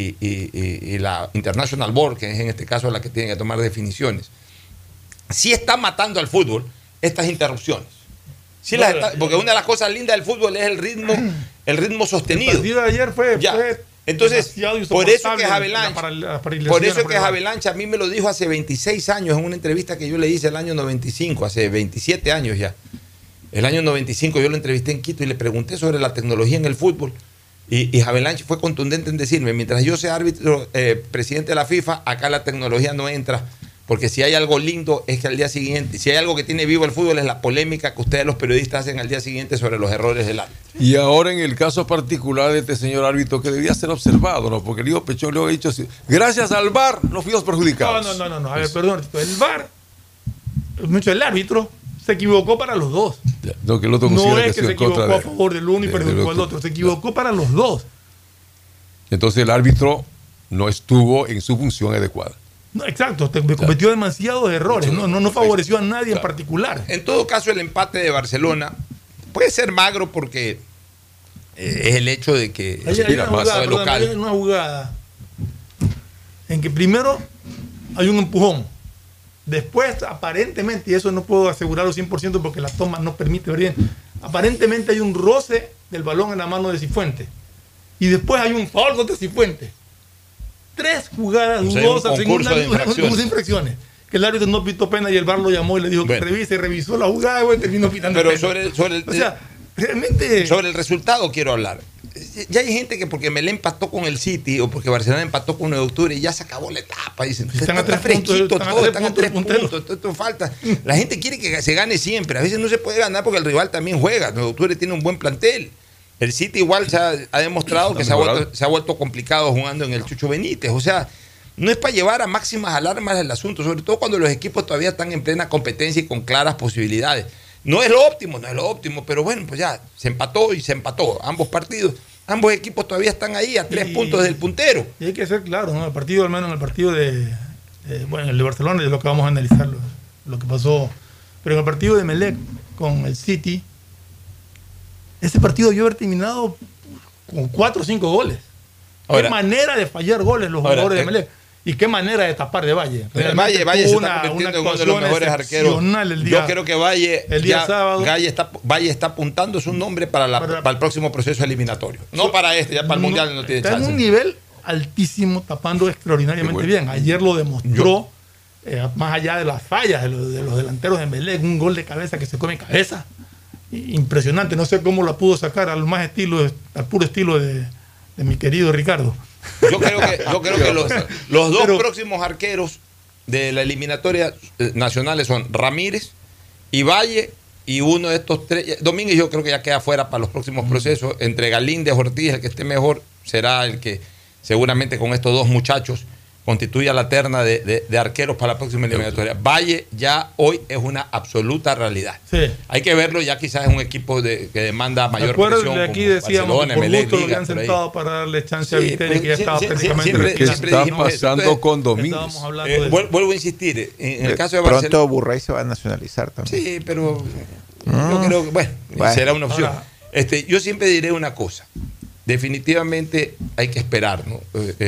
y la International Board, que es en este caso la que tiene que tomar definiciones. Sí está matando al fútbol estas interrupciones. Sí, porque una de las cosas lindas del fútbol es el ritmo sostenido. El partido de ayer fue entonces, por eso que es Avalanche, a mí me lo dijo hace 26 años en una entrevista que yo le hice el año 95, hace 27 años ya. El año 95 yo lo entrevisté en Quito y le pregunté sobre la tecnología en el fútbol. Y Avalanche fue contundente en decirme, mientras yo sea árbitro, presidente de la FIFA, acá la tecnología no entra. Porque si hay algo lindo es que al día siguiente, si hay algo que tiene vivo el fútbol, es la polémica que ustedes los periodistas hacen al día siguiente sobre los errores del árbitro. Y ahora en el caso particular de este señor árbitro, que debía ser observado, ¿no? Porque el hijo Pechón luego ha dicho, gracias al VAR no fuimos perjudicados. No. A ver, perdón, el VAR, mucho el árbitro se equivocó para los dos. No, que el otro no es que se equivocó a favor del uno y perjudicó al otro, se equivocó para los dos. Entonces el árbitro no estuvo en su función adecuada. No, exacto, cometió demasiados errores, no favoreció a nadie en particular. En todo caso, el empate de Barcelona puede ser magro porque es el hecho de que hay una jugada en que primero hay un empujón, después aparentemente, y eso no puedo asegurarlo 100% porque la toma no permite ver bien, aparentemente hay un roce del balón en la mano de Cifuentes y después hay un foul contra Cifuentes. 3 jugadas dudosas en unas infracciones. Que el árbitro no pitó pena y el VAR lo llamó y le dijo que revisó la jugada y terminó pitando pero pena. Realmente... Sobre el resultado quiero hablar. Ya hay gente que porque Melé empató con el City o porque Barcelona empató con 9 de octubre y ya se acabó la etapa. Dicen, están a 3 fresquito, están a 3 puntos, esto falta. La gente quiere que se gane siempre. A veces no se puede ganar porque el rival también juega. 9 de octubre tiene un buen plantel. El City igual ha demostrado que se ha vuelto complicado jugando en el Chucho Benítez. O sea, no es para llevar a máximas alarmas el asunto, sobre todo cuando los equipos todavía están en plena competencia y con claras posibilidades. No es lo óptimo, pero bueno, pues ya se empató ambos partidos. Ambos equipos todavía están ahí a 3 puntos del puntero. Y hay que ser claro, ¿no? El partido, al menos en el partido el de Barcelona es lo que vamos a analizar, lo que pasó. Pero en el partido de Melec con el City, ese partido debió haber terminado con 4 o 5 goles. Qué manera de fallar goles los jugadores de Melec. Y qué manera de tapar de Valle. Valle se está convirtiendo en uno de los mejores arqueros. Yo creo que Valle está apuntando su nombre para el próximo proceso eliminatorio. No para este, ya para el Mundial no tiene chance. Está en un nivel altísimo, tapando extraordinariamente bien. Ayer lo demostró, más allá de las fallas de los delanteros de Melec, un gol de cabeza que se come cabeza. Impresionante, no sé cómo la pudo sacar al puro estilo de mi querido Ricardo. Yo creo que los dos próximos arqueros de la eliminatoria nacionales son Ramírez y Valle, y uno de estos 3, Domínguez yo creo que ya queda fuera para los próximos procesos. Entre Galíndez, Ortiz, el que esté mejor será el que seguramente con estos 2 muchachos constituya la terna de arqueros para la próxima eliminatoria. Valle ya hoy es una absoluta realidad. Sí. Hay que verlo, ya quizás es un equipo que demanda mayor presión. Aquí decíamos Barcelona, por gusto lo que han sentado para darle chance a Viteri, que ya estaba prácticamente... ¿Qué está pasando con Domínguez? Vuelvo a insistir, en el caso de Barcelona... Pronto Burray se va a nacionalizar también. Sí, pero yo creo que, será una opción. Yo siempre diré una cosa. Definitivamente hay que esperar, ¿no?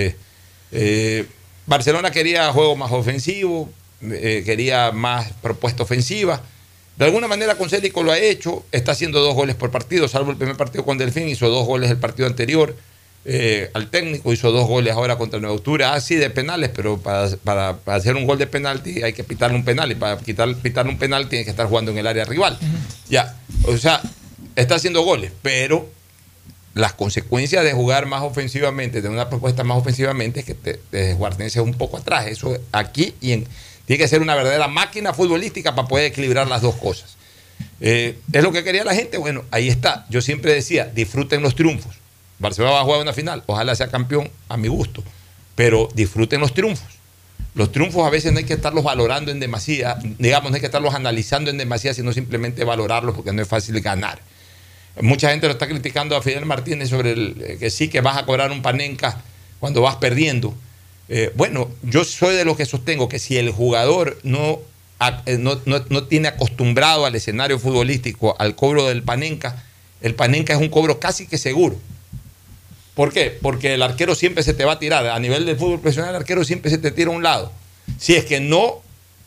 Barcelona quería juego más ofensivo, quería más propuesta ofensiva. De alguna manera con Célico lo ha hecho, está haciendo 2 goles por partido, salvo el primer partido con Delfín, hizo 2 goles el partido anterior al técnico, hizo 2 goles ahora contra el 9 de octubre, así de penales, pero para hacer un gol de penalti hay que pitarle un penal, y para pitarle un penal tiene que estar jugando en el área rival. Ya, o sea, está haciendo goles, pero las consecuencias de jugar más ofensivamente, de una propuesta más ofensivamente, es que te desguardenses un poco atrás. Eso aquí tiene que ser una verdadera máquina futbolística para poder equilibrar las dos cosas. Es lo que quería la gente. Bueno, ahí está. Yo siempre decía, disfruten los triunfos. Barcelona va a jugar una final, ojalá sea campeón a mi gusto, pero disfruten los triunfos. Los triunfos a veces no hay que estarlos valorando en demasía, digamos, no hay que estarlos analizando en demasía, sino simplemente valorarlos, porque no es fácil ganar. Mucha gente lo está criticando a Fidel Martínez sobre que sí, que vas a cobrar un panenca cuando vas perdiendo. Bueno, yo soy de los que sostengo que si el jugador no tiene acostumbrado al escenario futbolístico al cobro del panenca, el panenca es un cobro casi que seguro. ¿Por qué? Porque el arquero siempre se te va a tirar. A nivel del fútbol profesional, el arquero siempre se te tira a un lado. Si es que no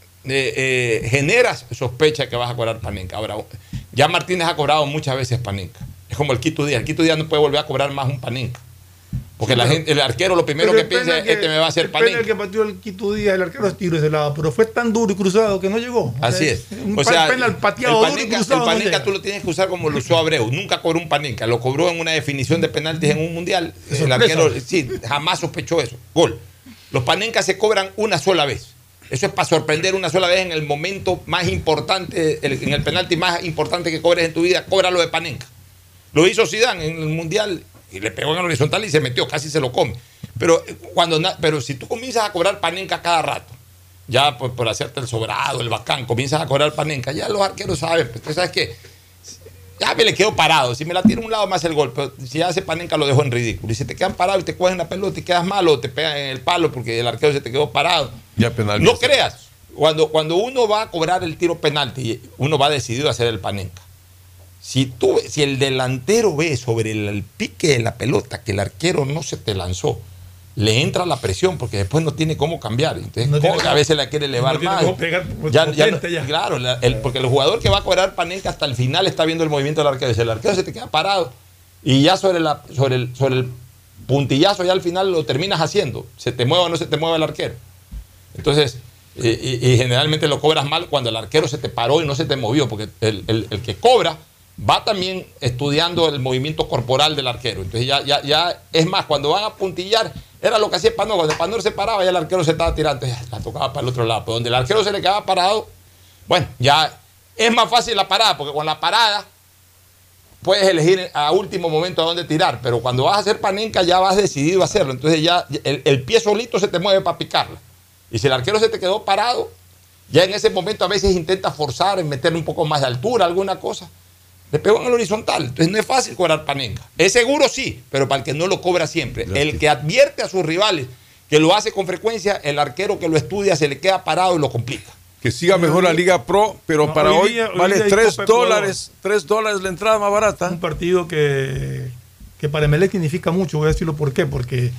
generas sospecha que vas a cobrar panenca. Ahora, ya Martínez ha cobrado muchas veces panenca. Es como el Quito Díaz. El Quito Díaz no puede volver a cobrar más un panenca. Porque el arquero lo primero que piensa es que me va a hacer panenca. El que pateó el Quito Díaz, el arquero tiró ese lado, pero fue tan duro y cruzado que no llegó. Así es. O sea, penal pateado duro y cruzado. El panenca tú lo tienes que usar como lo usó Abreu. Nunca cobró un panenca. Lo cobró en una definición de penaltis en un mundial. El arquero, sí, jamás sospechó eso. Gol. Los panencas se cobran una sola vez. Eso es para sorprender una sola vez en el momento más importante, en el penalti más importante que cobres en tu vida, cóbralo de panenca. Lo hizo Zidane en el mundial y le pegó en el horizontal y se metió, casi se lo come. Pero si tú comienzas a cobrar panenca cada rato, ya por hacerte el sobrado, el bacán, comienzas a cobrar panenca, ya los arqueros saben, pues tú sabes que ya me le quedo parado, si me la tiro a un lado más el gol, pero si hace panenca lo dejo en ridículo. Y si te quedan parados y te cogen la pelota y quedas malo, o te pegan en el palo porque el arquero se te quedó parado. Ya penal. No creas, cuando uno va a cobrar el tiro penalti, uno va decidido a hacer el panenca. Si el delantero ve sobre el pique de la pelota que el arquero no se te lanzó, le entra la presión porque después no tiene cómo cambiar. Entonces, a veces la quiere elevar más. Claro, porque el jugador que va a cobrar panenca hasta el final está viendo el movimiento del arquero. Si el arquero se te queda parado y ya sobre el puntillazo ya al final lo terminas haciendo, se te mueva o no se te mueve el arquero. Entonces, y generalmente lo cobras mal cuando el arquero se te paró y no se te movió, porque el que cobra va también estudiando el movimiento corporal del arquero. Entonces ya es más, cuando van a puntillar, era lo que hacía Panor. Cuando Panor se paraba, ya el arquero se estaba tirando, ya la tocaba para el otro lado. Pero donde el arquero se le quedaba parado, bueno, ya es más fácil la parada, porque con la parada puedes elegir a último momento a dónde tirar, pero cuando vas a hacer panenca ya vas decidido a hacerlo. Entonces ya el pie solito se te mueve para picarla. Y si el arquero se te quedó parado, ya en ese momento a veces intenta forzar en meterle un poco más de altura, alguna cosa. Le pegó en el horizontal. Entonces no es fácil cobrar panenca. Es seguro sí, pero para el que no lo cobra siempre. El que advierte a sus rivales que lo hace con frecuencia, el arquero que lo estudia se le queda parado y lo complica. Que siga mejor la Liga Pro, pero no, para hoy vale $3 la entrada más barata. Un partido que para Emelec significa mucho, voy a decirlo por qué, porque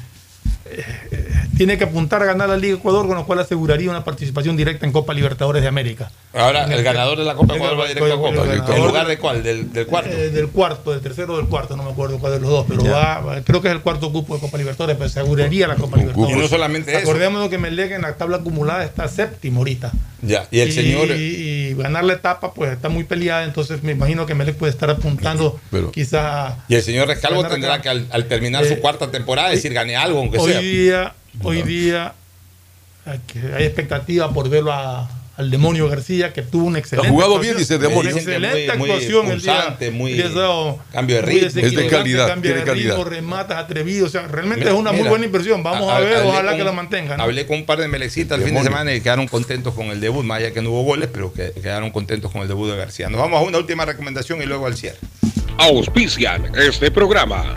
tiene que apuntar a ganar la Liga Ecuador, con lo cual aseguraría una participación directa en Copa Libertadores de América. Ahora, el ganador de la Copa Ecuador va directo a Copa. ¿En lugar de cuál? ¿Del cuarto? Del tercero o del cuarto, no me acuerdo cuál de los dos, pero creo que es el cuarto cupo de Copa Libertadores, pero aseguraría la Copa Libertadores. Y no solamente eso. Acordémonos que Emelec en la tabla acumulada está séptimo ahorita. Ya, y el señor. Y ganar la etapa, pues está muy peleada, entonces me imagino que Emelec puede estar apuntando quizás. Y el señor Rescalvo tendrá que al terminar su cuarta temporada decir gané algo, aunque sea. Hoy día hay expectativa por verlo al Demonio García, que tuvo una excelente ha jugado bien, dice Demonio. Excelente actuación muy pulsante, el día. Cambio de ritmo. Es de calidad. Cambio de ritmo, rematas atrevidos. O sea, realmente es una muy buena inversión. Vamos a ver, ojalá que la mantengan. Hablé con un par de melecitas el fin de semana y quedaron contentos con el debut, más allá que no hubo goles, pero que quedaron contentos con el debut de García. Nos vamos a una última recomendación y luego al cierre. Auspician este programa.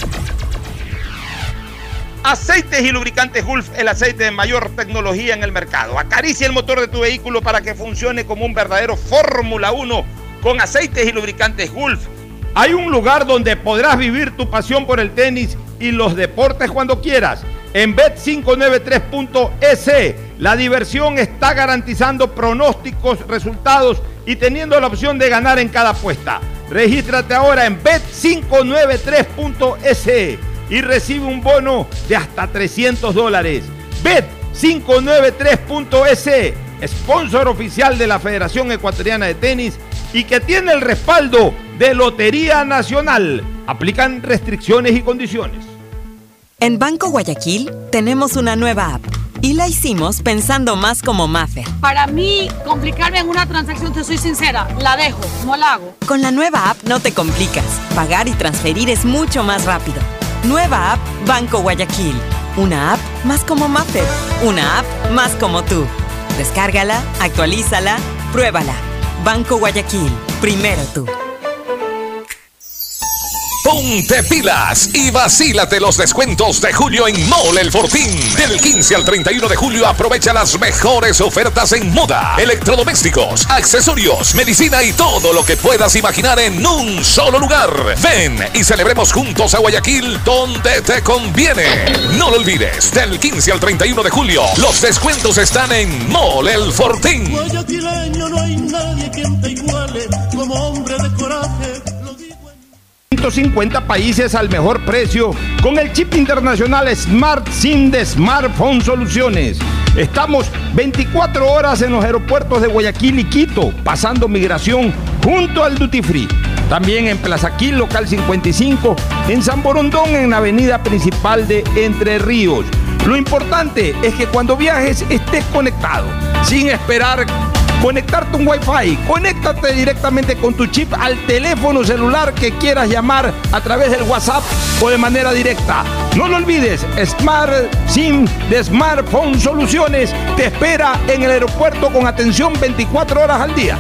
Aceites y lubricantes Gulf, el aceite de mayor tecnología en el mercado. Acaricia el motor de tu vehículo para que funcione como un verdadero Fórmula 1 con aceites y lubricantes Gulf. Hay un lugar donde podrás vivir tu pasión por el tenis y los deportes cuando quieras. En Bet593.es, la diversión está garantizando pronósticos, resultados y teniendo la opción de ganar en cada apuesta. Regístrate ahora en Bet593.es. y recibe un bono de hasta $300. Bet593.es, sponsor oficial de la Federación Ecuatoriana de Tenis y que tiene el respaldo de Lotería Nacional. Aplican restricciones y condiciones. En Banco Guayaquil tenemos una nueva app y la hicimos pensando más como Maffer. Para mí, complicarme en una transacción, te soy sincera, la dejo, no la hago. Con la nueva app no te complicas. Pagar y transferir es mucho más rápido. Nueva app Banco Guayaquil. Una app más como Maffer. Una app más como tú. Descárgala, actualízala, pruébala. Banco Guayaquil. Primero tú. Ponte pilas y vacílate los descuentos de julio en Mall El Fortín. Del 15 al 31 de julio aprovecha las mejores ofertas en moda, electrodomésticos, accesorios, medicina y todo lo que puedas imaginar en un solo lugar. Ven y celebremos juntos a Guayaquil donde te conviene. No lo olvides, del 15 al 31 de julio los descuentos están en Mall El Fortín. Guayaquileño, no hay nadie quien te iguale como hombre de coraje. 150 países al mejor precio con el chip internacional Smart SIM de Smartphone Soluciones. Estamos 24 horas en los aeropuertos de Guayaquil y Quito, pasando migración junto al Duty Free. También en Plaza Quil, local 55, en San Borondón, en la avenida principal de Entre Ríos. Lo importante es que cuando viajes estés conectado, sin esperar conectarte un Wi-Fi. Conéctate directamente con tu chip al teléfono celular que quieras llamar a través del WhatsApp o de manera directa. No lo olvides, Smart SIM de Smartphone Soluciones te espera en el aeropuerto con atención 24 horas al día.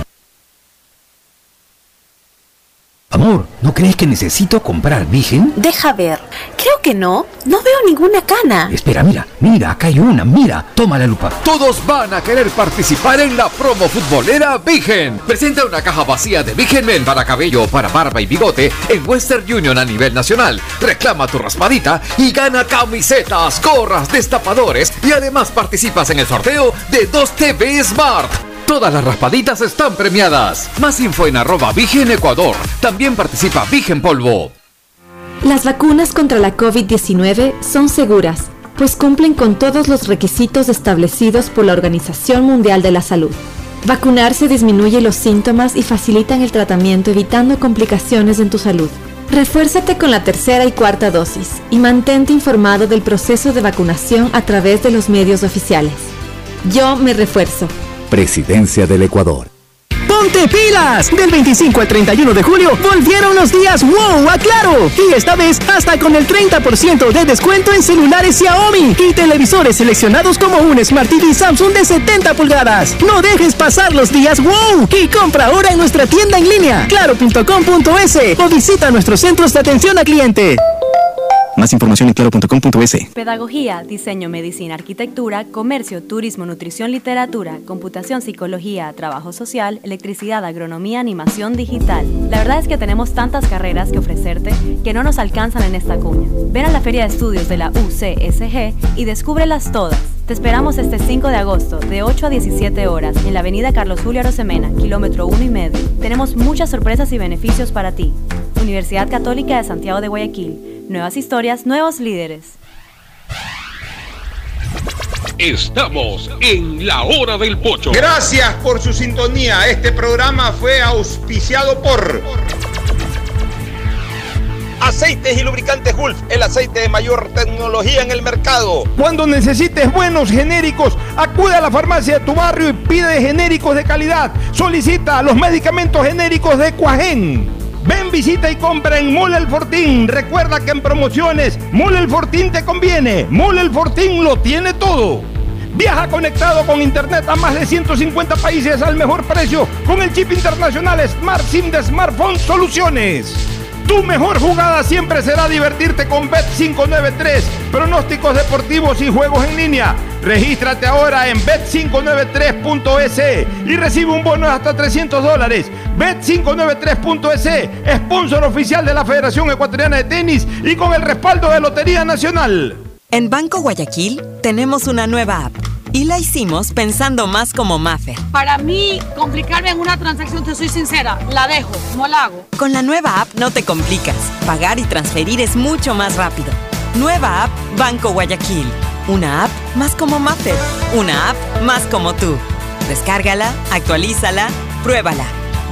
Amor, ¿no crees que necesito comprar Vigen? Deja ver. Creo que no. No veo ninguna cana. Espera, mira, acá hay una, mira. Toma la lupa. Todos van a querer participar en la promo futbolera Vigen. Presenta una caja vacía de Vigen Men para cabello, para barba y bigote en Western Union a nivel nacional. Reclama tu raspadita y gana camisetas, gorras, destapadores y además participas en el sorteo de 2 TV Smart. Todas las raspaditas están premiadas. Más info en @Vigen Ecuador. También participa Vigen Polvo. Las vacunas contra la COVID-19 son seguras, pues cumplen con todos los requisitos establecidos por la Organización Mundial de la Salud. Vacunarse disminuye los síntomas y facilitan el tratamiento, evitando complicaciones en tu salud. Refuérzate con la tercera y cuarta dosis y mantente informado del proceso de vacunación a través de los medios oficiales. Yo me refuerzo. Presidencia del Ecuador. ¡Ponte pilas! Del 25 al 31 de julio volvieron los días ¡wow! a Claro. Y esta vez hasta con el 30% de descuento en celulares Xiaomi y televisores seleccionados como un Smart TV Samsung de 70 pulgadas. No dejes pasar los días ¡wow! Y compra ahora en nuestra tienda en línea, claro.com.es, o visita nuestros centros de atención a cliente. Más información en claro.com.es. Pedagogía, diseño, medicina, arquitectura, comercio, turismo, nutrición, literatura, computación, psicología, trabajo social, electricidad, agronomía, animación digital. La verdad es que tenemos tantas carreras que ofrecerte que no nos alcanzan en esta cuña. Ven a la Feria de Estudios de la UCSG y descúbrelas todas. Te esperamos este 5 de agosto de 8 a 17 horas en la avenida Carlos Julio Arosemena, kilómetro 1,5. Tenemos muchas sorpresas y beneficios para ti. Universidad Católica de Santiago de Guayaquil. Nuevas historias, nuevos líderes. Estamos en la hora del pocho. Gracias por su sintonía. Este programa fue auspiciado por Aceites y Lubricantes Gulf, el aceite de mayor tecnología en el mercado. Cuando necesites buenos genéricos, acude a la farmacia de tu barrio y pide genéricos de calidad. Solicita los medicamentos genéricos de Cuajén. Ven, visita y compra en Mall El Fortín. Recuerda que en promociones, Mall El Fortín te conviene. Mall El Fortín lo tiene todo. Viaja conectado con internet a más de 150 países al mejor precio con el chip internacional Smart SIM de Smartphone Soluciones. Tu mejor jugada siempre será divertirte con Bet593, pronósticos deportivos y juegos en línea. Regístrate ahora en bet593.es y recibe un bono de hasta $300. Bet593.es, sponsor oficial de la Federación Ecuatoriana de Tenis y con el respaldo de Lotería Nacional. En Banco Guayaquil tenemos una nueva app y la hicimos pensando más como Maffer. Para mí, complicarme en una transacción, te soy sincera, la dejo, no la hago. Con la nueva app no te complicas. Pagar y transferir es mucho más rápido. Nueva app Banco Guayaquil. Una app más como Maffer. Una app más como tú. Descárgala, actualízala, pruébala.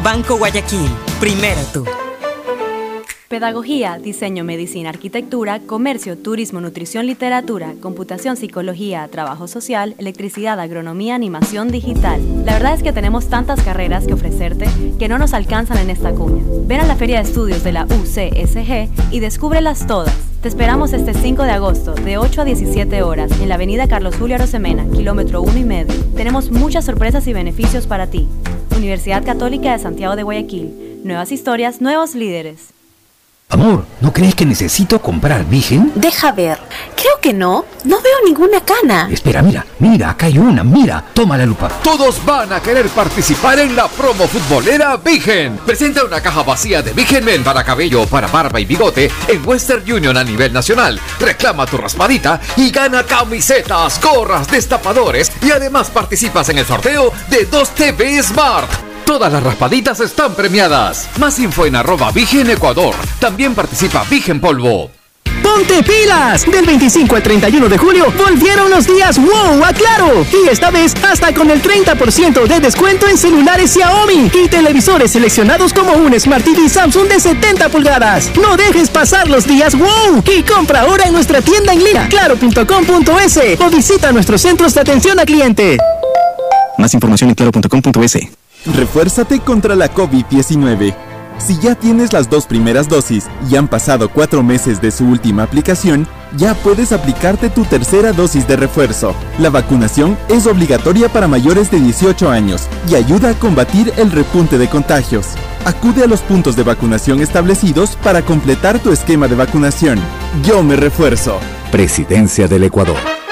Banco Guayaquil. Primero tú. Pedagogía, diseño, medicina, arquitectura, comercio, turismo, nutrición, literatura, computación, psicología, trabajo social, electricidad, agronomía, animación digital. La verdad es que tenemos tantas carreras que ofrecerte que no nos alcanzan en esta cuña. Ven a la Feria de Estudios de la UCSG y descúbrelas todas. Te esperamos este 5 de agosto, de 8 a 17 horas, en la avenida Carlos Julio Arosemena, kilómetro 1,5. Tenemos muchas sorpresas y beneficios para ti. Universidad Católica de Santiago de Guayaquil. Nuevas historias, nuevos líderes. Amor, ¿no crees que necesito comprar Vigen? Deja ver. Creo que no. No veo ninguna cana. Espera, mira, acá hay una, mira. Toma la lupa. Todos van a querer participar en la promo futbolera Vigen. Presenta una caja vacía de Vigen Men para cabello, para barba y bigote en Western Union a nivel nacional. Reclama tu raspadita y gana camisetas, gorras, destapadores y además participas en el sorteo de 2 TV Smart. Todas las raspaditas están premiadas. Más info en @Vigen Ecuador. También participa Vigen Polvo. ¡Ponte pilas! Del 25 al 31 de julio volvieron los días wow a Claro. Y esta vez hasta con el 30% de descuento en celulares Xiaomi y televisores seleccionados como un Smart TV Samsung de 70 pulgadas. No dejes pasar los días wow y compra ahora en nuestra tienda en línea claro.com.es o visita nuestros centros de atención a cliente. Más información en claro.com.es. Refuérzate contra la COVID-19. Si ya tienes las 2 primeras dosis y han pasado 4 meses de su última aplicación, ya puedes aplicarte tu tercera dosis de refuerzo. La vacunación es obligatoria para mayores de 18 años y ayuda a combatir el repunte de contagios. Acude a los puntos de vacunación establecidos para completar tu esquema de vacunación. Yo me refuerzo. Presidencia del Ecuador.